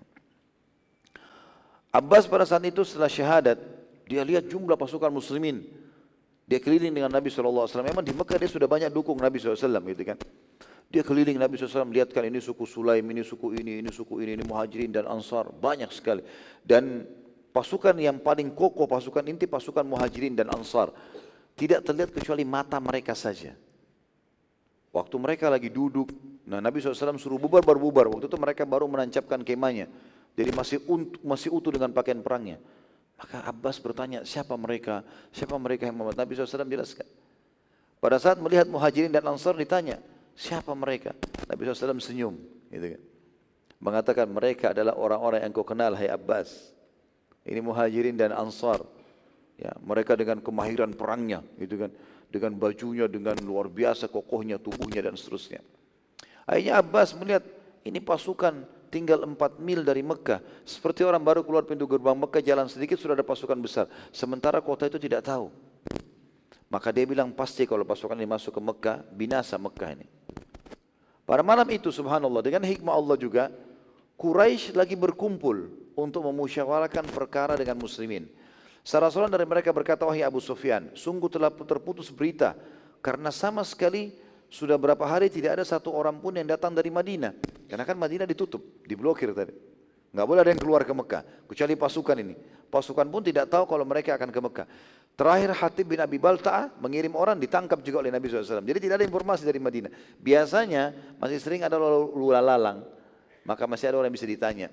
Abbas pada saat itu setelah syahadat, dia lihat jumlah pasukan muslimin. Dia keliling dengan Nabi shallallahu alaihi wasallam. Memang di Mekah dia sudah banyak dukung Nabi shallallahu alaihi wasallam, gitu kan. Dia keliling Nabi shallallahu alaihi wasallam, lihatkan ini suku Sulaim, ini suku ini, ini suku ini, ini Muhajirin dan Ansar, banyak sekali. Dan pasukan yang paling kokoh, pasukan inti pasukan Muhajirin dan Ansar, tidak terlihat kecuali mata mereka saja. Waktu mereka lagi duduk, nah Nabi shallallahu alaihi wasallam suruh bubar, baru bubar. Waktu itu mereka baru menancapkan kemahnya, jadi masih, masih utuh dengan pakaian perangnya. Maka Abbas bertanya, siapa mereka? Siapa mereka yang Muhammad? Nabi shallallahu alaihi wasallam jelaskan. Pada saat melihat Muhajirin dan Ansar ditanya, siapa mereka? Nabi shallallahu alaihi wasallam senyum, gitu kan. Mengatakan mereka adalah orang-orang yang kau kenal, hai Abbas. Ini Muhajirin dan Ansar. Ya, mereka dengan kemahiran perangnya, gitu kan. Dengan bajunya, dengan luar biasa kokohnya tubuhnya dan seterusnya. Akhirnya Abbas melihat ini pasukan tinggal empat mil dari Mekah. Seperti orang baru keluar pintu gerbang Mekah, jalan sedikit sudah ada pasukan besar. Sementara kota itu tidak tahu. Maka dia bilang pasti kalau pasukan ini masuk ke Mekah, binasa Mekah ini. Pada malam itu subhanallah, dengan hikmah Allah juga, Quraisy lagi berkumpul untuk memusyawarahkan perkara dengan muslimin. Salah seorang dari mereka berkata, wahai Abu Sufyan, sungguh telah terputus berita karena sama sekali sudah berapa hari tidak ada satu orang pun yang datang dari Madinah. Karena kan Madinah ditutup, diblokir tadi. Nggak boleh ada yang keluar ke Mekah, kecuali pasukan ini. Pasukan pun tidak tahu kalau mereka akan ke Mekah. Terakhir Hatib bin Abi Balta'ah mengirim orang, ditangkap juga oleh Nabi shallallahu alaihi wasallam. Jadi tidak ada informasi dari Madinah. Biasanya masih sering ada lalu lalang, maka masih ada orang yang bisa ditanya.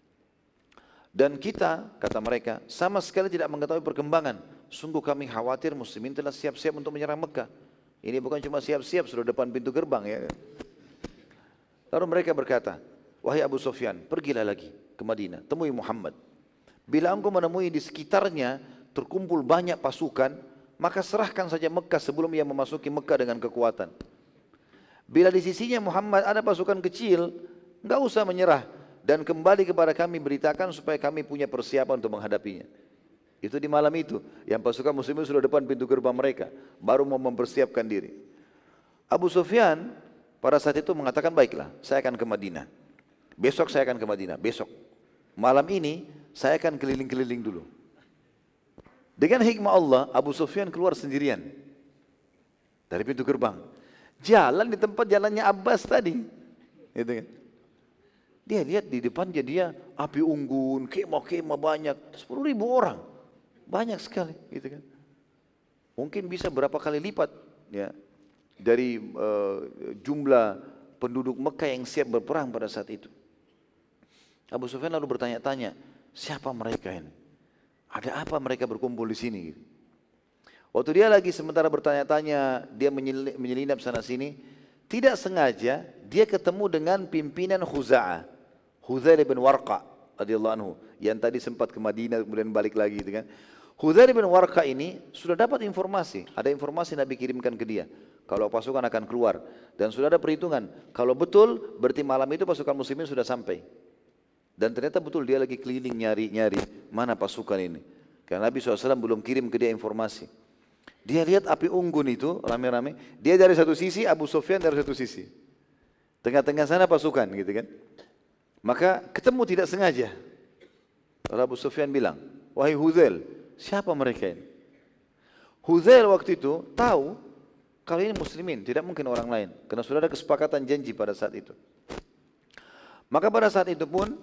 Dan kita, kata mereka, sama sekali tidak mengetahui perkembangan. Sungguh kami khawatir muslimin telah siap-siap untuk menyerang Mekah. Ini bukan cuma siap-siap, sudah depan pintu gerbang, ya. Lalu mereka berkata, wahai Abu Sufyan, pergilah lagi ke Madinah, temui Muhammad. Bila engkau menemui di sekitarnya terkumpul banyak pasukan, maka serahkan saja Mekah sebelum ia memasuki Mekah dengan kekuatan. Bila di sisinya Muhammad ada pasukan kecil, enggak usah menyerah. Dan kembali kepada kami beritakan supaya kami punya persiapan untuk menghadapinya. Itu di malam itu, yang pasukan muslimin sudah depan pintu gerbang mereka, baru mau mempersiapkan diri. Abu Sufyan pada saat itu mengatakan, baiklah, saya akan ke Madinah. Besok saya akan ke Madinah, besok. Malam ini saya akan keliling-keliling dulu. Dengan hikmah Allah, Abu Sufyan keluar sendirian dari pintu gerbang. Jalan di tempat jalannya Abbas tadi. Gitu kan. Dia lihat di depannya dia api unggun, kemah-kemah banyak, sepuluh ribu orang. Banyak sekali, gitu kan. Mungkin bisa berapa kali lipat ya dari uh, jumlah penduduk Mekah yang siap berperang pada saat itu. Abu Sufyan lalu bertanya-tanya, siapa mereka ini? Ada apa mereka berkumpul di sini? Waktu dia lagi sementara bertanya-tanya, dia menyelinap sana sini, tidak sengaja dia ketemu dengan pimpinan Khuza'ah, Hudzail bin Warqa radhiyallahu anhu, yang tadi sempat ke Madinah kemudian balik lagi, gitu kan. Hudzail bin Warqa ini sudah dapat informasi, ada informasi Nabi kirimkan ke dia kalau pasukan akan keluar, dan sudah ada perhitungan kalau betul berarti malam itu pasukan muslimin sudah sampai. Dan ternyata betul dia lagi keliling nyari-nyari mana pasukan ini, karena Nabi shallallahu alaihi wasallam belum kirim ke dia informasi. Dia lihat api unggun itu rame-rame, dia dari satu sisi, Abu Sufyan dari satu sisi, tengah-tengah sana pasukan gitu kan. Maka ketemu tidak sengaja. Lalu Abu Sufyan bilang, wahai Hudzail, siapa mereka ini? Hudzail waktu itu tahu kalau ini muslimin, tidak mungkin orang lain, karena sudah ada kesepakatan janji pada saat itu. Maka pada saat itu pun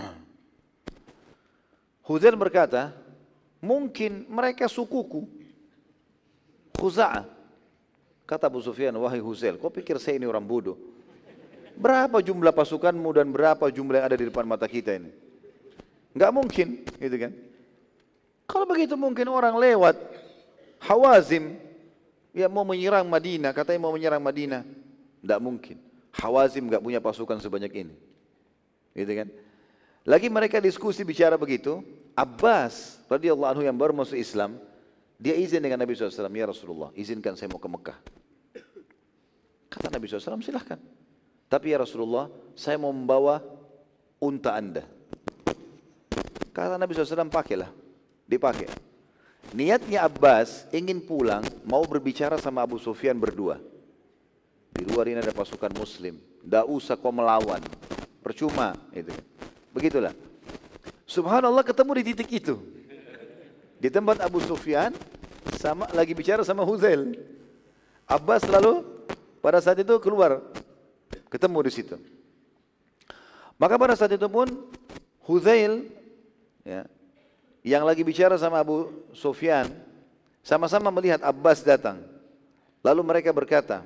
Hudzail berkata, mungkin mereka sukuku Khuza'ah. Kata Abu Sufyan, wahai Hudzail, kau pikir saya ini orang bodoh? Berapa jumlah pasukanmu dan berapa jumlah yang ada di depan mata kita ini? Enggak mungkin, gitu kan? Kalau begitu mungkin orang lewat Hawazim, ya mau menyerang Madinah, katanya mau menyerang Madinah. Enggak mungkin. Hawazim enggak punya pasukan sebanyak ini. Gitu kan? Lagi mereka diskusi bicara begitu, Abbas radhiyallahu anhu yang baru masuk Islam, dia izin dengan Nabi shallallahu alaihi wasallam, ya Rasulullah, izinkan saya mau ke Mekah. Kata Nabi shallallahu alaihi wasallam, silahkan. Tapi ya Rasulullah, saya mau membawa unta anda. Kata Nabi shallallahu alaihi wasallam, pakailah. Dipakai. Niatnya Abbas ingin pulang, mau berbicara sama Abu Sufyan berdua. Di luar ini ada pasukan muslim, tidak usah kau melawan, percuma. Itu. Begitulah. Subhanallah, ketemu di titik itu. Di tempat Abu Sufyan, sama lagi bicara sama Hudzail. Abbas lalu pada saat itu keluar, ketemu di situ. Maka pada saat itu pun Hudzail, ya, yang lagi bicara sama Abu Sufyan, sama-sama melihat Abbas datang. Lalu mereka berkata,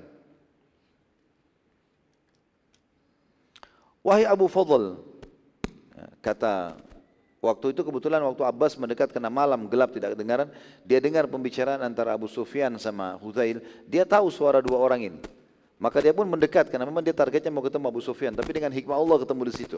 wahai Abu Fadl, kata waktu itu kebetulan waktu Abbas mendekat kena malam gelap tidak kedengaran, dia dengar pembicaraan antara Abu Sufyan sama Hudzail, dia tahu suara dua orang ini. Maka dia pun mendekat karena memang dia targetnya mau ketemu Abu Sufyan, tapi dengan hikmah Allah ketemu di situ.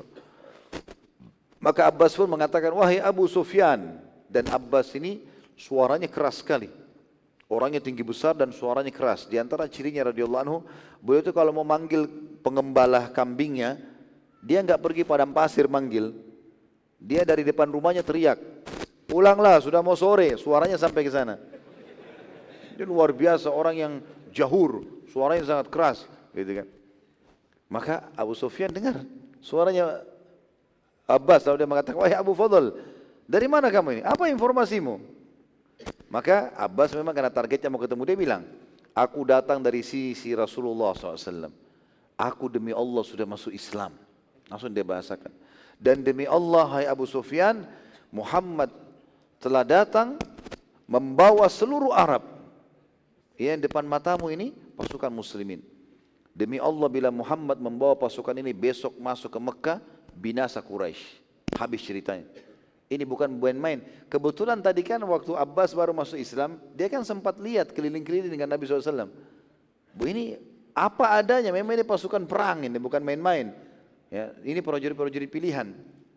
Maka Abbas pun mengatakan, wahai Abu Sufyan, dan Abbas ini suaranya keras sekali. Orangnya tinggi besar dan suaranya keras. Di antara cirinya radhiyallahu anhu, beliau itu kalau mau manggil pengembala kambingnya, dia enggak pergi padang pasir manggil. Dia dari depan rumahnya teriak, pulanglah sudah mau sore, suaranya sampai ke sana. Dia luar biasa, orang yang jahur, suaranya sangat keras, gitu kan. Maka Abu Sufyan dengar suaranya Abbas, lalu dia mengatakan, wahai Abu Fadl, dari mana kamu ini? Apa informasimu? Maka Abbas memang karena targetnya mau ketemu, dia bilang, aku datang dari sisi Rasulullah shallallahu alaihi wasallam. Aku demi Allah sudah masuk Islam. Langsung dia bahasakan. Dan demi Allah, hai Abu Sufyan, Muhammad telah datang membawa seluruh Arab. Yang depan matamu ini pasukan muslimin. Demi Allah, bila Muhammad membawa pasukan ini besok masuk ke Mekah, binasa Quraisy. Habis ceritanya. Ini bukan main-main. Kebetulan tadi kan waktu Abbas baru masuk Islam, dia kan sempat lihat keliling-keliling dengan Nabi shallallahu alaihi wasallam. Bu, ini apa adanya, memang ini pasukan perang ini, bukan main-main. Ya, ini prajurit-prajurit pilihan.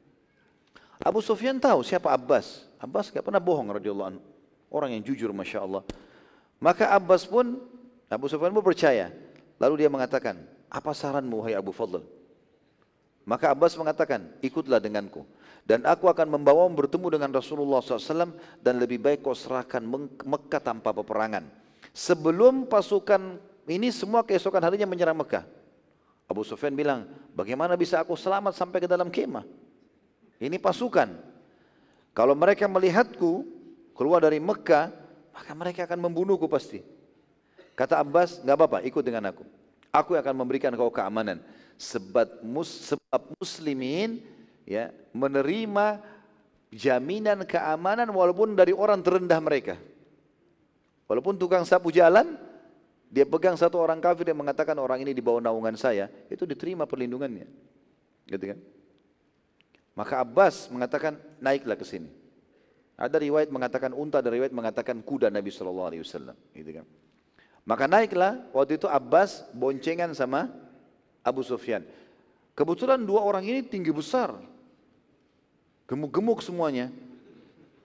Abu Sufyan tahu siapa Abbas. Abbas tidak pernah bohong radhiyallahu anhu. Orang yang jujur, masya Allah. Maka Abbas pun, Abu Sufyan pun percaya. Lalu dia mengatakan, apa saranmu hai Abu Fadl? Maka Abbas mengatakan, ikutlah denganku. Dan aku akan membawamu bertemu dengan Rasulullah shallallahu alaihi wasallam, dan lebih baik kau serahkan Mekah tanpa peperangan. Sebelum pasukan ini semua keesokan harinya menyerang Mekah. Abu Sufyan bilang, bagaimana bisa aku selamat sampai ke dalam kemah? Ini pasukan. Kalau mereka melihatku keluar dari Mekah, maka mereka akan membunuhku pasti. Kata Abbas, enggak apa-apa, ikut dengan aku. Aku akan memberikan kau keamanan. Sebab, mus, sebab muslimin ya, menerima jaminan keamanan walaupun dari orang terendah mereka. Walaupun tukang sapu jalan, dia pegang satu orang kafir yang mengatakan orang ini di bawah naungan saya, itu diterima perlindungannya. Gitu kan? Maka Abbas mengatakan, naiklah ke sini. Ada riwayat mengatakan unta, ada riwayat mengatakan kuda Nabi shallallahu alaihi wasallam. Gitu kan? Maka naiklah, waktu itu Abbas boncengan sama Abu Sufyan. Kebetulan dua orang ini tinggi besar, gemuk-gemuk semuanya.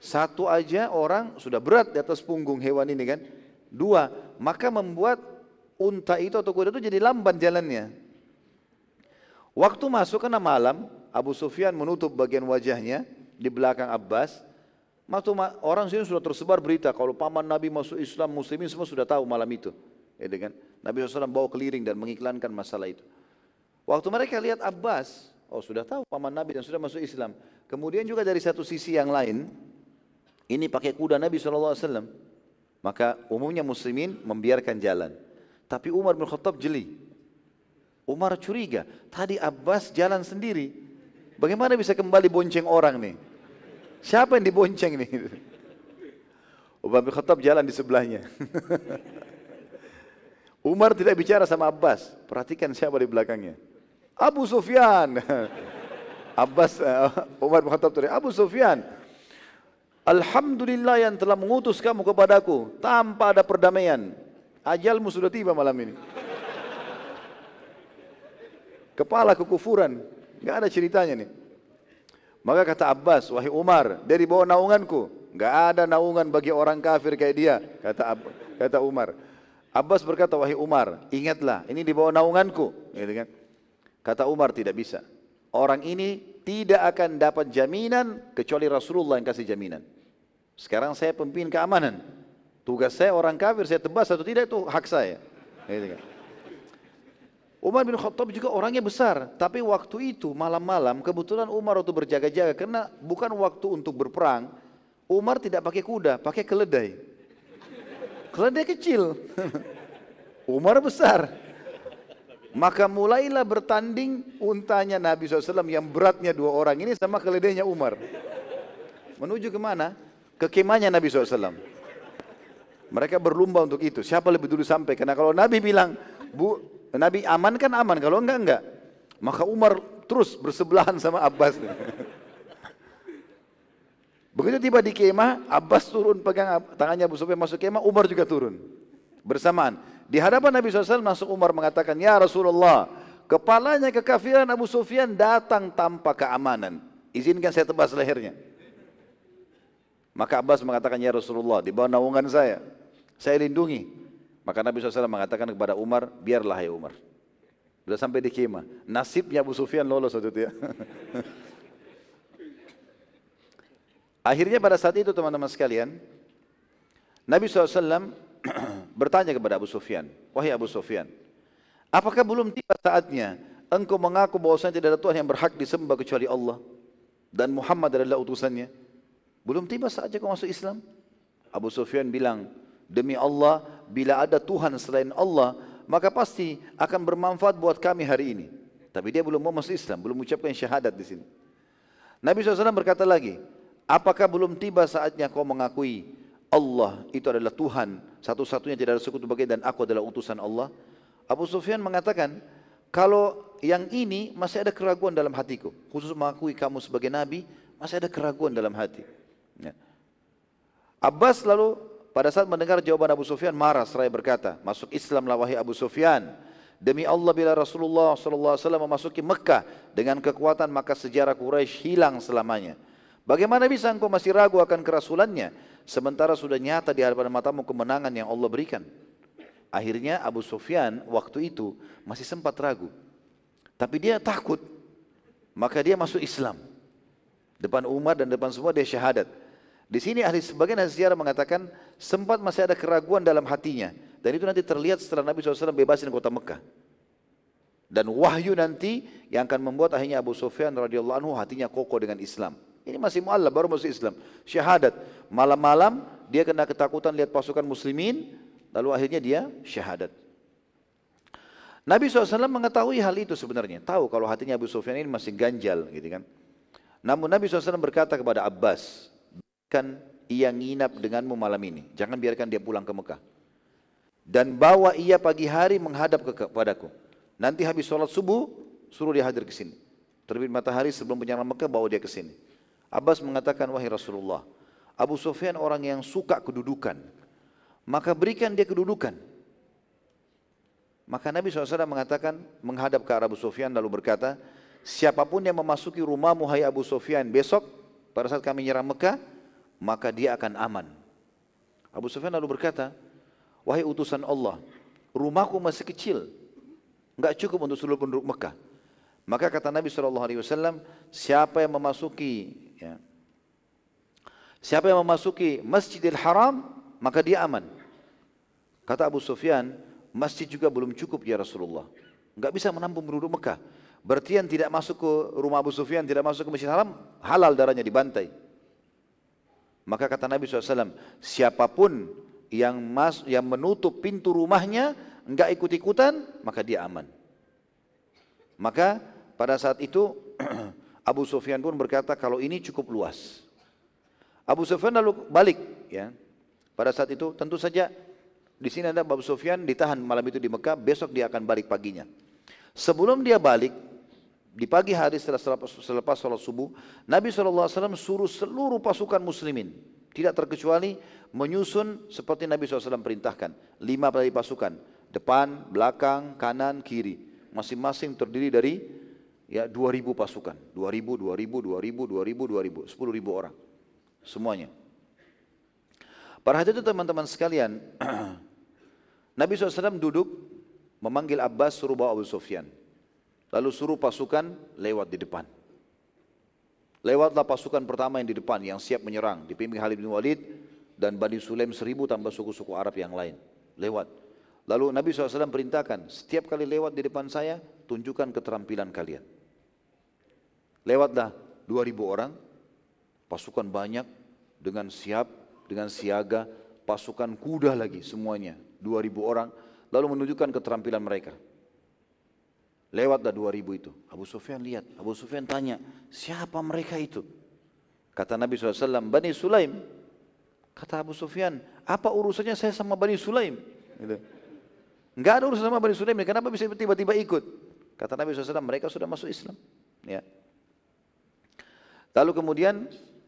Satu aja orang sudah berat di atas punggung hewan ini kan. Dua, maka membuat unta itu atau kuda itu jadi lamban jalannya. Waktu masuk karena malam, Abu Sufyan menutup bagian wajahnya di belakang Abbas. Waktu orang sini sudah tersebar berita kalau paman Nabi masuk Islam, muslimin semua sudah tahu malam itu. Ya, kan? Nabi shallallahu alaihi wasallam bawa keliling dan mengiklankan masalah itu. Waktu mereka lihat Abbas, oh sudah tahu paman Nabi dan sudah masuk Islam. Kemudian juga dari satu sisi yang lain, ini pakai kuda Nabi shallallahu alaihi wasallam. Maka umumnya muslimin membiarkan jalan. Tapi Umar bin Khattab jeli. Umar curiga, tadi Abbas jalan sendiri. Bagaimana bisa kembali bonceng orang nih? Siapa yang dibonceng nih? Umar bin Khattab jalan di sebelahnya. Umar tidak bicara sama Abbas. Perhatikan siapa di belakangnya. Abu Sufyan. Abbas, uh, Umar bin Khattab tadi, Abu Sufyan. Alhamdulillah yang telah mengutus kamu kepadaku tanpa ada perdamaian. Ajalmu sudah tiba malam ini. Kepala kekufuran, nggak ada ceritanya nih. Maka kata Abbas, wahai Umar, dari bawah naunganku, nggak ada naungan bagi orang kafir kayak dia. Kata Ab, kata Umar. Abbas berkata, wahai Umar, ingatlah, ini di bawah naunganku. Gitu kan? Kata Umar, tidak bisa. Orang ini tidak akan dapat jaminan kecuali Rasulullah yang kasih jaminan. Sekarang saya pemimpin keamanan. Tugas saya orang kafir, saya tebas atau tidak itu hak saya. Gitu kan? Umar bin Khattab juga orangnya besar, tapi waktu itu malam-malam kebetulan Umar waktu berjaga-jaga karena bukan waktu untuk berperang. Umar tidak pakai kuda, pakai keledai. Keledai kecil. Umar besar. Maka mulailah bertanding untanya Nabi shallallahu alaihi wasallam yang beratnya dua orang ini sama keledainya Umar. Menuju kemana? Ke kemahnya Nabi shallallahu alaihi wasallam. Mereka berlomba untuk itu. Siapa lebih dulu sampai? Karena kalau Nabi bilang, Bu, Nabi aman kan aman, kalau enggak enggak. Maka Umar terus bersebelahan sama Abbas. Begitu tiba di kemah, Abbas turun pegang tangannya Abu Sufyan masuk kemah, Umar juga turun. Bersamaan. Di hadapan Nabi shallallahu alaihi wasallam masuk Umar mengatakan, ya Rasulullah, kepalanya kekafiran Abu Sufyan datang tanpa keamanan. Izinkan saya tebas lehernya. Maka Abbas mengatakan, ya Rasulullah, di bawah naungan saya, saya lindungi. Maka Nabi shallallahu alaihi wasallam mengatakan kepada Umar, biarlah ya Umar. Sudah sampai di kemah. Nasibnya Abu Sufyan lolos waktu itu ya. Akhirnya pada saat itu teman-teman sekalian, Nabi shallallahu alaihi wasallam bertanya kepada Abu Sufyan, wahai Abu Sufyan, apakah belum tiba saatnya engkau mengaku bahwasanya tidak ada Tuhan yang berhak disembah kecuali Allah dan Muhammad adalah utusannya? Belum tiba saatnya kau masuk Islam? Abu Sufyan bilang, demi Allah, bila ada Tuhan selain Allah, maka pasti akan bermanfaat buat kami hari ini. Tapi dia belum mau masuk Islam, belum mengucapkan syahadat di sini. Nabi shallallahu alaihi wasallam berkata lagi, apakah belum tiba saatnya kau mengakui Allah itu adalah Tuhan, satu-satunya tidak ada sekutu baginya dan aku adalah utusan Allah? Abu Sufyan mengatakan, kalau yang ini masih ada keraguan dalam hatiku, khusus mengakui kamu sebagai Nabi, masih ada keraguan dalam hati. Ya. Abbas lalu pada saat mendengar jawaban Abu Sufyan marah seraya berkata, masuk Islamlah wahai Abu Sufyan. Demi Allah bila Rasulullah shallallahu alaihi wasallam memasuki Mekah dengan kekuatan maka sejarah Quraisy hilang selamanya. Bagaimana bisa engkau masih ragu akan kerasulannya sementara sudah nyata di hadapan matamu kemenangan yang Allah berikan? Akhirnya Abu Sufyan waktu itu masih sempat ragu. Tapi dia takut. Maka dia masuk Islam. Depan Umar dan depan semua dia syahadat. Di sini ahli sebagian ahli sejarah mengatakan sempat masih ada keraguan dalam hatinya dan itu nanti terlihat setelah Nabi shallallahu alaihi wasallam bebasin kota Mekah. Dan wahyu nanti yang akan membuat akhirnya Abu Sufyan radhiyallahu anhu hatinya kokoh dengan Islam. Ini masih mu'allaf baru masuk Islam. Syahadat. Malam-malam dia kena ketakutan lihat pasukan muslimin lalu akhirnya dia syahadat. Nabi shallallahu alaihi wasallam mengetahui hal itu sebenarnya. Tahu kalau hatinya Abu Sufyan ini masih ganjal gitu kan. Namun Nabi shallallahu alaihi wasallam berkata kepada Abbas, kan ia nginap denganmu malam ini. Jangan biarkan dia pulang ke Mekah. Dan bawa ia pagi hari menghadap ke kepadaku. Nanti habis sholat subuh, suruh dia hadir ke sini. Terbit matahari sebelum penyerangan Mekah, bawa dia ke sini. Abbas mengatakan, wahai Rasulullah, Abu Sufyan orang yang suka kedudukan. Maka berikan dia kedudukan. Maka Nabi shallallahu alaihi wasallam mengatakan, menghadap ke arah Abu Sufyan lalu berkata, siapapun yang memasuki rumahmu hai Abu Sufyan besok, pada saat kami nyerang Mekah, maka dia akan aman. Abu Sufyan lalu berkata, wahai utusan Allah, rumahku masih kecil, enggak cukup untuk seluruh penduduk Mekah. Maka kata Nabi shallallahu alaihi wasallam, siapa yang memasuki ya, siapa yang memasuki Masjidil Haram, maka dia aman. Kata Abu Sufyan, masjid juga belum cukup ya Rasulullah, enggak bisa menampung penduduk Mekah. Berarti yang tidak masuk ke rumah Abu Sufyan, tidak masuk ke Masjidil Haram, halal darahnya, dibantai. Maka kata Nabi shallallahu alaihi wasallam, siapapun yang mas, yang menutup pintu rumahnya, enggak ikut-ikutan, maka dia aman. Maka pada saat itu Abu Sufyan pun berkata, kalau ini cukup luas. Abu Sufyan lalu balik. Ya. Pada saat itu tentu saja di sini ada Abu Sufyan ditahan malam itu di Mekah, besok dia akan balik paginya. Sebelum dia balik, di pagi hari setelah selepas sholat subuh, Nabi shallallahu alaihi wasallam suruh seluruh pasukan muslimin, tidak terkecuali, menyusun seperti Nabi shallallahu alaihi wasallam perintahkan. Lima dari pasukan, depan, belakang, kanan, kiri. Masing-masing terdiri dari ya dua ribu pasukan. Dua ribu, dua ribu, dua ribu, dua ribu, dua ribu, sepuluh ribu orang. Semuanya. Pada hari itu teman-teman sekalian, Nabi shallallahu alaihi wasallam duduk, memanggil Abbas suruh bawa Abu Sufyan. Lalu suruh pasukan lewat di depan. Lewatlah pasukan pertama yang di depan, yang siap menyerang, dipimpin Khalid bin Walid dan Bani Sulaim seribu tambah suku-suku Arab yang lain. Lewat. Lalu Nabi shallallahu alaihi wasallam perintahkan, setiap kali lewat di depan saya, tunjukkan keterampilan kalian. Lewatlah dua ribu orang, pasukan banyak, dengan siap, dengan siaga, pasukan kuda lagi semuanya, dua ribu orang, lalu menunjukkan keterampilan mereka. Lewatlah dua ribu itu. Abu Sufyan lihat, Abu Sufyan tanya, siapa mereka itu? Kata Nabi shallallahu alaihi wasallam, Bani Sulaim. Kata Abu Sufyan, apa urusannya saya sama Bani Sulaim? Gitu. Enggak ada urusan sama Bani Sulaim, kenapa bisa tiba-tiba ikut? Kata Nabi shallallahu alaihi wasallam, mereka sudah masuk Islam. Ya. Lalu kemudian,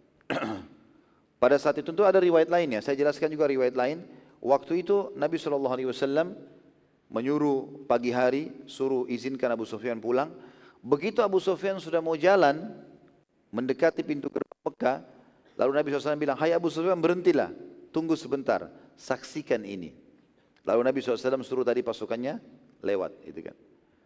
pada saat itu tentu ada riwayat lainnya, saya jelaskan juga riwayat lain. Waktu itu Nabi shallallahu alaihi wasallam menyuruh pagi hari, suruh izinkan Abu Sufyan pulang. Begitu Abu Sufyan sudah mau jalan, mendekati pintu gerbang Mekah, lalu Nabi shallallahu alaihi wasallam bilang, hai Abu Sufyan, berhentilah, tunggu sebentar, saksikan ini. Lalu Nabi shallallahu alaihi wasallam suruh tadi pasukannya lewat. Gitu kan.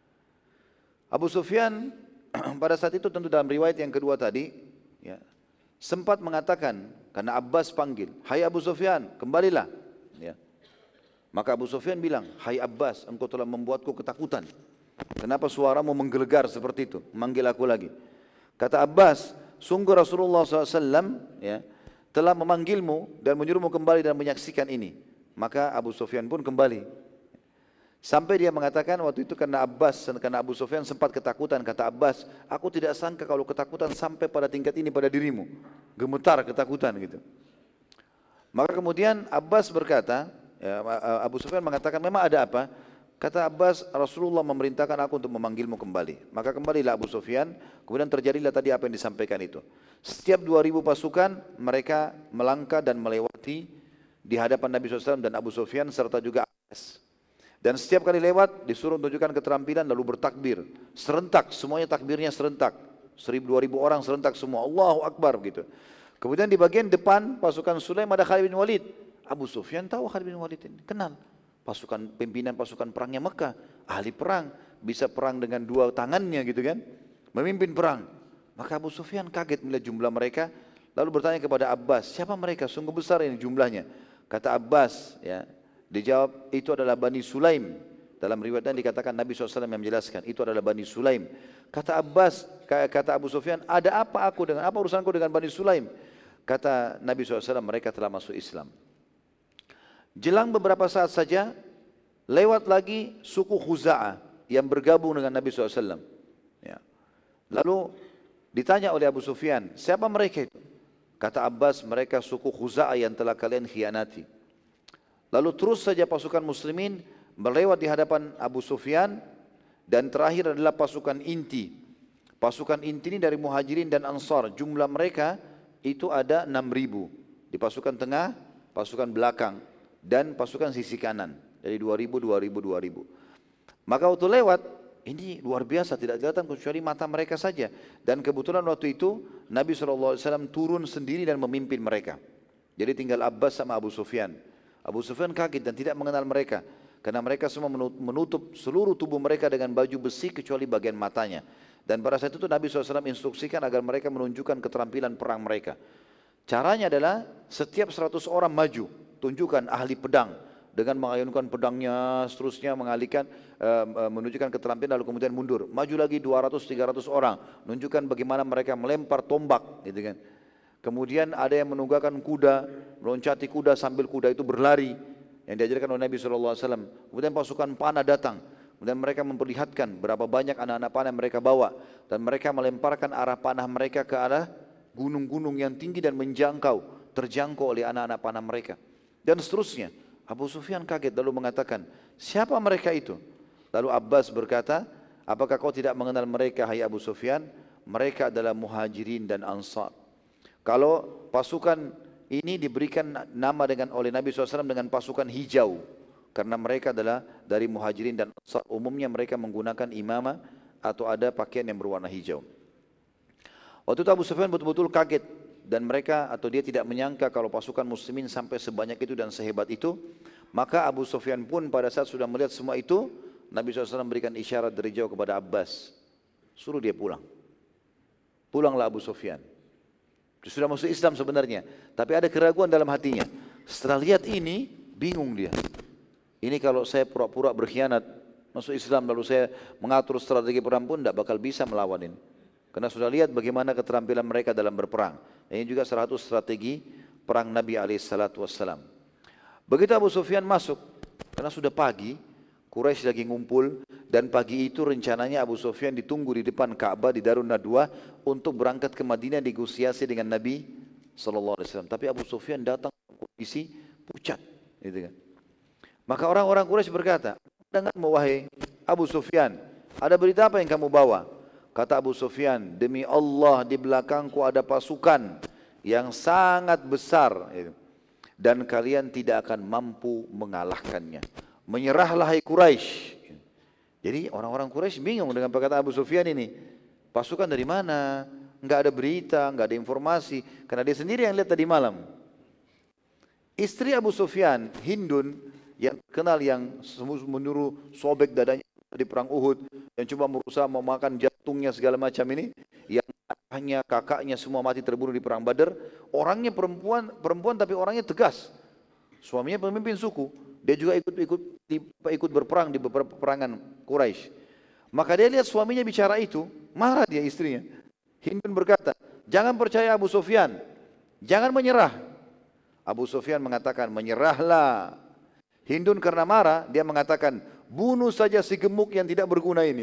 Abu Sufyan pada saat itu tentu dalam riwayat yang kedua tadi, ya, sempat mengatakan, karena Abbas panggil, hai Abu Sufyan, kembalilah. Ya. Maka Abu Sufyan bilang, hai Abbas, engkau telah membuatku ketakutan. Kenapa suaramu menggelegar seperti itu? Manggil aku lagi. Kata Abbas, sungguh Rasulullah shallallahu alaihi wasallam ya, telah memanggilmu dan menyuruhmu kembali dan menyaksikan ini. Maka Abu Sufyan pun kembali. Sampai dia mengatakan waktu itu karena Abbas, karena Abu Sufyan sempat ketakutan. Kata Abbas, aku tidak sangka kalau ketakutan sampai pada tingkat ini pada dirimu. Gemetar ketakutan gitu. Maka kemudian Abbas berkata, ya, Abu Sufyan mengatakan, memang ada apa? Kata Abbas, Rasulullah memerintahkan aku untuk memanggilmu kembali. Maka kembalilah Abu Sufyan, kemudian terjadilah tadi apa yang disampaikan itu. Setiap dua ribu pasukan, mereka melangkah dan melewati di hadapan Nabi shallallahu alaihi wasallam dan Abu Sufyan serta juga Abbas. Dan setiap kali lewat, disuruh menunjukkan keterampilan lalu bertakbir. Serentak, semuanya takbirnya serentak. Seribu, dua ribu orang serentak semua, Allahu Akbar gitu. Kemudian di bagian depan pasukan Sulaim ada Khalid bin Walid. Abu Sufyan tahu Khalid bin Walid ini, kenal. Pasukan pimpinan pasukan perangnya Mekah, ahli perang, bisa perang dengan dua tangannya gitu kan, memimpin perang. Maka Abu Sufyan kaget melihat jumlah mereka, lalu bertanya kepada Abbas, siapa mereka? Sungguh besar ini jumlahnya. Kata Abbas, ya, dijawab itu adalah Bani Sulaim. Dalam riwayatnya dikatakan Nabi shallallahu alaihi wasallam yang menjelaskan, itu adalah Bani Sulaim. Kata Abbas, kata Abu Sufyan, ada apa aku dengan apa urusanku dengan Bani Sulaim? Kata Nabi shallallahu alaihi wasallam, mereka telah masuk Islam. Jelang beberapa saat saja, lewat lagi suku Khuza'ah yang bergabung dengan Nabi shallallahu alaihi wasallam. Ya. Lalu ditanya oleh Abu Sufyan, siapa mereka itu? Kata Abbas, mereka suku Khuza'ah yang telah kalian khianati. Lalu terus saja pasukan muslimin melewat di hadapan Abu Sufyan, dan terakhir adalah pasukan inti. Pasukan inti ini dari Muhajirin dan Ansar, jumlah mereka itu ada enam ribu. Di pasukan tengah, pasukan belakang, dan pasukan sisi kanan. Dari dua ribu, dua ribu, dua ribu. Maka waktu lewat, ini luar biasa, tidak kelihatan kecuali mata mereka saja. Dan kebetulan waktu itu, Nabi shallallahu alaihi wasallam turun sendiri dan memimpin mereka. Jadi tinggal Abbas sama Abu Sufyan. Abu Sufyan kaget dan tidak mengenal mereka. Karena mereka semua menutup seluruh tubuh mereka dengan baju besi kecuali bagian matanya. Dan pada saat itu Nabi shallallahu alaihi wasallam instruksikan agar mereka menunjukkan keterampilan perang mereka. Caranya adalah setiap seratus orang maju, tunjukkan ahli pedang. Dengan mengayunkan pedangnya, seterusnya mengalihkan, uh, menunjukkan keterampilan lalu kemudian mundur. Maju lagi dua ratus tiga ratus orang, menunjukkan bagaimana mereka melempar tombak. Gitu kan. Kemudian ada yang menunggakan kuda, meloncati kuda sambil kuda itu berlari. Yang diajarkan oleh Nabi shallallahu alaihi wasallam. Kemudian pasukan panah datang. Kemudian mereka memperlihatkan berapa banyak anak-anak panah yang mereka bawa. Dan mereka melemparkan arah panah mereka ke arah gunung-gunung yang tinggi dan menjangkau. Terjangkau oleh anak-anak panah mereka. Dan seterusnya. Abu Sufyan kaget lalu mengatakan, siapa mereka itu? Lalu Abbas berkata, apakah kau tidak mengenal mereka hai Abu Sufyan? Mereka adalah Muhajirin dan Ansar. Kalau pasukan ini diberikan nama dengan oleh Nabi shallallahu alaihi wasallam dengan pasukan hijau. Karena mereka adalah dari Muhajirin dan Ansar. Umumnya mereka menggunakan imamah atau ada pakaian yang berwarna hijau. Waktu itu Abu Sufyan betul-betul kaget. Dan mereka atau dia tidak menyangka kalau pasukan muslimin sampai sebanyak itu dan sehebat itu. Maka Abu Sufyan pun pada saat sudah melihat semua itu, Nabi shallallahu alaihi wasallam memberikan isyarat dari jauh kepada Abbas. Suruh dia pulang. Pulanglah Abu Sufyan. Dia sudah masuk Islam sebenarnya. Tapi ada keraguan dalam hatinya. Setelah lihat ini, bingung dia. Ini kalau saya pura-pura berkhianat, masuk Islam lalu saya mengatur strategi perang pun tidak bakal bisa melawan ini. Karena sudah lihat bagaimana keterampilan mereka dalam berperang. Ini juga salah satu strategi perang Nabi alaihi salatu wassalam. Begitu Abu Sufyan masuk, karena sudah pagi, Quraisy lagi ngumpul, dan pagi itu rencananya Abu Sufyan ditunggu di depan Ka'bah di Darun Nadwa untuk berangkat ke Madinah negosiasi dengan Nabi sallallahu alaihi wasallam. Tapi Abu Sufyan datang kondisi pucat, gitu kan. Maka orang-orang Quraisy berkata, dengarmu wahai Abu Sufyan, ada berita apa yang kamu bawa? Kata Abu Sufyan, demi Allah di belakangku ada pasukan yang sangat besar dan kalian tidak akan mampu mengalahkannya. Menyerahlah hai Quraisy. Jadi orang-orang Quraisy bingung dengan perkataan Abu Sufyan ini. Pasukan dari mana? Enggak ada berita, enggak ada informasi. Karena dia sendiri yang lihat tadi malam. Istri Abu Sufyan, Hindun, yang kenal yang menyuruh sobek dadanya di perang Uhud, yang cuma berusaha memakan jantungnya segala macam ini, yang ayahnya, kakaknya semua mati terbunuh di perang Badar. Orangnya perempuan, perempuan tapi orangnya tegas. Suaminya pemimpin suku, dia juga ikut-ikut ikut berperang di beberapa peperangan Quraisy. Maka dia lihat suaminya bicara itu, marah dia istrinya. Hindun berkata, jangan percaya Abu Sufyan, jangan menyerah. Abu Sufyan mengatakan, menyerahlah. Hindun karena marah, dia mengatakan, bunuh saja si gemuk yang tidak berguna ini.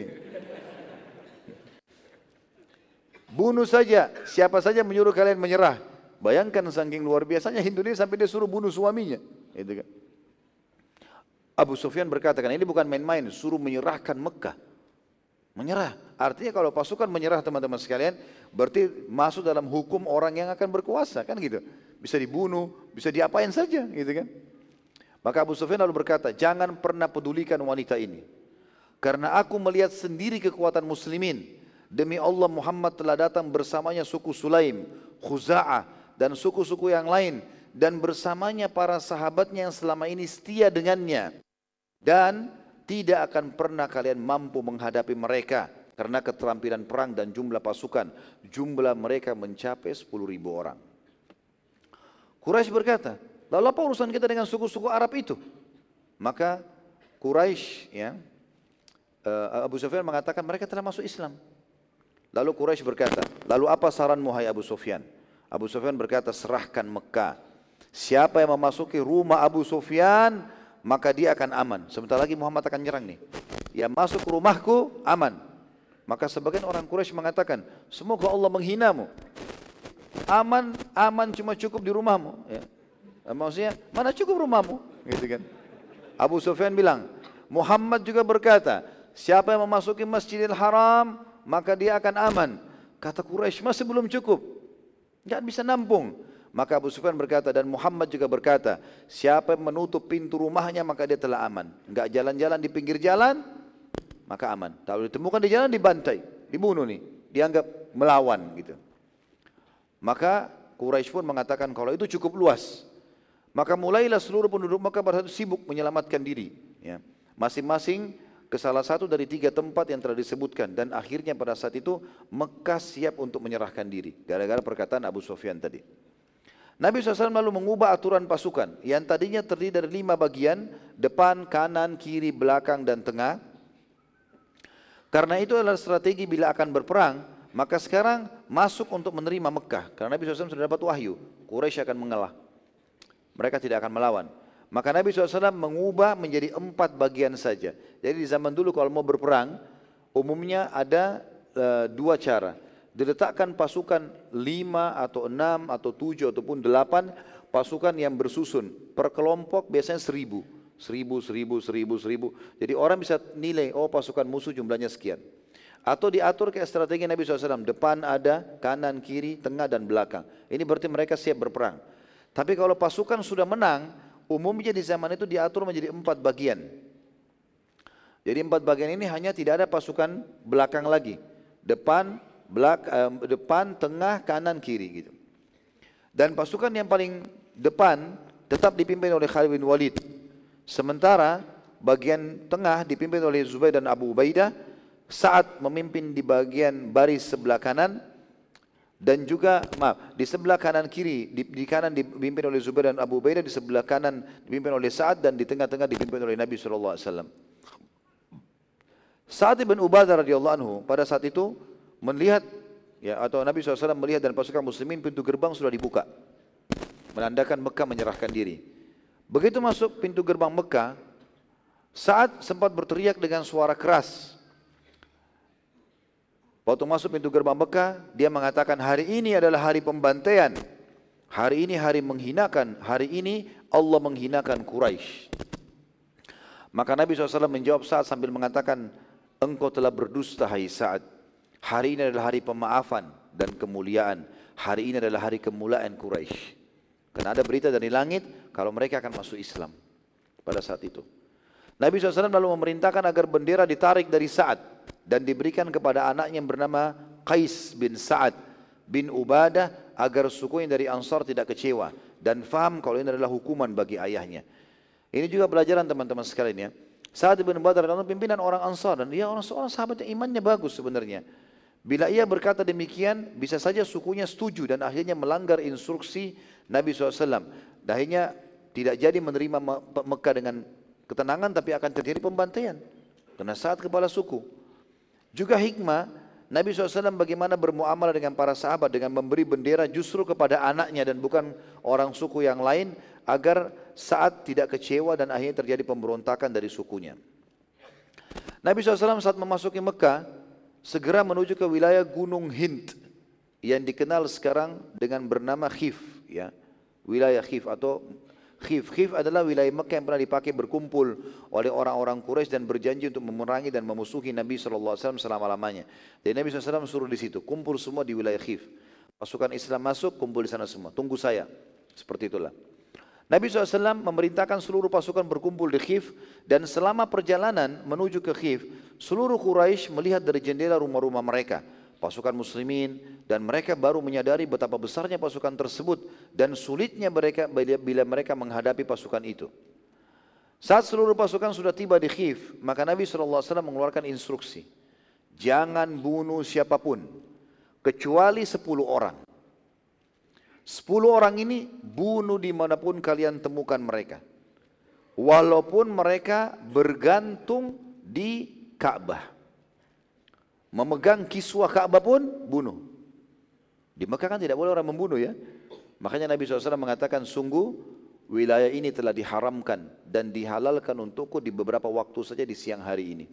Bunuh saja, siapa saja menyuruh kalian menyerah. Bayangkan saking luar biasanya Hindun ini sampai dia suruh bunuh suaminya. Gitu kan. Abu Sufyan berkata, kan ini bukan main-main, suruh menyerahkan Mekah. Menyerah, artinya kalau pasukan menyerah teman-teman sekalian, berarti masuk dalam hukum orang yang akan berkuasa, kan gitu. Bisa dibunuh, bisa diapain saja, gitu kan. Maka Abu Sufyan lalu berkata, jangan pernah pedulikan wanita ini. Karena aku melihat sendiri kekuatan muslimin. Demi Allah Muhammad telah datang bersamanya suku Sulaim, Khuza'ah, dan suku-suku yang lain. Dan bersamanya para sahabatnya yang selama ini setia dengannya. Dan tidak akan pernah kalian mampu menghadapi mereka. Karena keterampilan perang dan jumlah pasukan. Jumlah mereka mencapai sepuluh ribu orang. Quraisy berkata, lalu apa urusan kita dengan suku-suku Arab itu? Maka Quraisy, ya, Abu Sufyan mengatakan mereka telah masuk Islam. Lalu Quraisy berkata, lalu apa saranmu hai Abu Sufyan? Abu Sufyan berkata, serahkan Mekah. Siapa yang memasuki rumah Abu Sufyan, maka dia akan aman. Sebentar lagi Muhammad akan nyerang nih. Yang masuk ke rumahku, aman. Maka sebagian orang Quraisy mengatakan, semoga Allah menghinamu. Aman, aman cuma cukup di rumahmu. Ya. Maksudnya, mana cukup rumahmu? Gitu kan. Abu Sufyan bilang, Muhammad juga berkata, siapa yang memasuki Masjidil Haram, maka dia akan aman. Kata Quraisy, masih belum cukup. Tidak bisa nampung. Maka Abu Sufyan berkata, dan Muhammad juga berkata, siapa yang menutup pintu rumahnya, maka dia telah aman. Enggak jalan-jalan di pinggir jalan, maka aman. Kalau ditemukan di jalan, dibantai, dibunuh nih. Dianggap melawan gitu. Maka Quraisy pun mengatakan kalau itu cukup luas. Maka mulailah seluruh penduduk Mekah pada saat itu sibuk menyelamatkan diri. Ya. Masing-masing ke salah satu dari tiga tempat yang telah disebutkan. Dan akhirnya pada saat itu Mekah siap untuk menyerahkan diri. Gara-gara perkataan Abu Sufyan tadi. Nabi shallallahu alaihi wasallam lalu mengubah aturan pasukan. Yang tadinya terdiri dari lima bagian. Depan, kanan, kiri, belakang, dan tengah. Karena itu adalah strategi bila akan berperang. Maka sekarang masuk untuk menerima Mekah. Karena Nabi shallallahu alaihi wasallam sudah dapat wahyu. Quraisy akan mengalah. Mereka tidak akan melawan. Maka Nabi shallallahu alaihi wasallam mengubah menjadi empat bagian saja. Jadi di zaman dulu kalau mau berperang, umumnya ada uh, dua cara. Diletakkan pasukan lima atau enam atau tujuh ataupun delapan pasukan yang bersusun. Per kelompok biasanya seribu. Seribu, seribu, seribu, seribu. Jadi orang bisa nilai, oh pasukan musuh jumlahnya sekian. Atau diatur kayak strategi Nabi shallallahu alaihi wasallam. Depan ada, kanan, kiri, tengah, dan belakang. Ini berarti mereka siap berperang. Tapi kalau pasukan sudah menang, umumnya di zaman itu diatur menjadi empat bagian. Jadi empat bagian ini hanya tidak ada pasukan belakang lagi. Depan, belak, eh, depan, tengah, kanan, kiri gitu. Dan pasukan yang paling depan tetap dipimpin oleh Khalid bin Walid. Sementara bagian tengah dipimpin oleh Zubair dan Abu Ubaidah. Saat memimpin di bagian baris sebelah kanan. Dan juga maaf di sebelah kanan kiri di, di kanan dipimpin oleh Zubair dan Abu Ubaidah, di sebelah kanan dipimpin oleh Sa'ad, dan di tengah-tengah dipimpin oleh Nabi shallallahu alaihi wasallam. Sa'ad bin Ubadah radhiyallahu anhu pada saat itu melihat ya atau Nabi shallallahu alaihi wasallam melihat dan pasukan muslimin pintu gerbang sudah dibuka, menandakan Mekah menyerahkan diri. Begitu masuk pintu gerbang Mekah, Sa'ad sempat berteriak dengan suara keras. Waktu masuk pintu gerbang Mekah, dia mengatakan hari ini adalah hari pembantaian. Hari ini hari menghinakan. Hari ini Allah menghinakan Quraisy. Maka Nabi shallallahu alaihi wasallam menjawab Sa'ad sambil mengatakan, engkau telah berdusta hai Sa'ad. Hari ini adalah hari pemaafan dan kemuliaan. Hari ini adalah hari kemuliaan Quraisy. Karena ada berita dari langit kalau mereka akan masuk Islam pada saat itu. Nabi shallallahu alaihi wasallam lalu memerintahkan agar bendera ditarik dari Sa'ad dan diberikan kepada anaknya yang bernama Qais bin Sa'ad bin Ubadah agar sukunya dari Ansar tidak kecewa dan faham kalau ini adalah hukuman bagi ayahnya. Ini juga pelajaran teman-teman sekalian ya. Sa'ad bin Ubadah adalah pimpinan orang Ansar dan dia orang seorang sahabat yang imannya bagus sebenarnya. Bila ia berkata demikian, bisa saja sukunya setuju dan akhirnya melanggar instruksi Nabi shallallahu alaihi wasallam. Dan akhirnya tidak jadi menerima Mekah dengan ketenangan, tapi akan terjadi pembantaian. Karena Sa'ad kepala suku. Juga hikmah Nabi shallallahu alaihi wasallam bagaimana bermuamalah dengan para sahabat dengan memberi bendera justru kepada anaknya dan bukan orang suku yang lain agar Sa'ad tidak kecewa dan akhirnya terjadi pemberontakan dari sukunya. Nabi shallallahu alaihi wasallam saat memasuki Mekah segera menuju ke wilayah Gunung Hind yang dikenal sekarang dengan bernama Khif, ya, wilayah Khif atau Khif. Khif adalah wilayah Mekah yang pernah dipakai berkumpul oleh orang-orang Quraisy dan berjanji untuk memerangi dan memusuhi Nabi shallallahu alaihi wasallam selama-lamanya. Jadi Nabi shallallahu alaihi wasallam suruh di situ, kumpul semua di wilayah Khif. Pasukan Islam masuk, kumpul di sana semua. Tunggu saya. Seperti itulah. Nabi shallallahu alaihi wasallam memerintahkan seluruh pasukan berkumpul di Khif dan selama perjalanan menuju ke Khif, seluruh Quraisy melihat dari jendela rumah-rumah mereka pasukan muslimin dan mereka baru menyadari betapa besarnya pasukan tersebut dan sulitnya mereka bila mereka menghadapi pasukan itu. Saat seluruh pasukan sudah tiba di Khif, maka Nabi shallallahu alaihi wasallam mengeluarkan instruksi, jangan bunuh siapapun kecuali sepuluh orang. Sepuluh orang ini bunuh dimanapun kalian temukan mereka, walaupun mereka bergantung di Ka'bah. Memegang kiswah Ka'bah pun bunuh. Di Mekah kan tidak boleh orang membunuh ya. Makanya Nabi shallallahu alaihi wasallam mengatakan, sungguh wilayah ini telah diharamkan dan dihalalkan untukku di beberapa waktu saja di siang hari ini.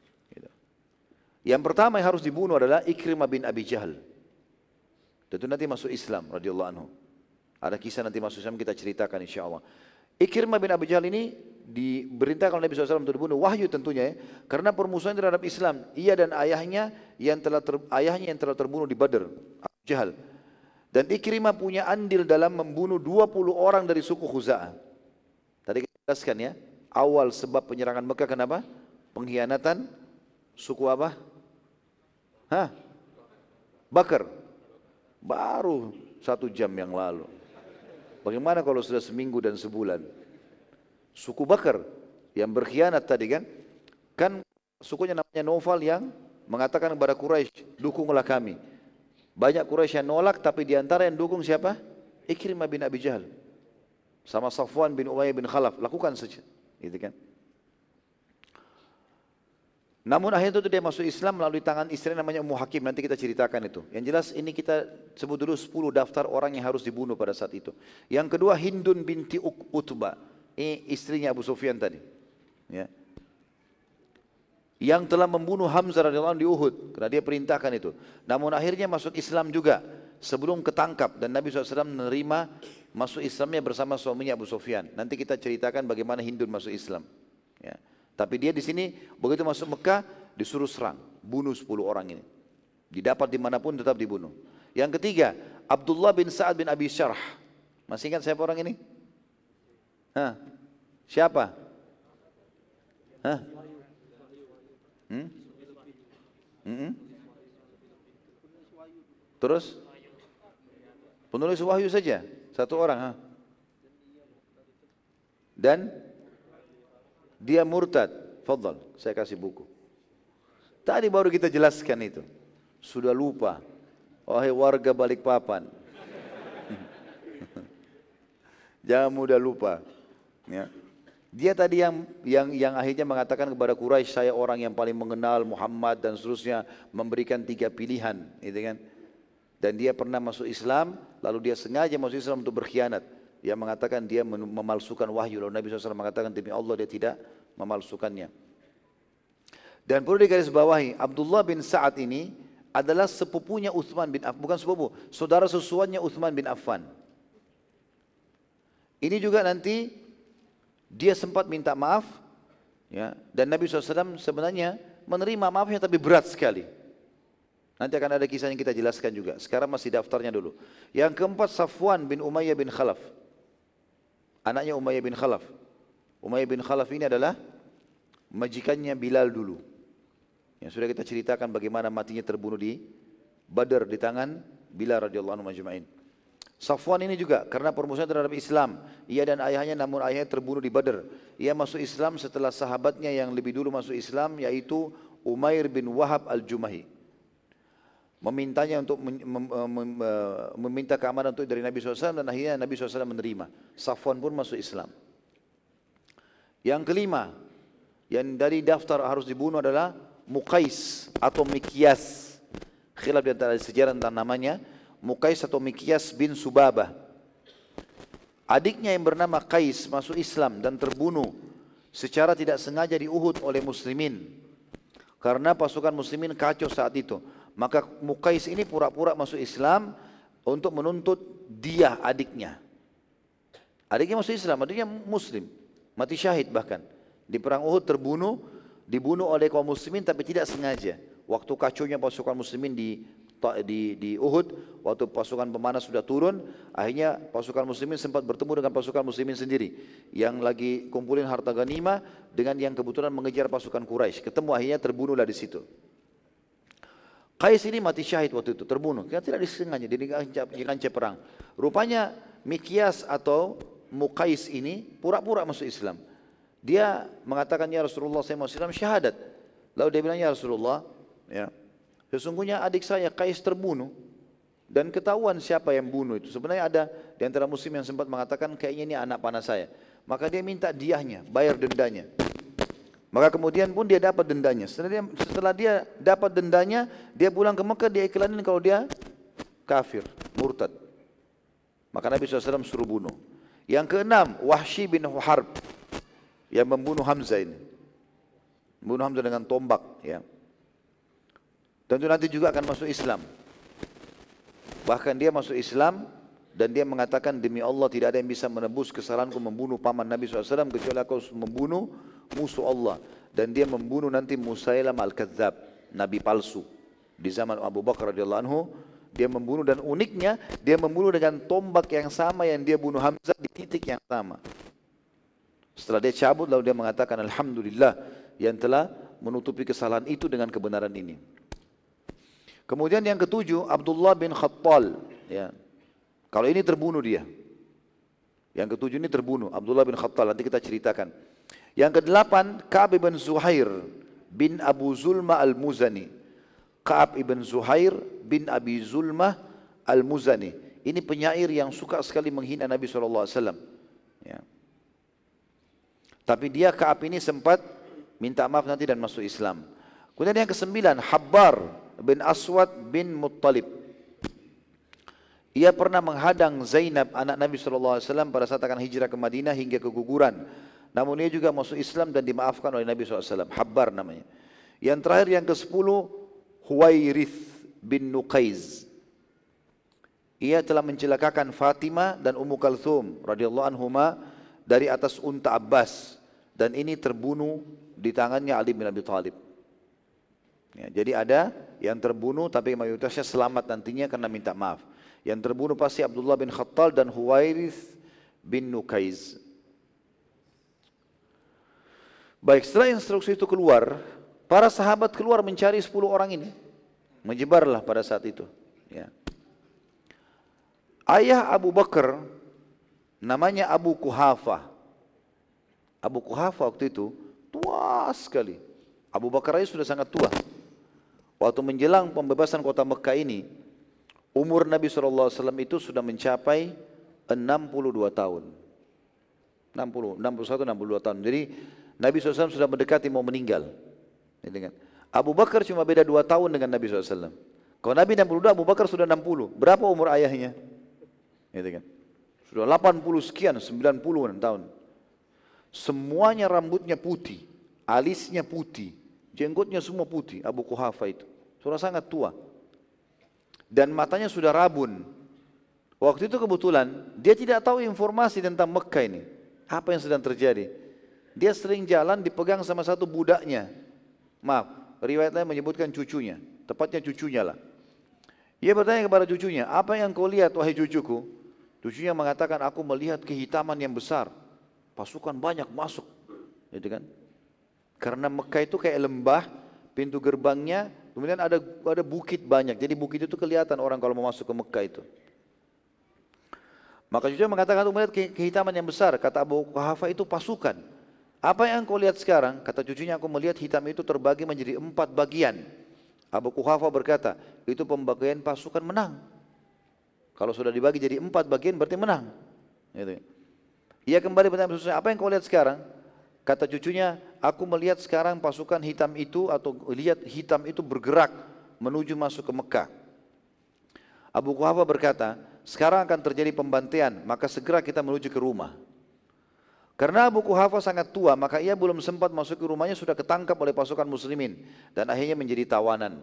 Yang pertama yang harus dibunuh adalah Ikrimah bin Abi Jahal. Tentu nanti masuk Islam radhiyallahu anhu. Ada kisah nanti masuk Islam kita ceritakan insyaAllah. Ikrimah bin Abi Jahal ini diberintahkan oleh Nabi shallallahu alaihi wasallam untuk dibunuh, wahyu tentunya ya, karena permusuhan terhadap Islam. Ia dan ayahnya yang telah ter, ayahnya yang telah terbunuh di Badr, Abu Jahal. Dan Ikrimah punya andil dalam membunuh dua puluh orang dari suku Khuza'ah. Tadi kita jelaskan ya, awal sebab penyerangan Mekah kenapa? Pengkhianatan suku apa? Hah? Bakar. Baru satu jam yang lalu. Bagaimana kalau sudah seminggu dan sebulan? Suku Bakar yang berkhianat tadi kan, kan sukunya namanya Naufal yang mengatakan kepada Quraisy, dukunglah kami. Banyak Quraisy yang nolak, tapi diantara yang dukung siapa? Ikrimah bin Abi Jahal. Sama Safwan bin Umayyah bin Khalaf, lakukan saja. Gitu kan. Namun akhirnya itu dia masuk Islam melalui tangan istri namanya Ummu Hakim, nanti kita ceritakan itu. Yang jelas ini kita sebut dulu sepuluh daftar orang yang harus dibunuh pada saat itu. Yang kedua Hindun binti Utbah, ini istrinya Abu Sufyan tadi. Ya. Yang telah membunuh Hamzah radhiyallahu anhu di Uhud, karena dia perintahkan itu. Namun akhirnya masuk Islam juga sebelum ketangkap, dan Nabi shallallahu alaihi wasallam menerima masuk Islamnya bersama suaminya Abu Sufyan. Nanti kita ceritakan bagaimana Hindun masuk Islam. Ya. Tapi dia di sini begitu masuk Mekah disuruh serang, bunuh sepuluh orang ini. Didapat dimanapun tetap dibunuh. Yang ketiga Abdullah bin Sa'ad bin Abi Syarh. Masih ingat siapa orang ini? Hah? Siapa? Hah? Hmm? Hmm? Terus? Penulis wahyu saja, satu orang. Ha? Dan dia murtad. Fadhal, saya kasih buku. Tadi baru kita jelaskan itu. Sudah lupa. Wahai warga Balikpapan. Jangan mudah lupa. Ya. Dia tadi yang yang yang akhirnya mengatakan kepada Quraisy, saya orang yang paling mengenal Muhammad dan seterusnya, memberikan tiga pilihan, gitu kan? Dan dia pernah masuk Islam, lalu dia sengaja masuk Islam untuk berkhianat. Dia mengatakan dia memalsukan wahyu, lalu Nabi shallallahu alaihi wasallam mengatakan demi Allah dia tidak memalsukannya. Dan perlu digarisbawahi, Abdullah bin Sa'ad ini adalah sepupunya Uthman bin Affan, bukan sepupu, saudara susuannya Uthman bin Affan. Ini juga nanti dia sempat minta maaf, ya, dan Nabi shallallahu alaihi wasallam sebenarnya menerima maafnya tapi berat sekali. Nanti akan ada kisah yang kita jelaskan juga. Sekarang masih daftarnya dulu. Yang keempat Safwan bin Umayyah bin Khalaf. Anaknya Umayyah bin Khalaf. Umayyah bin Khalaf ini adalah majikannya Bilal dulu. Yang sudah kita ceritakan bagaimana matinya terbunuh di Badar di tangan Bilal radhiyallahu anhu majma'in. Safwan ini juga karena permusuhan terhadap Islam. Ia dan ayahnya, namun ayahnya terbunuh di Badar. Ia masuk Islam setelah sahabatnya yang lebih dulu masuk Islam, yaitu Umair bin Wahab al-Jumahi. Memintanya untuk mem, mem, mem, meminta keamanan untuk dari Nabi shallallahu alaihi wasallam, dan akhirnya Nabi shallallahu alaihi wasallam menerima. Safwan pun masuk Islam. Yang kelima, yang dari daftar harus dibunuh adalah Muqais atau Mikyas. Khilaf di antara sejarah tentang namanya. Muqais atau Mikyas bin Subabah. Adiknya yang bernama Qais masuk Islam dan terbunuh secara tidak sengaja di Uhud oleh muslimin. Karena pasukan muslimin kacau saat itu. Maka Muqais ini pura-pura masuk Islam untuk menuntut dia adiknya. Adiknya masuk Islam, adiknya muslim, mati syahid bahkan. Di perang Uhud terbunuh, dibunuh oleh kaum muslimin tapi tidak sengaja. Waktu kacaunya pasukan muslimin di di di Uhud, waktu pasukan pemanah sudah turun, akhirnya pasukan muslimin sempat bertemu dengan pasukan muslimin sendiri yang lagi kumpulin harta ghanimah dengan yang kebetulan mengejar pasukan Quraisy. Ketemu, akhirnya terbunuhlah di situ. Qais ini mati syahid waktu itu, terbunuh. Karena tidak disengaja di kancah perang. Rupanya Mikyas atau Muqais ini pura-pura masuk Islam. Dia mengatakan, ya Rasulullah, saya masuk Islam, syahadat. Lalu dia bilang, ya Rasulullah, ya, sesungguhnya adik saya Qais terbunuh. Dan ketahuan siapa yang bunuh itu. Sebenarnya ada di antara muslim yang sempat mengatakan, kayaknya ini anak panah saya. Maka dia minta diahnya, bayar dendanya. Maka kemudian pun dia dapat dendanya. Setelah dia, setelah dia dapat dendanya, dia pulang ke Mekah, dia iklanin kalau dia kafir, murtad. Maka Nabi shallallahu alaihi wasallam suruh bunuh. Yang keenam, Wahsy bin Harb yang membunuh Hamzah ini. Membunuh Hamzah dengan tombak. Ya. Tentu nanti juga akan masuk Islam. Bahkan dia masuk Islam dan dia mengatakan, demi Allah tidak ada yang bisa menebus kesalahanku membunuh paman Nabi shallallahu alaihi wasallam kecuali aku membunuh musuh Allah. Dan dia membunuh nanti Musailam al-Kadzab, nabi palsu di zaman Abu Bakar radhiyallahu anhu. Dia membunuh, dan uniknya dia membunuh dengan tombak yang sama yang dia bunuh Hamzah di titik yang sama. Setelah dia cabut, lalu dia mengatakan, alhamdulillah yang telah menutupi kesalahan itu dengan kebenaran ini. Kemudian yang ketujuh, Abdullah bin Khattal, ya. Kalau ini terbunuh dia. Yang ketujuh ini terbunuh, Abdullah bin Khattal, nanti kita ceritakan. Yang kedelapan, Ka'ab ibn Zuhair bin Abu Zulma al-Muzani. Ka'ab ibn Zuhair bin Abi Zulma al-Muzani. Ini penyair yang suka sekali menghina Nabi shallallahu alaihi wasallam. Ya. Tapi dia Ka'ab ini sempat minta maaf nanti dan masuk Islam. Kemudian yang kesembilan, Habbar bin Aswad bin Muttalib. Ia pernah menghadang Zainab anak Nabi shallallahu alaihi wasallam pada saat akan hijrah ke Madinah hingga keguguran. Namun ia juga masuk Islam dan dimaafkan oleh Nabi shallallahu alaihi wasallam. Habbar namanya. Yang terakhir yang ke sepuluh, Huwairith bin Nuqaiz. Ia telah mencelakakan Fatimah dan Ummu Kalthum radhiyallahu anhuma dari atas unta Abbas, dan ini terbunuh di tangannya Ali bin Abi Thalib. Ya, jadi ada yang terbunuh tapi mayoritasnya selamat nantinya karena minta maaf. Yang terbunuh pasti Abdullah bin Khattal dan Huwairith bin Nuqaiz. Baik, setelah instruksi itu keluar, para sahabat keluar mencari sepuluh orang ini. Menyebarlah pada saat itu. Ya. Ayah Abu Bakar namanya Abu Quhafa. Abu Quhafa waktu itu tua sekali. Abu Bakar sudah sangat tua. Waktu menjelang pembebasan kota Mekah ini, umur Nabi shallallahu alaihi wasallam itu sudah mencapai enam puluh dua tahun. enam puluh, enam puluh satu, enam puluh dua tahun. Jadi Nabi shallallahu alaihi wasallam sudah mendekati mau meninggal. Abu Bakar cuma beda dua tahun dengan Nabi shallallahu alaihi wasallam. Kalau Nabi enam puluh dua, Abu Bakar sudah enam puluh. Berapa umur ayahnya? Sudah delapan puluh sekian, sembilan puluh tahun. Semuanya rambutnya putih, alisnya putih, jenggotnya semua putih. Abu Quhafa itu sudah sangat tua. Dan matanya sudah rabun. Waktu itu kebetulan dia tidak tahu informasi tentang Mekah ini. Apa yang sedang terjadi? Dia sering jalan dipegang sama satu budaknya. Maaf, riwayat lain menyebutkan cucunya. Tepatnya cucunya lah. Ia bertanya kepada cucunya, apa yang kau lihat wahai cucuku? Cucunya mengatakan, aku melihat kehitaman yang besar. Pasukan banyak masuk. Gitu kan? Karena Mekah itu kayak lembah, pintu gerbangnya, kemudian ada ada bukit banyak. Jadi bukit itu kelihatan orang kalau mau masuk ke Mekah itu. Maka cucunya mengatakan, aku melihat kehitaman yang besar. Kata Abu Quhafa, itu pasukan. Apa yang kau lihat sekarang? Kata cucunya, aku melihat hitam itu terbagi menjadi empat bagian. Abu Quhafa berkata, itu pembagian pasukan menang. Kalau sudah dibagi jadi empat bagian berarti menang. Gitu. Ia kembali bertanya, apa yang kau lihat sekarang? Kata cucunya, aku melihat sekarang pasukan hitam itu atau lihat hitam itu bergerak menuju masuk ke Mekah. Abu Quhafa berkata, sekarang akan terjadi pembantaian, maka segera kita menuju ke rumah. Karena Abu Quhafa sangat tua, maka ia belum sempat masuk ke rumahnya sudah ketangkap oleh pasukan muslimin dan akhirnya menjadi tawanan.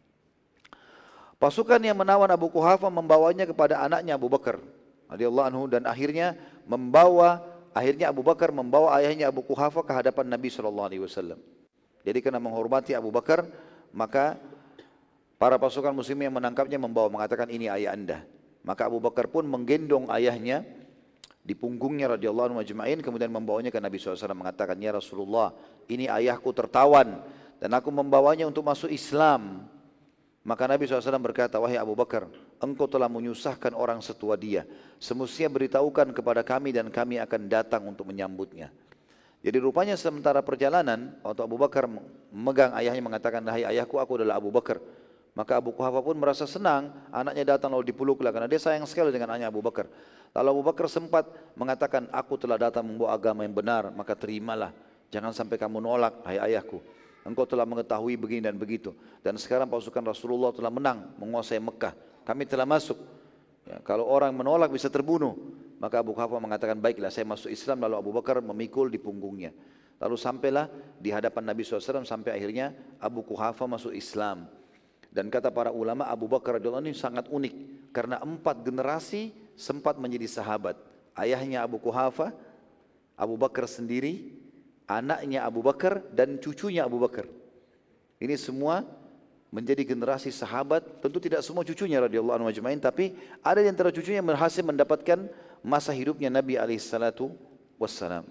Pasukan yang menawan Abu Quhafa membawanya kepada anaknya Abu Bakar radhiyallahu anhu dan akhirnya membawa akhirnya Abu Bakar membawa ayahnya Abu Quhafa ke hadapan Nabi shallallahu alaihi wasallam. Jadi karena menghormati Abu Bakar, maka para pasukan muslim yang menangkapnya membawa mengatakan ini ayah anda. Maka Abu Bakar pun menggendong ayahnya di punggungnya radhiyallahu anhu ajma'in, kemudian membawanya ke Nabi shallallahu alaihi wasallam mengatakan, ya Rasulullah, ini ayahku tertawan dan aku membawanya untuk masuk Islam. Maka Nabi shallallahu alaihi wasallam berkata, wahai Abu Bakar, engkau telah menyusahkan orang setua dia. Semestinya beritahukan kepada kami dan kami akan datang untuk menyambutnya. Jadi rupanya sementara perjalanan, waktu Abu Bakar memegang ayahnya mengatakan, hai ayahku, aku adalah Abu Bakar. Maka Abu Quhafa pun merasa senang, anaknya datang lalu dipeluklah karena dia sayang sekali dengan anaknya Abu Bakar. Lalu Abu Bakar sempat mengatakan, aku telah datang membawa agama yang benar, maka terimalah. Jangan sampai kamu nolak, hai ayahku. Engkau telah mengetahui begini dan begitu. Dan sekarang pasukan Rasulullah telah menang, menguasai Mekah. Kami telah masuk. Ya, kalau orang menolak bisa terbunuh. Maka Abu Quhafa mengatakan, baiklah saya masuk Islam. Lalu Abu Bakar memikul di punggungnya. Lalu sampailah di hadapan Nabi shallallahu alaihi wasallam sampai akhirnya Abu Quhafa masuk Islam. Dan kata para ulama, Abu Bakar radhiyallahu anhu ini sangat unik. Karena empat generasi sempat menjadi sahabat. Ayahnya Abu Quhafa, Abu Bakar sendiri, anaknya Abu Bakar dan cucunya Abu Bakar. Ini semua menjadi generasi sahabat. Tentu tidak semua cucunya radhiyallahu anhu ajma'in, tapi ada di antara cucunya yang berhasil mendapatkan masa hidupnya Nabi alaihi salatu wassalam.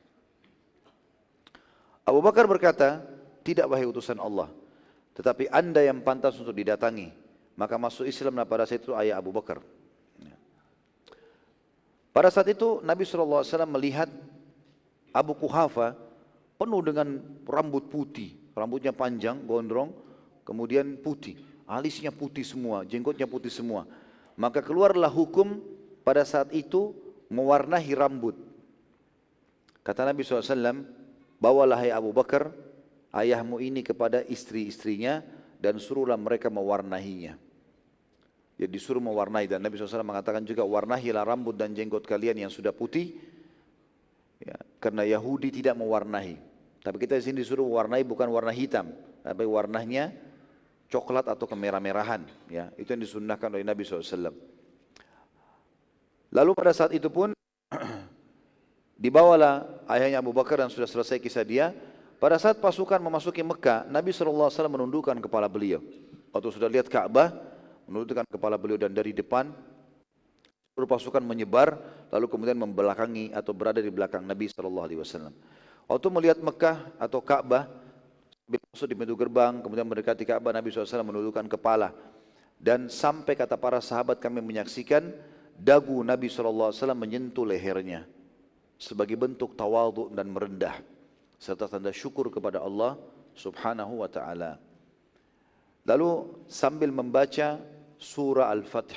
Abu Bakar berkata, tidak wahai utusan Allah, tetapi anda yang pantas untuk didatangi. Maka masuk Islam pada saat itu ayah Abu Bakar. Pada saat itu Nabi shallallahu alaihi wasallam melihat Abu Quhafa penuh dengan rambut putih, rambutnya panjang, gondrong, kemudian putih, alisnya putih semua, jenggotnya putih semua. Maka keluarlah hukum pada saat itu mewarnahi rambut. Kata Nabi shallallahu alaihi wasallam, bawalah hai Abu Bakar ayahmu ini kepada istri-istrinya dan suruhlah mereka mewarnahinya. Jadi disuruh mewarnai, dan Nabi shallallahu alaihi wasallam mengatakan juga, warnahilah rambut dan jenggot kalian yang sudah putih, ya, karena Yahudi tidak mewarnahi. Tapi kita di sini disuruh mewarnai bukan warna hitam, tapi warnanya coklat atau kemerah-merahan. Ya, itu yang disunnahkan oleh Nabi shallallahu alaihi wasallam. Lalu pada saat itu pun dibawalah ayahnya Abu Bakar dan sudah selesai kisah dia. Pada saat pasukan memasuki Mekah, Nabi shallallahu alaihi wasallam menundukkan kepala beliau. Waktu sudah lihat Ka'bah, menundukkan kepala beliau, dan dari depan seluruh pasukan menyebar, lalu kemudian membelakangi atau berada di belakang Nabi shallallahu alaihi wasallam. Waktu melihat Mekah atau Ka'bah, masuk di pintu gerbang, kemudian mendekati Ka'bah, Nabi shallallahu alaihi wasallam menundukkan kepala. Dan sampai kata para sahabat kami menyaksikan, dagu Nabi shallallahu alaihi wasallam menyentuh lehernya sebagai bentuk tawadhu dan merendah serta tanda syukur kepada Allah subhanahu wa ta'ala. Lalu sambil membaca surah Al-Fatih,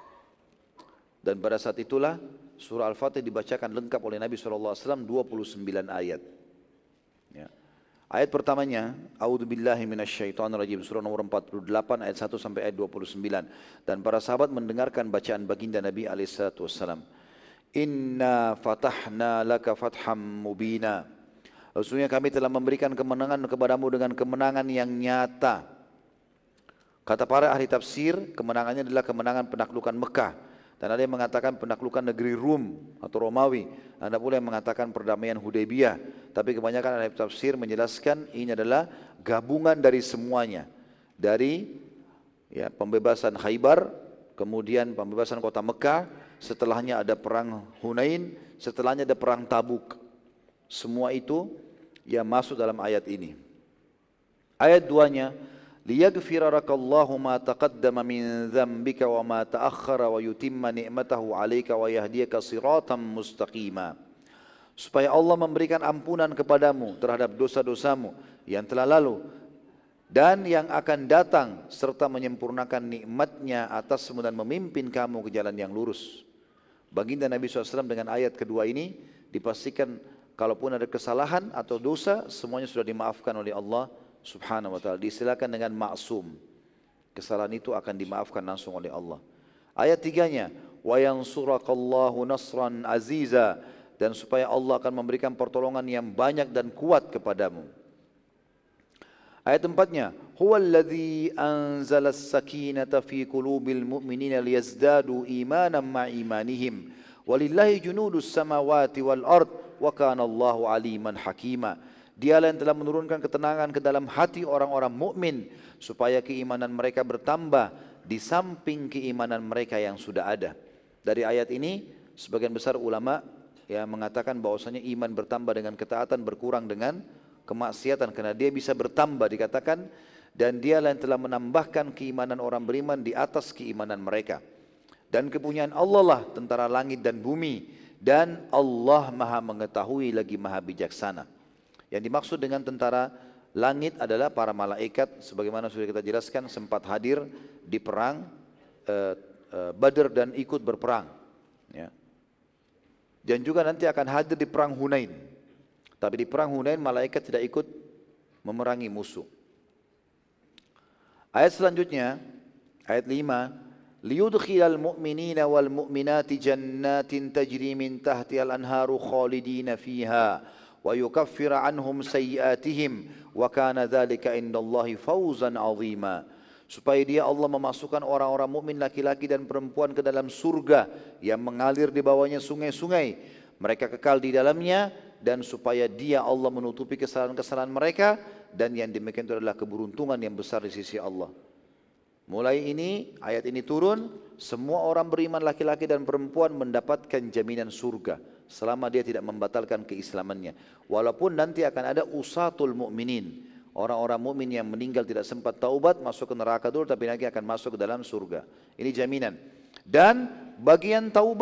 dan pada saat itulah surah Al-Fatih dibacakan lengkap oleh Nabi shallallahu alaihi wasallam, dua puluh sembilan ayat. Ya. Ayat pertamanya, A'udzubillahi minasyaitonirrajim, surah nomor empat puluh delapan ayat satu sampai ayat dua puluh sembilan. Dan para sahabat mendengarkan bacaan baginda Nabi alaihi salatu wassalam. Inna fatahna laka fatham mubina. Sesungguhnya kami telah memberikan kemenangan kepadamu dengan kemenangan yang nyata. Kata para ahli tafsir, kemenangannya adalah kemenangan penaklukan Mekah. Dan ada yang mengatakan penaklukan negeri Rum atau Romawi. Ada pula yang mengatakan perdamaian Hudaybiyah. Tapi kebanyakan ahli tafsir menjelaskan ini adalah gabungan dari semuanya. Dari ya, pembebasan Khaybar, kemudian pembebasan kota Mekah, setelahnya ada perang Hunain, setelahnya ada perang Tabuk. Semua itu yang masuk dalam ayat ini. Ayat duanya, liyaghfira lakallahu ma taqaddama min dzambika wa ma ta'akhkhara wa yutimma ni'matahu 'alaika wa yahdiyaka siratan mustaqima. Supaya Allah memberikan ampunan kepadamu terhadap dosa-dosamu yang telah lalu dan yang akan datang, serta menyempurnakan nikmatnya atasmu dan memimpin kamu ke jalan yang lurus. Baginda Nabi shallallahu alaihi wasallam dengan ayat kedua ini dipastikan kalaupun ada kesalahan atau dosa, semuanya sudah dimaafkan oleh Allah subhanahu wa ta'ala. Diistilahkan dengan maksum. Kesalahan itu akan dimaafkan langsung oleh Allah. Ayat tiganya, wa yansurakallahu nasran aziza, dan supaya Allah akan memberikan pertolongan yang banyak dan kuat kepadamu. Ayat empatnya, huwallazi anzala as-sakinata fi qulubil mu'minina liyazdadu imanan ma'a imanihim walillahi junudus samawati wal ard wa kana Allahu aliman hakima. Dialah yang telah menurunkan ketenangan ke dalam hati orang-orang mukmin supaya keimanan mereka bertambah di samping keimanan mereka yang sudah ada. Dari ayat ini sebagian besar ulama ya mengatakan bahwasanya iman bertambah dengan ketaatan, berkurang dengan kemaksiatan, karena dia bisa bertambah, dikatakan, dan dialah yang telah menambahkan keimanan orang beriman di atas keimanan mereka. Dan kepunyaan Allah lah tentara langit dan bumi, dan Allah maha mengetahui lagi maha bijaksana. Yang dimaksud dengan tentara langit adalah para malaikat, sebagaimana sudah kita jelaskan, sempat hadir di perang uh, uh, Badr dan ikut berperang ya. Dan juga nanti akan hadir di perang Hunain. Tapi di perang Hunain malaikat tidak ikut memerangi musuh. Ayat selanjutnya, ayat lima, liyudkhilal mu'minina wal mu'minati jannatin tajri min tahtihal anharu khalidina fiha wa yukaffira anhum sayyiatihim wa kana dzalika indallahi fawzan 'azima. Supaya dia Allah memasukkan orang-orang mukmin laki-laki dan perempuan ke dalam surga yang mengalir di bawahnya sungai-sungai. Mereka kekal di dalamnya, dan supaya dia Allah menutupi kesalahan-kesalahan mereka, dan yang demikian itu adalah keberuntungan yang besar di sisi Allah. Mulai ini, ayat ini turun, semua orang beriman laki-laki dan perempuan mendapatkan jaminan surga selama dia tidak membatalkan keislamannya. Walaupun nanti akan ada usatul mu'minin, orang-orang mukmin yang meninggal tidak sempat taubat masuk ke neraka dulu, tapi nanti akan masuk ke dalam surga. Ini jaminan. Dan bagian taubat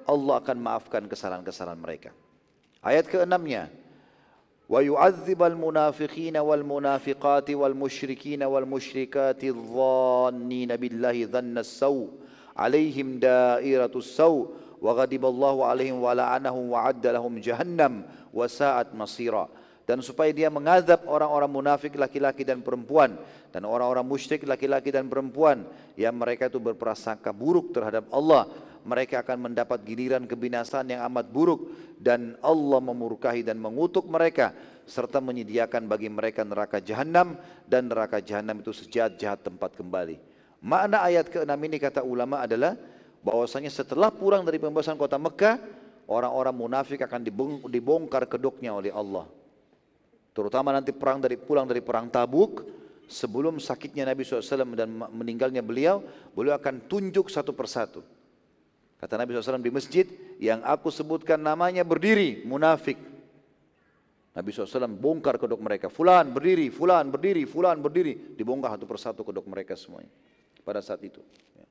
Allah akan maafkan kesalahan-kesalahan mereka. Ayat keenamnya, wa yu'adzibal munafiqina wal munafiqati wal musyrikina wal musyrikati dhannina billahi dhannas saw alaihim dairatus saw wa ghadiballahu alaihim wa la'anahum wa adda lahum jahannam wa sa'at masira. Dan supaya dia mengazab orang-orang munafik laki-laki dan perempuan dan orang-orang musyrik laki-laki dan perempuan yang mereka itu berprasangka buruk terhadap Allah. Mereka akan mendapat giliran kebinasaan yang amat buruk dan Allah memurkahi dan mengutuk mereka serta menyediakan bagi mereka neraka jahanam dan neraka jahanam itu sejahat-jahat tempat kembali. Makna ayat keenam ini kata ulama adalah bahwasanya setelah pulang dari pembebasan kota Mekah, orang-orang munafik akan dibongkar kedoknya oleh Allah. Terutama nanti perang dari pulang dari perang Tabuk, sebelum sakitnya Nabi shallallahu alaihi wasallam dan meninggalnya beliau, beliau akan tunjuk satu persatu. Kata Nabi shallallahu alaihi wasallam di masjid, yang aku sebutkan namanya berdiri, munafik. Nabi shallallahu alaihi wasallam bongkar kedok mereka. Fulan berdiri, fulan berdiri, fulan berdiri. Dibongkar satu persatu kedok mereka semuanya pada saat itu.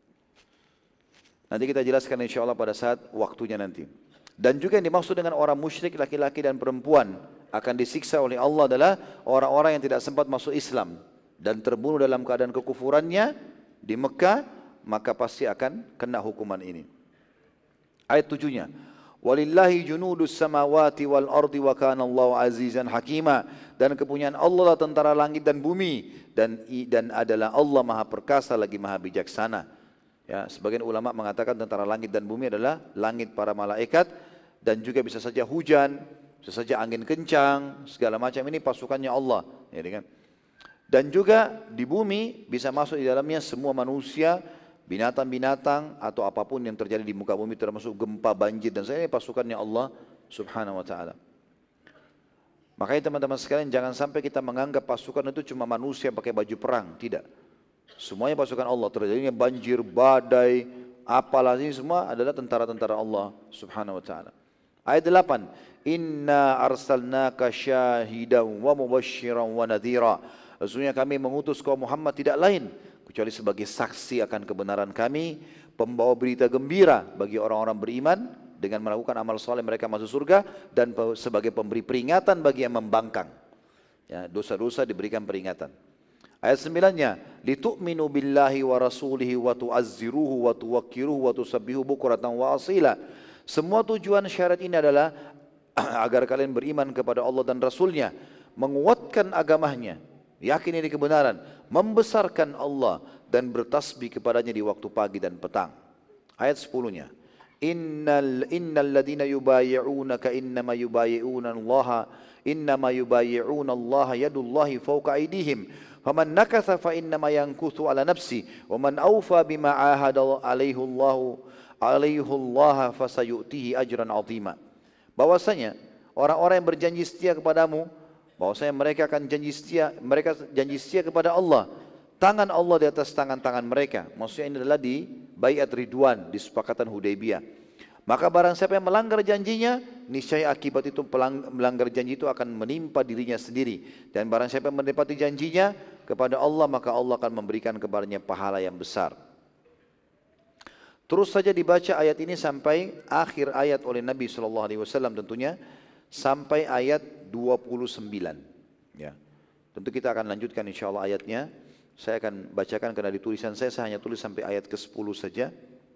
Nanti kita jelaskan insya Allah pada saat waktunya nanti. Dan juga yang dimaksud dengan orang musyrik laki-laki dan perempuan akan disiksa oleh Allah adalah orang-orang yang tidak sempat masuk Islam dan terbunuh dalam keadaan kekufurannya di Mekah, maka pasti akan kena hukuman ini. Ayat tujuhnya, walillahi junudus samawati wal ardi wa kana Allahu azizan hakima. Dan kepunyaan Allah lah tentara langit dan bumi, dan dan adalah Allah maha perkasa lagi maha bijaksana. Ya, sebagian ulama mengatakan tentara langit dan bumi adalah langit para malaikat dan juga bisa saja hujan, bisa saja angin kencang, segala macam ini pasukannya Allah. Ya, kan? Dan juga di bumi bisa masuk di dalamnya semua manusia, binatang-binatang atau apapun yang terjadi di muka bumi termasuk gempa, banjir dan sebagainya, pasukannya Allah Subhanahu wa taala. Makanya teman-teman sekalian jangan sampai kita menganggap pasukan itu cuma manusia pakai baju perang, tidak. Semuanya pasukan Allah, terjadinya banjir, badai, apalah ini semua adalah tentara-tentara Allah Subhanahu wa taala. Ayat delapan, inna arsalnaka syahidan wa mubasysyiran wa nadhira. Sesungguhnya kami mengutus kau Muhammad tidak lain kecuali sebagai saksi akan kebenaran kami, pembawa berita gembira bagi orang-orang beriman dengan melakukan amal soleh mereka masuk surga, dan sebagai pemberi peringatan bagi yang membangkang. Ya, dosa-dosa diberikan peringatan. Ayat sembilannya, litu'minu billahi wa rasulihi wa tu'azziruhu wa tuwakkiruhu wa tusabbihu bukratan wa asila. Semua tujuan syarat ini adalah agar kalian beriman kepada Allah dan Rasulnya, menguatkan agamanya, yakin ini kebenaran, membesarkan Allah dan bertasbih kepadanya di waktu pagi dan petang. Ayat sepuluhnya, innal innal ladina yubayyi'unaka innama yubayyi'una Allah innama yubayyi'una Allah yadullahi fawqa aydihim. Faman nakatha fa innama yankuthu ala nafsi wa man awfa bima ahada alaihi Allah alaihi Allah fasayu'tihi ajran 'azima. Bahwasanya orang-orang yang berjanji setia kepadamu, bahwasanya mereka akan janji setia, mereka janji setia kepada Allah. Tangan Allah di atas tangan-tangan mereka. Maksudnya ini adalah di Baiat Ridwan, di Sepakatan Hudaybiyah. Maka barang siapa yang melanggar janjinya, niscaya akibat itu melanggar janji itu akan menimpa dirinya sendiri. Dan barang siapa yang menepati janjinya kepada Allah, maka Allah akan memberikan kepadanya pahala yang besar. Terus saja dibaca ayat ini sampai akhir ayat oleh Nabi shallallahu alaihi wasallam tentunya, sampai ayat dua puluh sembilan. Ya. Tentu kita akan lanjutkan insya Allah ayatnya. Saya akan bacakan karena di tulisan saya, saya hanya tulis sampai ayat ke sepuluh saja.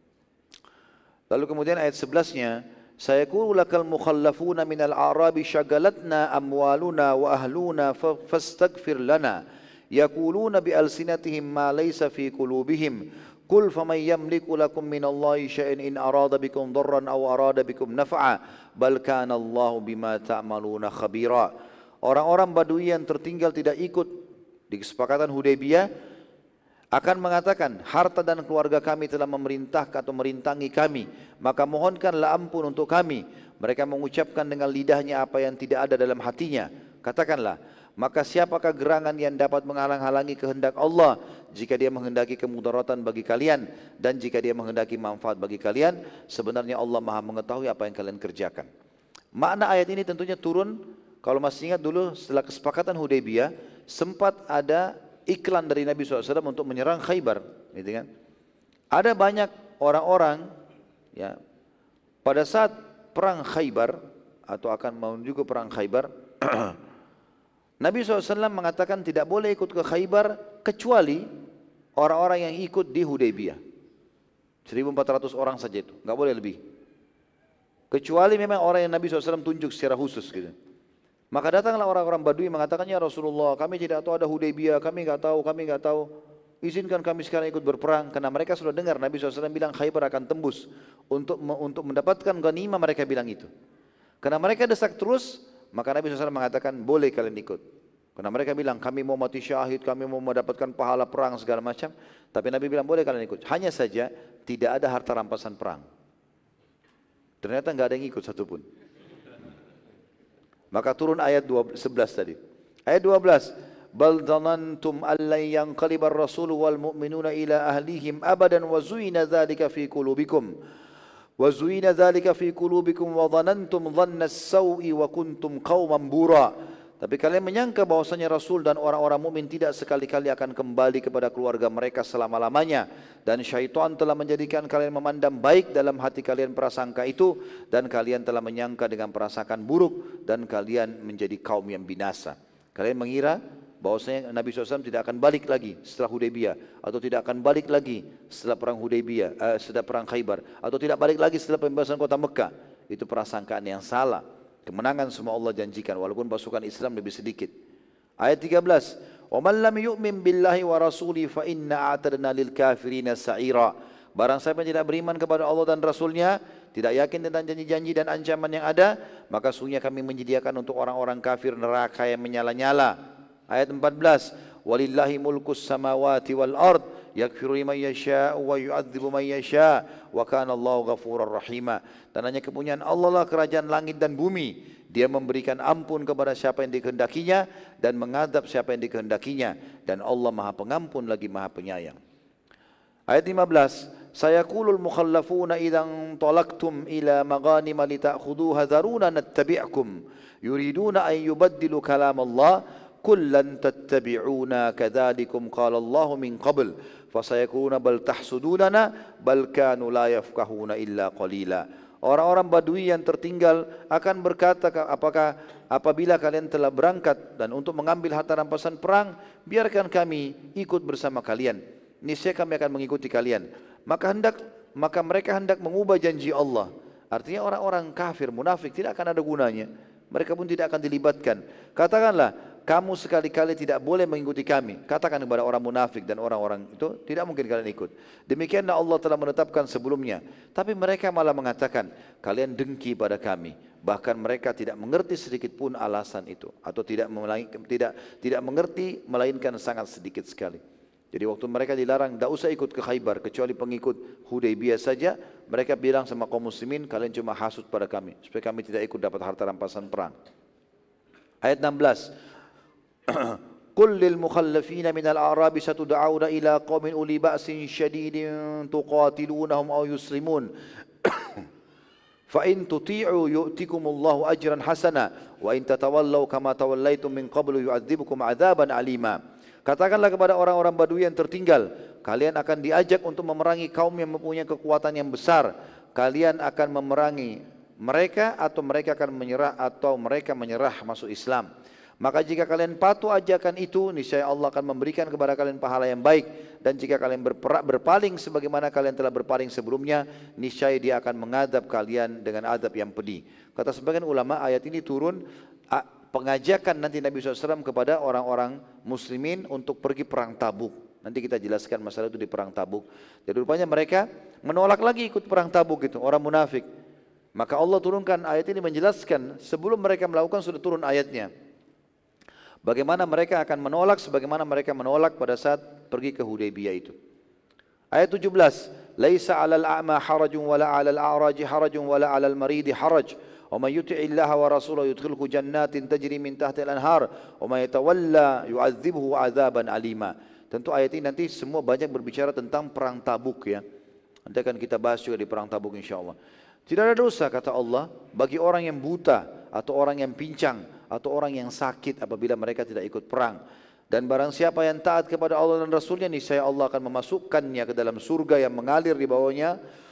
Lalu kemudian ayat sebelasnya, sayaqulu lakal mukhallafuna minal a'rabi syagalatna amwaluna wa ahluna fastaghfir lana yaquluna bi alsinatihim ma laysa fi qulubihim qul faman yamliku lakum minallahi syai'an in arada bikum dharran aw arada bikum naf'a bal kana Allahu bima ta'maluna khabira. Orang-orang Badui yang tertinggal tidak ikut di kesepakatan Hudaybiyah akan mengatakan, harta dan keluarga kami telah memerintahkan atau merintangi kami, maka mohonkanlah ampun untuk kami. Mereka mengucapkan dengan lidahnya apa yang tidak ada dalam hatinya. Katakanlah, maka siapakah gerangan yang dapat menghalang-halangi kehendak Allah jika dia menghendaki kemudaratan bagi kalian dan jika dia menghendaki manfaat bagi kalian? Sebenarnya Allah maha mengetahui apa yang kalian kerjakan. Makna ayat ini tentunya turun, kalau masih ingat dulu setelah kesepakatan Hudaybiyah sempat ada iklan dari Nabi shallallahu alaihi wasallam untuk menyerang Khaybar, gitu kan? Ada banyak orang-orang, ya, pada saat perang Khaybar atau akan menuju ke perang Khaybar, Nabi shallallahu alaihi wasallam mengatakan tidak boleh ikut ke Khaybar kecuali orang-orang yang ikut di Hudaybiyah. seribu empat ratus orang saja itu, nggak boleh lebih. Kecuali memang orang yang Nabi shallallahu alaihi wasallam tunjuk secara khusus gitu. Maka datanglah orang-orang Badui mengatakan, ya Rasulullah, kami tidak tahu ada Hudaybiyah, kami nggak tahu, kami nggak tahu. Izinkan kami sekarang ikut berperang, karena mereka sudah dengar Nabi shallallahu alaihi wasallam bilang Khaybar akan tembus untuk untuk mendapatkan ghanimah. Mereka bilang itu. Karena mereka desak terus, maka Nabi shallallahu alaihi wasallam mengatakan boleh kalian ikut. Karena mereka bilang kami mau mati syahid, kami mau mendapatkan pahala perang segala macam. Tapi Nabi bilang boleh kalian ikut. Hanya saja tidak ada harta rampasan perang. Ternyata nggak ada yang ikut satupun. Maka turun ayat sebelas tadi. Ayat dua belas. Bal dhanantum allan yanqaliba ar-rasul wal mu'minuna ila ahlihim abadan wa zuina dzalika fi qulubikum. Wa zuina dzalika fi qulubikum wa dhanantum dhanna as-sau'i wa kuntum qauman bura. Tapi kalian menyangka bahwasanya Rasul dan orang-orang mukmin tidak sekali-kali akan kembali kepada keluarga mereka selama-lamanya, dan syaitan telah menjadikan kalian memandang baik dalam hati kalian prasangka itu, dan kalian telah menyangka dengan prasangka buruk, dan kalian menjadi kaum yang binasa. Kalian mengira bahwasanya Nabi shallallahu alaihi wasallam tidak akan balik lagi setelah Hudaybiyah, atau tidak akan balik lagi setelah perang Hudaybiyah, eh, setelah perang Khaybar, atau tidak balik lagi setelah pembebasan kota Mekah. Itu prasangkaan yang salah. Kemenangan semua Allah janjikan walaupun pasukan Islam lebih sedikit. Ayat tiga belas. "Wa man lam yu'min billahi wa rasuli fa inna a'tadna lil kafirina sa'ira." Barang siapa yang tidak beriman kepada Allah dan Rasulnya, tidak yakin tentang janji-janji dan ancaman yang ada, maka sungguhnya kami menyediakan untuk orang-orang kafir neraka yang menyala-nyala. Ayat empat belas. "Walillahi mulkus samawati wal ard, yaghfiru liman yasha' wa yu'adzibu man yasha' wa kana Allahu ghafurur rahima." Dan hanya kepunyaan Allah lah kerajaan langit dan bumi. Dia memberikan ampun kepada siapa yang dikehendakinya dan mengadab siapa yang dikehendakinya, dan Allah Maha Pengampun lagi Maha Penyayang. Ayat lima belas. "Sayaqulul mukhallafuna idzan talaqtum ila maghanima lita'khuduha dharuna nattabi'kum yuriduna an yubaddilu kalam Allah kullan tattabi'una kadzalikum qala Allahu min qabl fasayaquluna bal tahsudunana bal kanu la yafqahuna illa qalila." Orang-orang Badui yang tertinggal akan berkata, apakah apabila kalian telah berangkat dan untuk mengambil harta rampasan perang, biarkan kami ikut bersama kalian, niscaya kami akan mengikuti kalian. Maka hendak maka mereka hendak mengubah janji Allah. Artinya orang-orang kafir munafik tidak akan ada gunanya. Mereka pun tidak akan dilibatkan. Katakanlah, kamu sekali-kali tidak boleh mengikuti kami. Katakan kepada orang munafik dan orang-orang itu, tidak mungkin kalian ikut. Demikianlah Allah telah menetapkan sebelumnya. Tapi mereka malah mengatakan, kalian dengki pada kami. Bahkan mereka tidak mengerti sedikit pun alasan itu, atau tidak tidak tidak mengerti melainkan sangat sedikit sekali. Jadi waktu mereka dilarang, tidak usah ikut ke Khaybar kecuali pengikut Hudaybiyah saja, mereka bilang sama kaum muslimin, kalian cuma hasut pada kami supaya kami tidak ikut dapat harta rampasan perang. Ayat enam belas. Qul lil mukhallafina minal a'rabi satud'auna ila qaumin uli ba'sin syadidin tuqatilunahum aw yuslimun fa in tuti'u yu'tikumullahu ajran hasana wa in tatawallaw kama tawallaitum min qablu yu'adzibukum 'adzaban 'alima. Katakanlah kepada orang-orang Badui yang tertinggal, kalian akan diajak untuk memerangi kaum yang mempunyai kekuatan yang besar. Kalian akan memerangi mereka atau mereka akan menyerah atau mereka menyerah masuk Islam. Maka jika kalian patuh ajakan itu, niscaya Allah akan memberikan kepada kalian pahala yang baik. Dan jika kalian berpaling sebagaimana kalian telah berpaling sebelumnya, niscaya Dia akan mengadab kalian dengan adab yang pedih. Kata sebagian ulama, ayat ini turun pengajakan nanti Nabi shallallahu alaihi wasallam kepada orang-orang muslimin untuk pergi perang Tabuk. Nanti kita jelaskan masalah itu di perang Tabuk. Jadi rupanya mereka menolak lagi ikut perang Tabuk itu, orang munafik. Maka Allah turunkan ayat ini menjelaskan, sebelum mereka melakukan sudah turun ayatnya. Bagaimana mereka akan menolak sebagaimana mereka menolak pada saat pergi ke Hudaybiyah itu. Ayat tujuh belas. Laisa 'alal a'ma harajun wala 'alal a'raji harajun wala 'alal maridi haraj. Wa may yuti'illaha wa rasulahu yudkhilhu jannatin tajri min tahtiha al-anhar wa may yatawalla yu'adzibhu 'adzaban 'alima. Tentu ayat ini nanti semua banyak berbicara tentang perang Tabuk ya. Nanti akan kita bahas juga di perang Tabuk insyaallah. Tidak ada dosa kata Allah bagi orang yang buta atau orang yang pincang atau orang yang sakit apabila mereka tidak ikut perang. Dan barang siapa yang taat kepada Allah dan Rasulnya, niscaya Allah akan memasukkannya ke dalam surga yang mengalir di bawahnya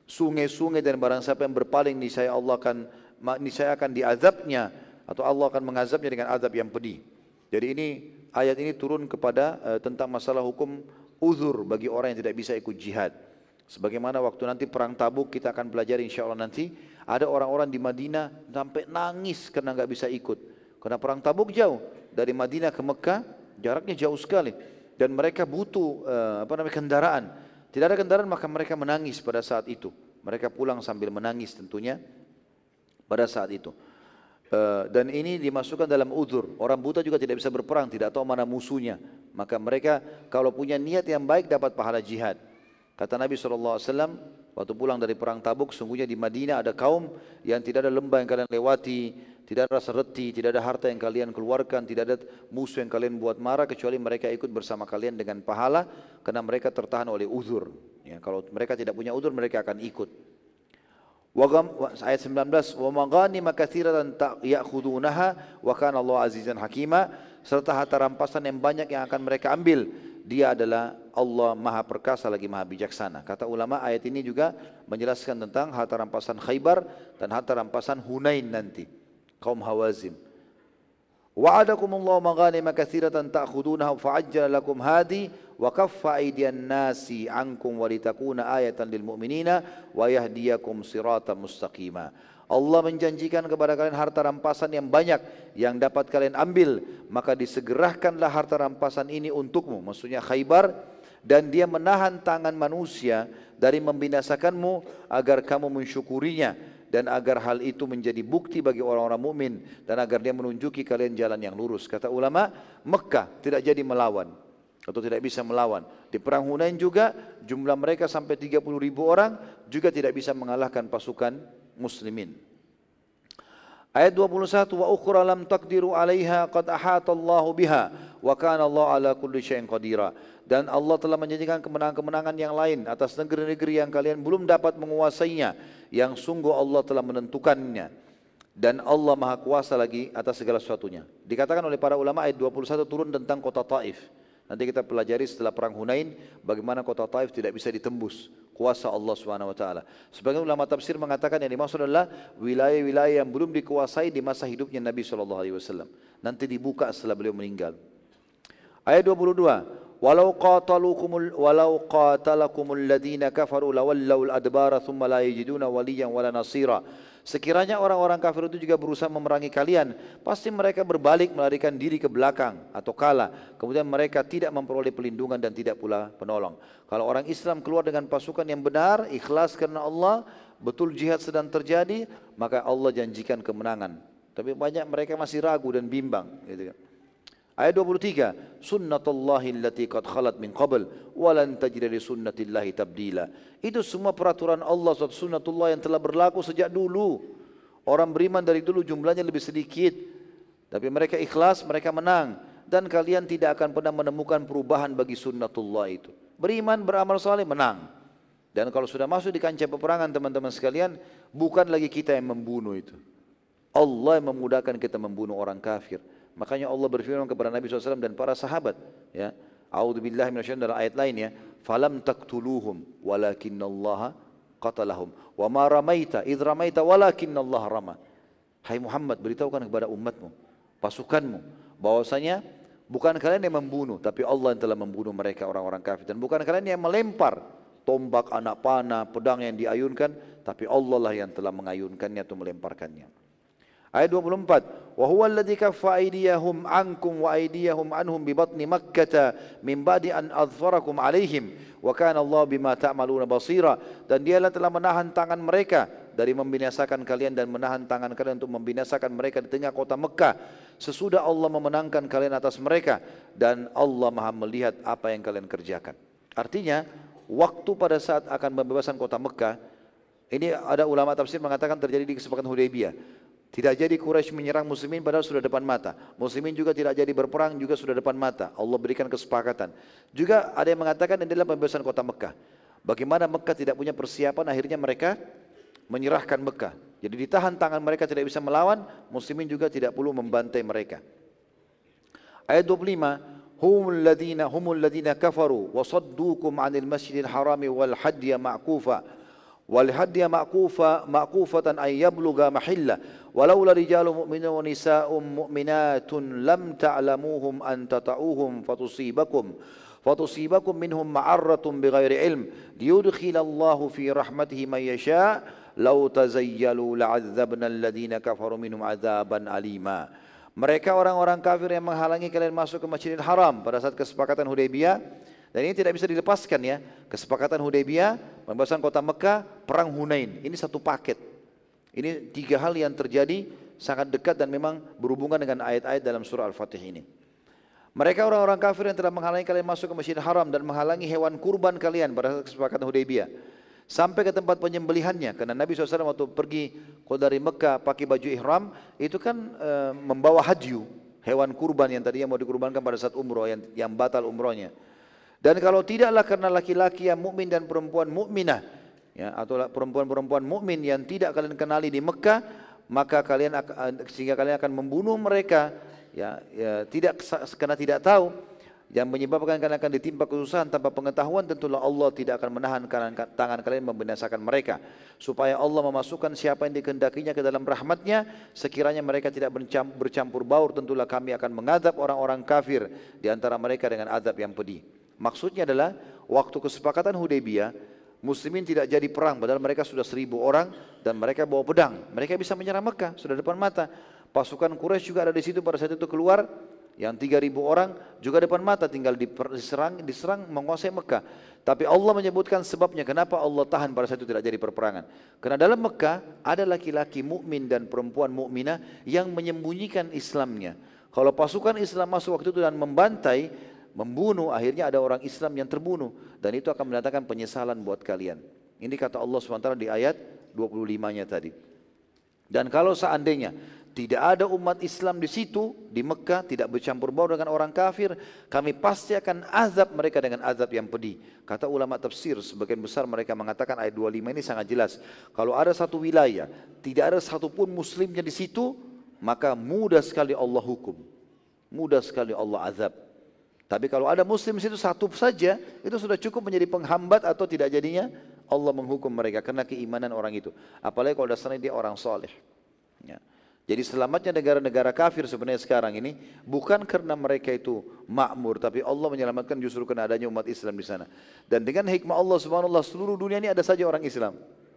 sungai-sungai dan barang siapa yang berpaling niscaya Allah akan niscaya akan diazabnya atau Allah akan mengazabnya dengan azab yang pedih. Jadi ini ayat ini turun kepada uh, tentang masalah hukum uzur bagi orang yang tidak bisa ikut jihad. Sebagaimana waktu nanti perang Tabuk kita akan pelajari insyaallah nanti, ada orang-orang di Madinah sampai nangis karena nggak bisa ikut. Karena perang Tabuk jauh dari Madinah ke Mekah, jaraknya jauh sekali dan mereka butuh uh, apa namanya kendaraan. Tidak ada kendaraan maka mereka menangis pada saat itu. Mereka pulang sambil menangis tentunya pada saat itu. Uh, dan ini dimasukkan dalam uzur. Orang buta juga tidak bisa berperang, tidak tahu mana musuhnya. Maka mereka kalau punya niat yang baik dapat pahala jihad. Kata Nabi shallallahu alaihi wasallam waktu pulang dari perang Tabuk, sungguhnya di Madinah ada kaum yang tidak ada lembah yang kalian lewati, tidak ada rasa reti, tidak ada harta yang kalian keluarkan, tidak ada musuh yang kalian buat marah kecuali mereka ikut bersama kalian dengan pahala karena mereka tertahan oleh uzur. Ya, kalau mereka tidak punya uzur mereka akan ikut. Ayat sembilan belas, wa maghanima katsiratan ya'khudunaha wa kana Allah azizan hakima, serta harta rampasan yang banyak yang akan mereka ambil. Dia adalah Allah Maha Perkasa lagi Maha Bijaksana. Kata ulama ayat ini juga menjelaskan tentang harta rampasan Khaybar dan harta rampasan Hunain nanti, kaum Hawazin. Wa'adakumullahu maghanima katsiratan ta'khudunaha fa'ajjala lakum hadi wa kaffa aydiyan nasi 'ankum wa litakuna ayatan lil mu'minina wa yahdiyakum siratan mustaqima. Allah menjanjikan kepada kalian harta rampasan yang banyak yang dapat kalian ambil, maka disegerakanlah harta rampasan ini untukmu, maksudnya Khaybar, dan dia menahan tangan manusia dari membinasakanmu agar kamu mensyukurinya dan agar hal itu menjadi bukti bagi orang-orang mukmin dan agar dia menunjuki kalian jalan yang lurus. Kata ulama, Mekah tidak jadi melawan atau tidak bisa melawan. Di perang Hunain juga jumlah mereka sampai tiga puluh ribu orang juga tidak bisa mengalahkan pasukan muslimin. Ayat dua puluh satu, wa ukhra lam taqdiru 'alaiha qad ahatallahu biha wa kana Allah ala kulli syai'in qadira. Dan Allah telah menjanjikan kemenangan-kemenangan yang lain atas negeri-negeri yang kalian belum dapat menguasainya, yang sungguh Allah telah menentukannya. Dan Allah Maha Kuasa lagi atas segala sesuatunya. Dikatakan oleh para ulama ayat dua puluh satu turun tentang kota Taif. Nanti kita pelajari setelah perang Hunain bagaimana kota Taif tidak bisa ditembus, kuasa Allah Subhanahu wa taala. Sebagian ulama tafsir mengatakan yang dimaksud adalah wilayah-wilayah yang belum dikuasai di masa hidupnya Nabi sallallahu alaihi wasallam. Nanti dibuka setelah beliau meninggal. Ayat dua puluh dua, walau qatalukumul walau qatalakumul ladina kafaru lawallaul adbara thumma la yajiduna waliyan wala nasira. Sekiranya orang-orang kafir itu juga berusaha memerangi kalian, pasti mereka berbalik melarikan diri ke belakang atau kalah. Kemudian mereka tidak memperoleh pelindungan dan tidak pula penolong. Kalau orang Islam keluar dengan pasukan yang benar, ikhlas karena Allah, betul jihad sedang terjadi, maka Allah janjikan kemenangan. Tapi banyak mereka masih ragu dan bimbang. Gitu kan. Ayat dua puluh tiga, sunnatullahi allati qad khalat min qabl wa lan tajida li sunnatillahi tabdila. Itu semua peraturan Allah, suatu sunnatullah yang telah berlaku sejak dulu. Orang beriman dari dulu jumlahnya lebih sedikit, tapi mereka ikhlas, mereka menang, dan kalian tidak akan pernah menemukan perubahan bagi sunnatullah itu. Beriman, beramal saleh, menang. Dan kalau sudah masuk di kancah peperangan teman-teman sekalian, bukan lagi kita yang membunuh itu. Allah yang memudahkan kita membunuh orang kafir. Makanya Allah berfirman kepada Nabi shallallahu alaihi wasallam dan para sahabat, ya, a'udzubillahi minasyaitonir dalam ayat lain, ya, falam taqtuluhum walakinallaha qatalahum wa ma ramaita idh ramaita walakinallaha rama. Hai Muhammad, beritahukan kepada umatmu, pasukanmu, bahwasanya bukan kalian yang membunuh, tapi Allah yang telah membunuh mereka orang-orang kafir, dan bukan kalian yang melempar tombak, anak panah, pedang yang diayunkan, tapi Allah lah yang telah mengayunkannya atau melemparkannya. Ayat dua puluh empat, wa huwa alladzi kaffa aydiyahum ankum wa aydiyahum anhum bi batni makkah min ba'di an adfarakum alaihim wa kana Allah bima ta'maluna basira. Dan dialah telah menahan tangan mereka dari membinasakan kalian dan menahan tangan kalian untuk membinasakan mereka di tengah kota Mekah sesudah Allah memenangkan kalian atas mereka, dan Allah Maha melihat apa yang kalian kerjakan. Artinya waktu pada saat akan pembebasan kota Mekah ini, ada ulama tafsir mengatakan terjadi di kesepakatan Hudaybiyah. Tidak jadi Quraisy menyerang muslimin padahal sudah depan mata. Muslimin juga tidak jadi berperang juga sudah depan mata. Allah berikan kesepakatan. Juga ada yang mengatakan ini adalah pembebasan kota Mekah. Bagaimana Mekah tidak punya persiapan, akhirnya mereka menyerahkan Mekah. Jadi ditahan tangan mereka tidak bisa melawan, muslimin juga tidak perlu membantai mereka. Ayat dua puluh lima, humul ladina humul ladina kafaru wa saddukum 'anil masjidil harami wal hadya ma'kufa wal hadiya ma'kufa ma'kufatan ay yablugha mahilla walaula rijalun mu'minun wa nisa'un mu'minatun lam ta'lamuhum an tata'uhum fatusibakum fatusibakum minhum ma'arratun bighairi ilm liyudkhilallahu fi rahmatihi man yasha' law tazayyalu la'adzabna alladhina kafaru minhum 'adzaban alima. Mereka orang-orang kafir yang menghalangi kalian masuk ke Masjidil Haram pada saat kesepakatan Hudaybiyah, dan ini tidak bisa dilepaskan ya. Kesepakatan Hudaybiyah, pembebasan kota Mekah, perang Hunain, ini satu paket. Ini tiga hal yang terjadi sangat dekat dan memang berhubungan dengan ayat-ayat dalam surah Al-Fatih ini. Mereka orang-orang kafir yang telah menghalangi kalian masuk ke Masjidil Haram dan menghalangi hewan kurban kalian pada saat kesepakatan Hudaybiyah sampai ke tempat penyembelihannya, karena Nabi shallallahu alaihi wasallam waktu pergi dari Mekah pakai baju ihram itu kan e, membawa hadyu, hewan kurban yang tadinya mau dikurbankan pada saat umroh yang, yang batal umrohnya. Dan kalau tidaklah karena laki-laki yang mukmin dan perempuan mukminah ya, atau perempuan-perempuan mukmin yang tidak kalian kenali di Mekah, maka kalian sehingga kalian akan membunuh mereka ya, ya tidak karena tidak tahu, yang menyebabkan kalian akan ditimpa kesusahan tanpa pengetahuan, tentulah Allah tidak akan menahan tangan kalian membinasakan mereka, supaya Allah memasukkan siapa yang dikehendakinya ke dalam rahmatnya. Sekiranya mereka tidak bercampur baur, tentulah kami akan mengadab orang-orang kafir di antara mereka dengan adab yang pedih. Maksudnya adalah waktu kesepakatan Hudaybiyah, muslimin tidak jadi perang, padahal mereka sudah seribu orang dan mereka bawa pedang, mereka bisa menyerang Mekah, sudah depan mata. Pasukan Quraisy juga ada di situ pada saat itu keluar, yang tiga ribu orang juga depan mata, tinggal diserang, diserang menguasai Mekah. Tapi Allah menyebutkan sebabnya kenapa Allah tahan pada saat itu tidak jadi perperangan. Karena dalam Mekah ada laki-laki mukmin dan perempuan mukminah yang menyembunyikan Islamnya. Kalau pasukan Islam masuk waktu itu dan membantai, membunuh, akhirnya ada orang Islam yang terbunuh, dan itu akan mendatangkan penyesalan buat kalian. Ini kata Allah subhanahu wa taala di ayat dua puluh lima-nya tadi. Dan kalau seandainya tidak ada umat Islam di situ, di Mekah, tidak bercampur baur dengan orang kafir, kami pasti akan azab mereka dengan azab yang pedih. Kata ulama tafsir, sebagian besar mereka mengatakan ayat dua puluh lima ini sangat jelas. Kalau ada satu wilayah, tidak ada satupun muslimnya di situ, maka mudah sekali Allah hukum. Mudah sekali Allah azab. Tapi kalau ada muslim di situ satu saja, itu sudah cukup menjadi penghambat atau tidak jadinya Allah menghukum mereka karena keimanan orang itu. Apalagi kalau dasarnya dia orang soleh. Ya. Jadi selamatnya negara-negara kafir sebenarnya sekarang ini bukan karena mereka itu makmur, tapi Allah menyelamatkan justru karena adanya umat Islam di sana. Dan dengan hikmah Allah subhanahu wa taala, seluruh dunia ini ada saja orang Islam.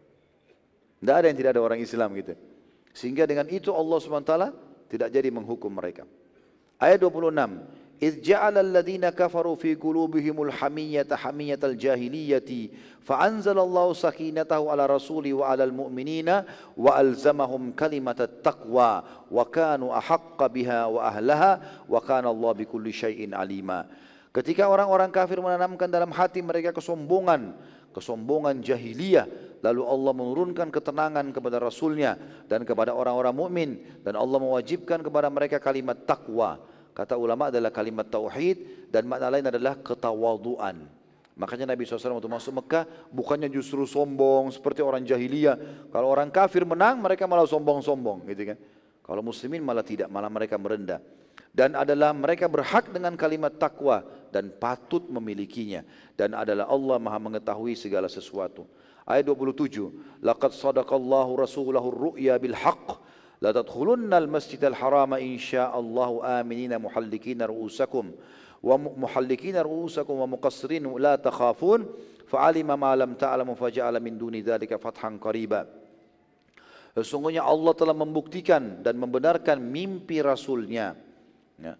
Tidak ada yang tidak ada orang Islam gitu. Sehingga dengan itu Allah subhanahu wa taala tidak jadi menghukum mereka. Ayat dua puluh enam. إذ جعل الذين كفروا في قلوبهم الحمية حمية الجاهلية فأنزل الله سكينته على رسوله وعلى المؤمنين وألزمهم كلمة التقوى وكانوا أحق بها وأهلها وكان الله بكل شيء عليما. Ketika orang-orang kafir menanamkan dalam hati mereka kesombongan, kesombongan jahiliyah, lalu Allah menurunkan ketenangan kepada Rasulnya dan kepada orang-orang mukmin, dan Allah mewajibkan kepada mereka kalimat takwa. Kata ulama adalah kalimat tauhid, dan makna lain adalah ketawaduan. Makanya Nabi shallallahu alaihi wasallam waktu masuk Mekah bukannya justru sombong seperti orang jahiliyah. Kalau orang kafir menang mereka malah sombong-sombong gitu kan. Kalau muslimin malah tidak, malah mereka merendah. Dan adalah mereka berhak dengan kalimat takwa dan patut memilikinya. Dan adalah Allah Maha mengetahui segala sesuatu. Ayat dua puluh tujuh. Laqad sadaqallahu rasulahu ar-ru'ya bil haqq. La tadkhulunnal masjidal harama insyaallahu aminina muhallikina ru'usakum wa muhallikina ru'usakum wa muqassirin la takhafun fa'alima ma lam ta'lamu faja'ala min duni dzalika fathan qariba. Sesungguhnya Allah telah membuktikan dan membenarkan mimpi Rasulnya, ya.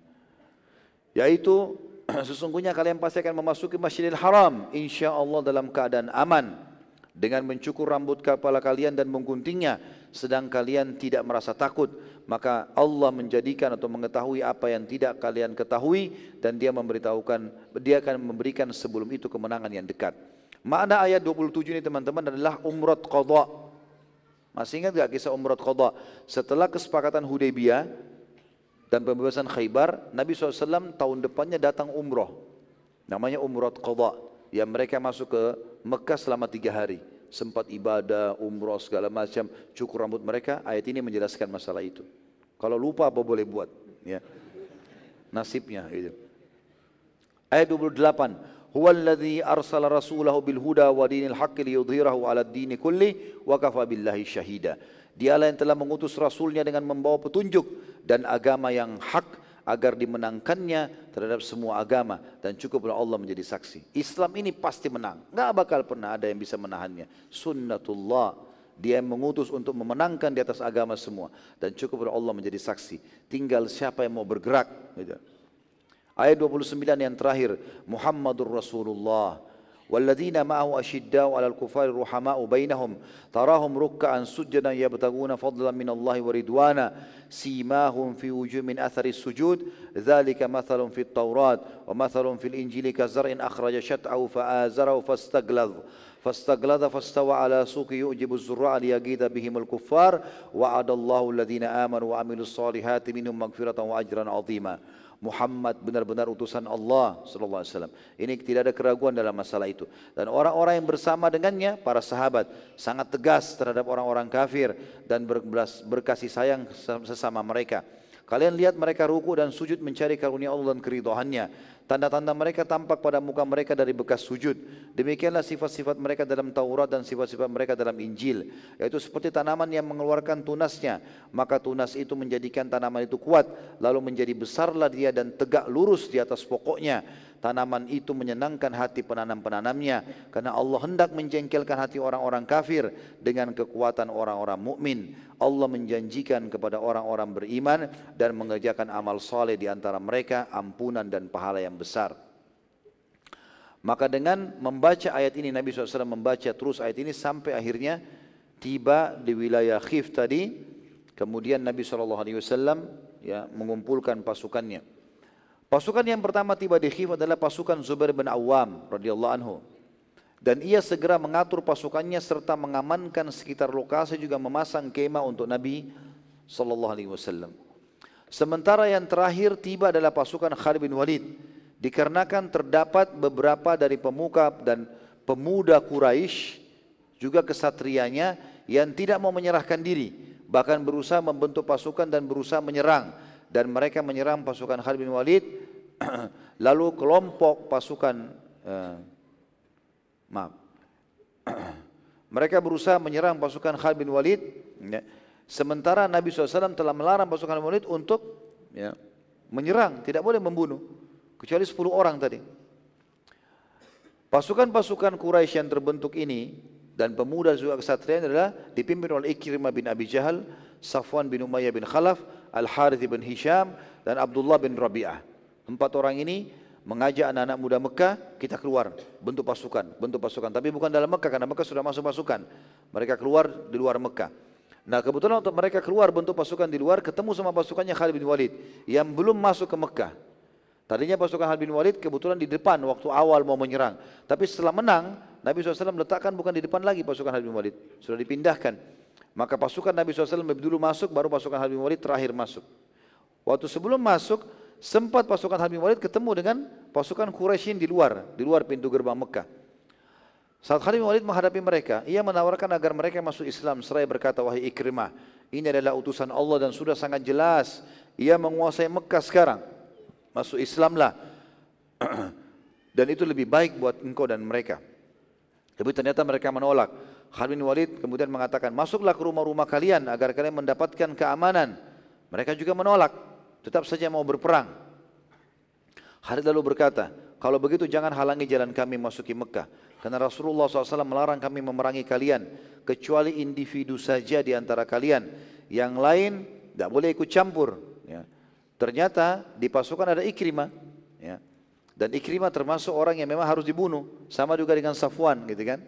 Yaitu sesungguhnya kalian pasti akan memasuki Masjidil Haram insyaallah dalam keadaan aman, dengan mencukur rambut kepala kalian dan mengguntingnya, sedang kalian tidak merasa takut. Maka Allah menjadikan atau mengetahui apa yang tidak kalian ketahui, dan dia memberitahukan, dia akan memberikan sebelum itu kemenangan yang dekat. Makna ayat dua puluh tujuh ini teman-teman adalah umrah qadha. Masih ingat gak kisah umrah qadha? Setelah kesepakatan Hudaybiyah dan pembebasan Khaybar, Nabi shallallahu alaihi wasallam tahun depannya datang umrah, namanya umrah qadha, yang mereka masuk ke Mekah selama tiga hari, sempat ibadah, umrah segala macam, cukur rambut mereka. Ayat ini menjelaskan masalah itu. Kalau lupa apa boleh buat, ya nasibnya itu. Ayat dua puluh delapan. Huwallazi arsala rasulahu bil huda wa dinil haqqi liyudhhirahu 'alad dini kulli wa kafa billahi syahida. Dialah yang telah mengutus rasulnya dengan membawa petunjuk dan agama yang hak agar dimenangkannya terhadap semua agama, dan cukuplah Allah menjadi saksi. Islam ini pasti menang, enggak bakal pernah ada yang bisa menahannya. Sunnatullah, Dia yang mengutus untuk memenangkan di atas agama semua, dan cukuplah Allah menjadi saksi. Tinggal siapa yang mau bergerak. Ayat dua puluh sembilan yang terakhir, Muhammadur Rasulullah والذين معه أشداء على الكفار رحماء بينهم تراهم ركعا سجدا يبتغون فضلا من الله ورضوانا سيماهم في وجوه من أثر السجود ذلك مثل في التوراة ومثل في الإنجيل كزرع أخرج شطأه فآزره فاستغلظ فاستغلظ فاستوى على سوقه يعجب الزراع ليغيظ بهم الكفار وعد الله الذين آمنوا وعملوا الصالحات منهم مغفرة وأجرا عظيما. Muhammad benar-benar utusan Allah sallallahu alaihi wasallam. Ini tidak ada keraguan dalam masalah itu. Dan orang-orang yang bersama dengannya, para sahabat, sangat tegas terhadap orang-orang kafir dan berkasih sayang sesama mereka. Kalian lihat mereka ruku dan sujud mencari karunia Allah dan keridhaannya. Tanda-tanda mereka tampak pada muka mereka dari bekas sujud. Demikianlah sifat-sifat mereka dalam Taurat dan sifat-sifat mereka dalam Injil. Yaitu seperti tanaman yang mengeluarkan tunasnya. Maka tunas itu menjadikan tanaman itu kuat. Lalu menjadi besarlah dia dan tegak lurus di atas pokoknya. Tanaman itu menyenangkan hati penanam-penanamnya. Karena Allah hendak menjengkelkan hati orang-orang kafir dengan kekuatan orang-orang mukmin. Allah menjanjikan kepada orang-orang beriman dan mengerjakan amal saleh di antara mereka ampunan dan pahala yang besar. Maka dengan membaca ayat ini, Nabi shallallahu alaihi wasallam membaca terus ayat ini sampai akhirnya tiba di wilayah Khif tadi. Kemudian Nabi shallallahu alaihi wasallam ya mengumpulkan pasukannya. Pasukan yang pertama tiba di Khif adalah pasukan Zubair bin Awam radhiyallahu anhu. Dan ia segera mengatur pasukannya serta mengamankan sekitar lokasi, juga memasang kemah untuk Nabi sallallahu alaihi wasallam. Sementara yang terakhir tiba adalah pasukan Khalid bin Walid, dikarenakan terdapat beberapa dari pemuka dan pemuda Quraisy juga kesatrianya yang tidak mau menyerahkan diri, bahkan berusaha membentuk pasukan dan berusaha menyerang, dan mereka menyerang pasukan Khalid bin Walid. Lalu kelompok pasukan uh, maaf mereka berusaha menyerang pasukan Khalid bin Walid, ya. Sementara Nabi shallallahu alaihi wasallam telah melarang pasukan Khalid bin Walid untuk ya, menyerang, tidak boleh membunuh kecuali sepuluh orang tadi. Pasukan-pasukan Quraisy yang terbentuk ini dan pemuda juga kesatriaan adalah dipimpin oleh Ikrimah bin Abi Jahal, Safwan bin Umayyah bin Khalaf, Al-Harith bin Hisham, dan Abdullah bin Rabi'ah. Empat orang ini mengajak anak-anak muda Mekah, kita keluar, bentuk pasukan, bentuk pasukan. Tapi bukan dalam Mekah, karena Mekah sudah masuk pasukan. Mereka keluar di luar Mekah. Nah kebetulan untuk mereka keluar bentuk pasukan di luar, ketemu sama pasukannya Khalid bin Walid yang belum masuk ke Mekah. Tadinya pasukan Khalid bin Walid kebetulan di depan waktu awal mau menyerang. Tapi setelah menang, Nabi shallallahu alaihi wasallam letakkan bukan di depan lagi pasukan Khalid bin Walid. Sudah dipindahkan. Maka pasukan Nabi shallallahu alaihi wasallam lebih dulu masuk, baru pasukan Khalid bin Walid terakhir masuk. Waktu sebelum masuk, sempat pasukan Khalid bin Walid ketemu dengan pasukan Quraisy di luar, di luar pintu gerbang Mekah. Saat Khalid bin Walid menghadapi mereka, ia menawarkan agar mereka masuk Islam seraya berkata, wahai Ikrimah, ini adalah utusan Allah dan sudah sangat jelas, ia menguasai Mekah sekarang, masuk Islamlah. Dan itu lebih baik buat engkau dan mereka. Tapi ternyata mereka menolak. Khalid bin Walid kemudian mengatakan, masuklah ke rumah-rumah kalian agar kalian mendapatkan keamanan. Mereka juga menolak, tetap saja mau berperang. Khalid lalu berkata, kalau begitu jangan halangi jalan kami masuki Mekah. Karena Rasulullah shallallahu alaihi wasallam melarang kami memerangi kalian, kecuali individu saja di antara kalian. Yang lain tidak boleh ikut campur. Ya. Ternyata di pasukan ada Ikrimah. Ya. Dan Ikrimah termasuk orang yang memang harus dibunuh. Sama juga dengan Safwan, gitu kan.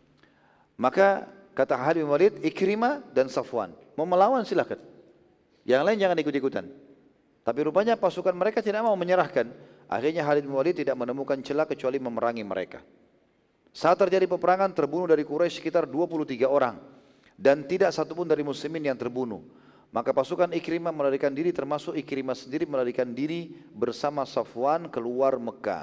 Maka kata Khalid bin Walid, Ikrimah dan Safwan mau melawan silakan. Yang lain jangan ikut-ikutan. Tapi rupanya pasukan mereka tidak mau menyerahkan. Akhirnya Khalid bin Walid tidak menemukan celah kecuali memerangi mereka. Saat terjadi peperangan, terbunuh dari Quraisy sekitar dua puluh tiga orang. Dan tidak satupun dari muslimin yang terbunuh. Maka pasukan Ikrimah melarikan diri, termasuk Ikrimah sendiri melarikan diri bersama Safwan keluar Mekah.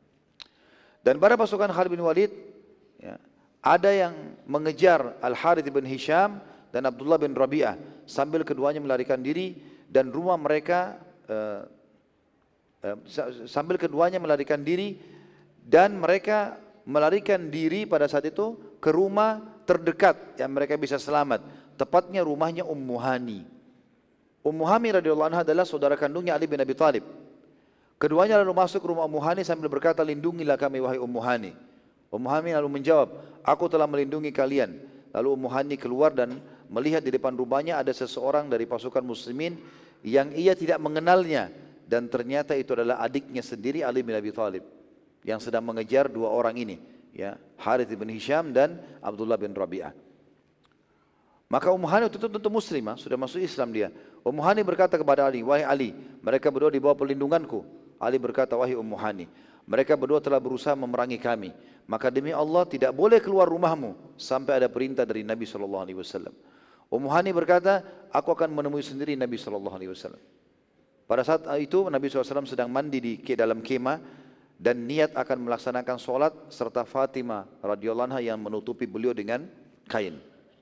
Dan pada pasukan Khalid bin Walid, ya, ada yang mengejar Al-Harith bin Hisham dan Abdullah bin Rabi'ah. Sambil keduanya melarikan diri dan rumah mereka, uh, uh, sambil keduanya melarikan diri dan mereka melarikan diri pada saat itu ke rumah terdekat yang mereka bisa selamat, tepatnya rumahnya Ummu Hani. Ummu Hani radhiyallahu anha adalah saudara kandungnya Ali bin Abi Thalib. Keduanya lalu masuk ke rumah Ummu Hani sambil berkata, lindungilah kami wahai Ummu Hani. Ummu Hani lalu menjawab, aku telah melindungi kalian. Lalu Ummu Hani keluar dan melihat di depan rumahnya ada seseorang dari pasukan muslimin yang ia tidak mengenalnya, dan ternyata itu adalah adiknya sendiri Ali bin Abi Thalib yang sedang mengejar dua orang ini, ya, Harith bin Hisham dan Abdullah bin Rabi'ah. Maka Ummu Hani itu tentu muslimah, sudah masuk Islam dia. Ummu Hani berkata kepada Ali, wahai Ali, mereka berdua di bawah perlindunganku. Ali berkata, wahai Ummu Hani, mereka berdua telah berusaha memerangi kami. Maka demi Allah tidak boleh keluar rumahmu sampai ada perintah dari Nabi shallallahu alaihi wasallam. Ummu Hani berkata, aku akan menemui sendiri Nabi shallallahu alaihi wasallam. Pada saat itu Nabi shallallahu alaihi wasallam sedang mandi di dalam kemah dan niat akan melaksanakan sholat serta Fatimah radhiyallahu anha yang menutupi beliau dengan kain.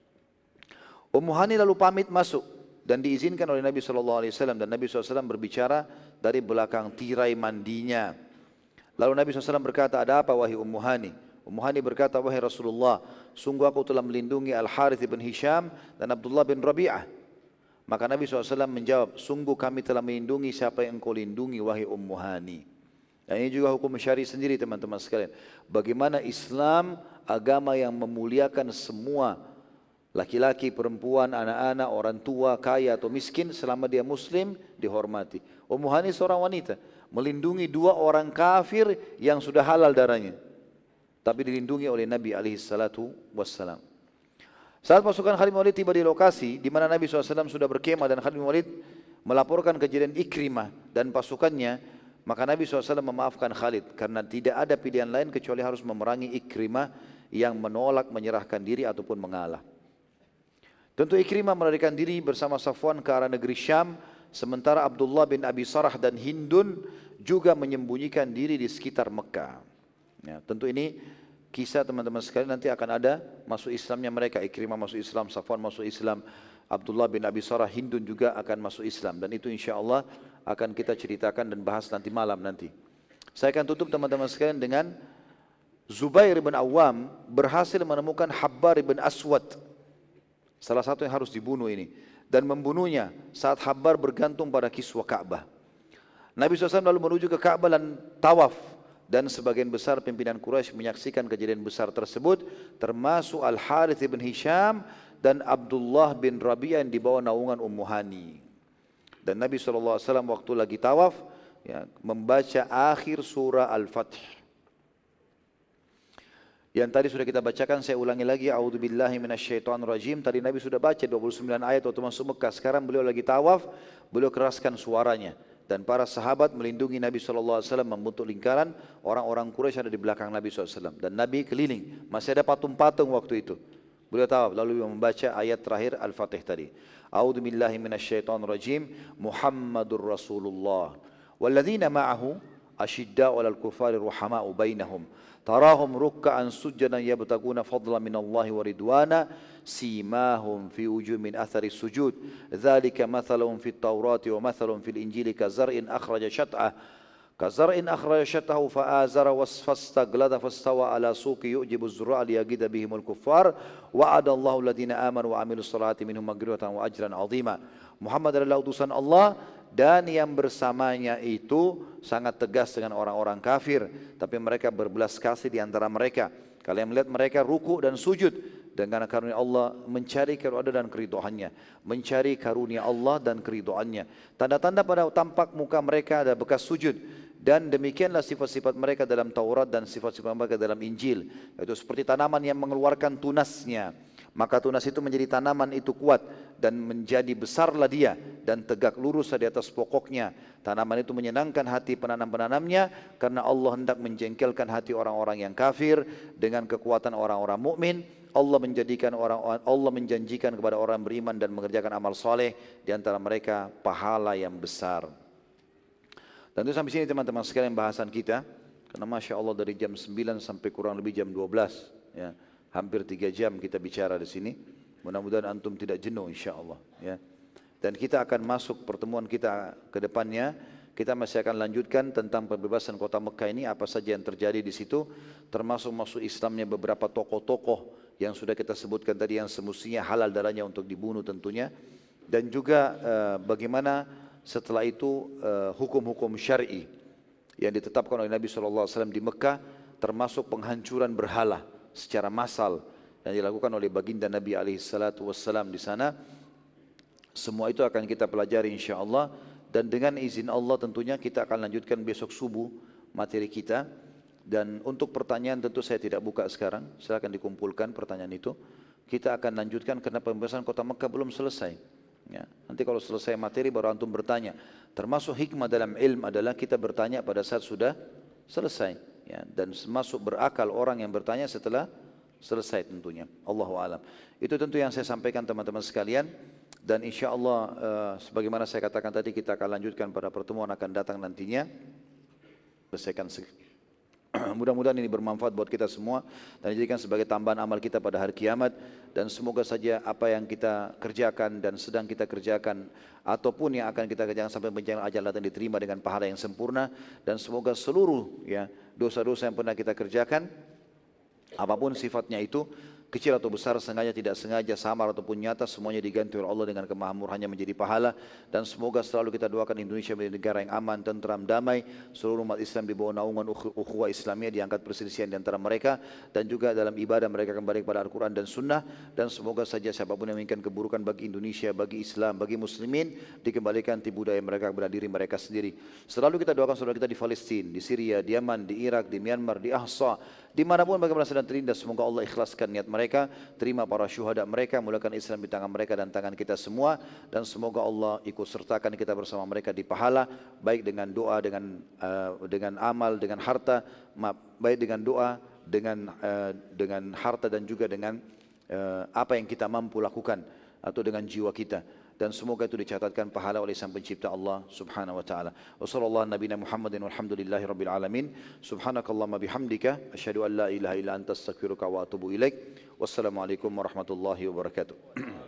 Ummu Hani lalu pamit masuk dan diizinkan oleh Nabi shallallahu alaihi wasallam, dan Nabi shallallahu alaihi wasallam berbicara dari belakang tirai mandinya. Lalu Nabi shallallahu alaihi wasallam berkata, ada apa wahai Ummu Hani? Ummu Hani berkata, wahai Rasulullah, sungguh aku telah melindungi Al-Harith bin Hisham dan Abdullah bin Rabi'ah. Maka Nabi shallallahu alaihi wasallam menjawab, sungguh kami telah melindungi siapa yang engkau lindungi wahai Ummu Hani. Dan ini juga hukum syari sendiri teman-teman sekalian. Bagaimana Islam agama yang memuliakan semua laki-laki, perempuan, anak-anak, orang tua, kaya atau miskin, selama dia muslim dihormati. Ummu Hani seorang wanita melindungi dua orang kafir yang sudah halal darahnya, tapi dilindungi oleh Nabi alaihi salatu wassalam. Saat pasukan Khalid bin Walid tiba di lokasi di mana Nabi shallallahu alaihi wasallam sudah berkemah dan Khalid bin Walid melaporkan kejadian Ikrimah dan pasukannya, maka Nabi shallallahu alaihi wasallam memaafkan Khalid karena tidak ada pilihan lain kecuali harus memerangi Ikrimah yang menolak menyerahkan diri ataupun mengalah. Tentu Ikrimah melarikan diri bersama Safwan ke arah negeri Syam, sementara Abdullah bin Abi Sarah dan Hindun juga menyembunyikan diri di sekitar Mekah. Ya, tentu ini kisah teman-teman sekalian, nanti akan ada masuk Islamnya mereka. Ikrimah masuk Islam, Safwan masuk Islam, Abdullah bin Abi Sarah, Hindun juga akan masuk Islam, dan itu insya Allah akan kita ceritakan dan bahas nanti malam nanti. Saya akan tutup teman-teman sekalian dengan Zubair bin Awam berhasil menemukan Habbar bin Aswad, salah satu yang harus dibunuh ini, dan membunuhnya saat Habbar bergantung pada kiswah Ka'bah. Nabi shallallahu alaihi wasallam lalu menuju ke Ka'bah dan tawaf, dan sebagian besar pimpinan Quraisy menyaksikan kejadian besar tersebut, termasuk Al-Harith bin Hisham dan Abdullah bin Rabi'ah yang dibawa naungan Ummu Hani. Dan Nabi shallallahu alaihi wasallam waktu lagi tawaf, ya, membaca akhir surah Al-Fath. Yang tadi sudah kita bacakan, saya ulangi lagi, A'udzubillahi minasyaitonirrajim. Tadi Nabi sudah baca dua puluh sembilan ayat waktu masuk Mekah. Sekarang beliau lagi tawaf, beliau keraskan suaranya. Dan para sahabat melindungi Nabi shallallahu alaihi wasallam membentuk lingkaran, orang-orang Quraisy ada di belakang Nabi shallallahu alaihi wasallam. Dan Nabi keliling, masih ada patung-patung waktu itu. Beliau tawaf, lalu membaca ayat terakhir Al-Fatih tadi. A'udzubillahi minasyaitonirrajim. Muhammadur Rasulullah. Walladzina ma'ahu asyidda'u 'alal kufari ruhama'u bainahum. Tarahum ruk'an sujjadan yabtaguna fadlan minallahi wa ridwana simahum fi wujuhihim min athari sujud dzalika mathaluhum fit taurati wa mathaluhum fil injili kazar'in akhraja syat'ah kazar'in akhraja syat'ahu fa'azara wasfastaglada fastawa ala suqi yu'jibu az-zurra'a liyagida bihimul kuffar wa'adallahu alladhina amanu wa 'amilus salati minhum maghfiratan wa ajran 'azima. Muhammad adalah utusan Allah dan yang bersamanya itu sangat tegas dengan orang-orang kafir, tapi mereka berbelas kasih di antara mereka. Kalian melihat mereka ruku dan sujud dengan karunia Allah, mencari keridhaan dan keridhaannya, mencari karunia Allah dan keridhaannya. Tanda-tanda pada tampak muka mereka ada bekas sujud, dan demikianlah sifat-sifat mereka dalam Taurat dan sifat-sifat mereka dalam Injil, yaitu seperti tanaman yang mengeluarkan tunasnya. Maka tunas itu menjadi tanaman itu kuat dan menjadi besarlah dia dan tegak lurus di atas pokoknya. Tanaman itu menyenangkan hati penanam-penanamnya karena Allah hendak menjengkelkan hati orang-orang yang kafir dengan kekuatan orang-orang mukmin. Allah menjadikan orang Allah menjanjikan kepada orang beriman dan mengerjakan amal soleh di antara mereka pahala yang besar. Dan itu sampai sini teman-teman sekalian bahasan kita, karena masya Allah dari jam sembilan sampai kurang lebih jam dua belas, ya. Hampir tiga jam kita bicara di sini. Mudah-mudahan antum tidak jenuh insya Allah. Ya. Dan kita akan masuk pertemuan kita ke depannya Kita masih akan lanjutkan tentang pembebasan kota Mekah ini, apa saja yang terjadi di situ, termasuk masuk Islamnya beberapa tokoh-tokoh yang sudah kita sebutkan tadi yang semestinya halal darahnya untuk dibunuh tentunya, dan juga uh, bagaimana setelah itu uh, hukum-hukum syar'i yang ditetapkan oleh Nabi shallallahu alaihi wasallam di Mekah, termasuk penghancuran berhala secara massal yang dilakukan oleh baginda Nabi alaihi salatu wassalam di sana. Semua itu akan kita pelajari insya-Allah, dan dengan izin Allah tentunya kita akan lanjutkan besok subuh materi kita. Dan untuk pertanyaan tentu saya tidak buka sekarang, silakan dikumpulkan pertanyaan itu. Kita akan lanjutkan karena pembahasan kota Mekah belum selesai. Ya, nanti kalau selesai materi baru antum bertanya. Termasuk hikmah dalam ilmu adalah kita bertanya pada saat sudah selesai. Ya, dan masuk berakal orang yang bertanya setelah selesai tentunya. Allahu a'lam. Itu tentu yang saya sampaikan teman-teman sekalian. Dan insya Allah uh, sebagaimana saya katakan tadi, kita akan lanjutkan pada pertemuan akan datang nantinya. Selesaikan mudah-mudahan ini bermanfaat buat kita semua dan dijadikan sebagai tambahan amal kita pada hari kiamat. Dan semoga saja apa yang kita kerjakan dan sedang kita kerjakan ataupun yang akan kita kerjakan sampai menjelang ajal datang diterima dengan pahala yang sempurna. Dan semoga seluruh ya dosa-dosa yang pernah kita kerjakan, apapun sifatnya itu, kecil atau besar, sengaja tidak sengaja, samar ataupun nyata, semuanya diganti oleh Allah dengan kemahamurahannya menjadi pahala. Dan semoga selalu kita doakan Indonesia menjadi negara yang aman, tentram, damai. Seluruh umat Islam di bawah naungan ukhuwah Islamiyah, diangkat perselisihan di antara mereka, dan juga dalam ibadah mereka kembali kepada Al-Quran dan Sunnah. Dan semoga saja siapapun yang menginginkan keburukan bagi Indonesia, bagi Islam, bagi Muslimin, dikembalikan di budaya mereka kepada diri mereka sendiri. Selalu kita doakan saudara kita di Palestina, di Syria, di Yaman, di Irak, di Myanmar, di Ahsa, dimanapun bagaimana sedang terlindas. Semoga Allah ikhlaskan niat mereka, terima para syuhada mereka, mulakan Islam di tangan mereka dan tangan kita semua. Dan semoga Allah ikut sertakan kita bersama mereka di pahala, baik dengan doa, dengan uh, dengan amal, dengan harta, baik dengan doa, dengan uh, dengan harta, dan juga dengan uh, apa yang kita mampu lakukan atau dengan jiwa kita. Dan semoga itu dicatatkan pahala oleh Sang Pencipta Allah Subhanahu wa taala. Wa sallallahu nabiyana Muhammadin walhamdulillahi rabbil alamin. Subhanakallahumma bihamdika asyhadu an la ilaha illa anta astaghfiruka wa atubu ilaik. Wassalamualaikum warahmatullahi wabarakatuh.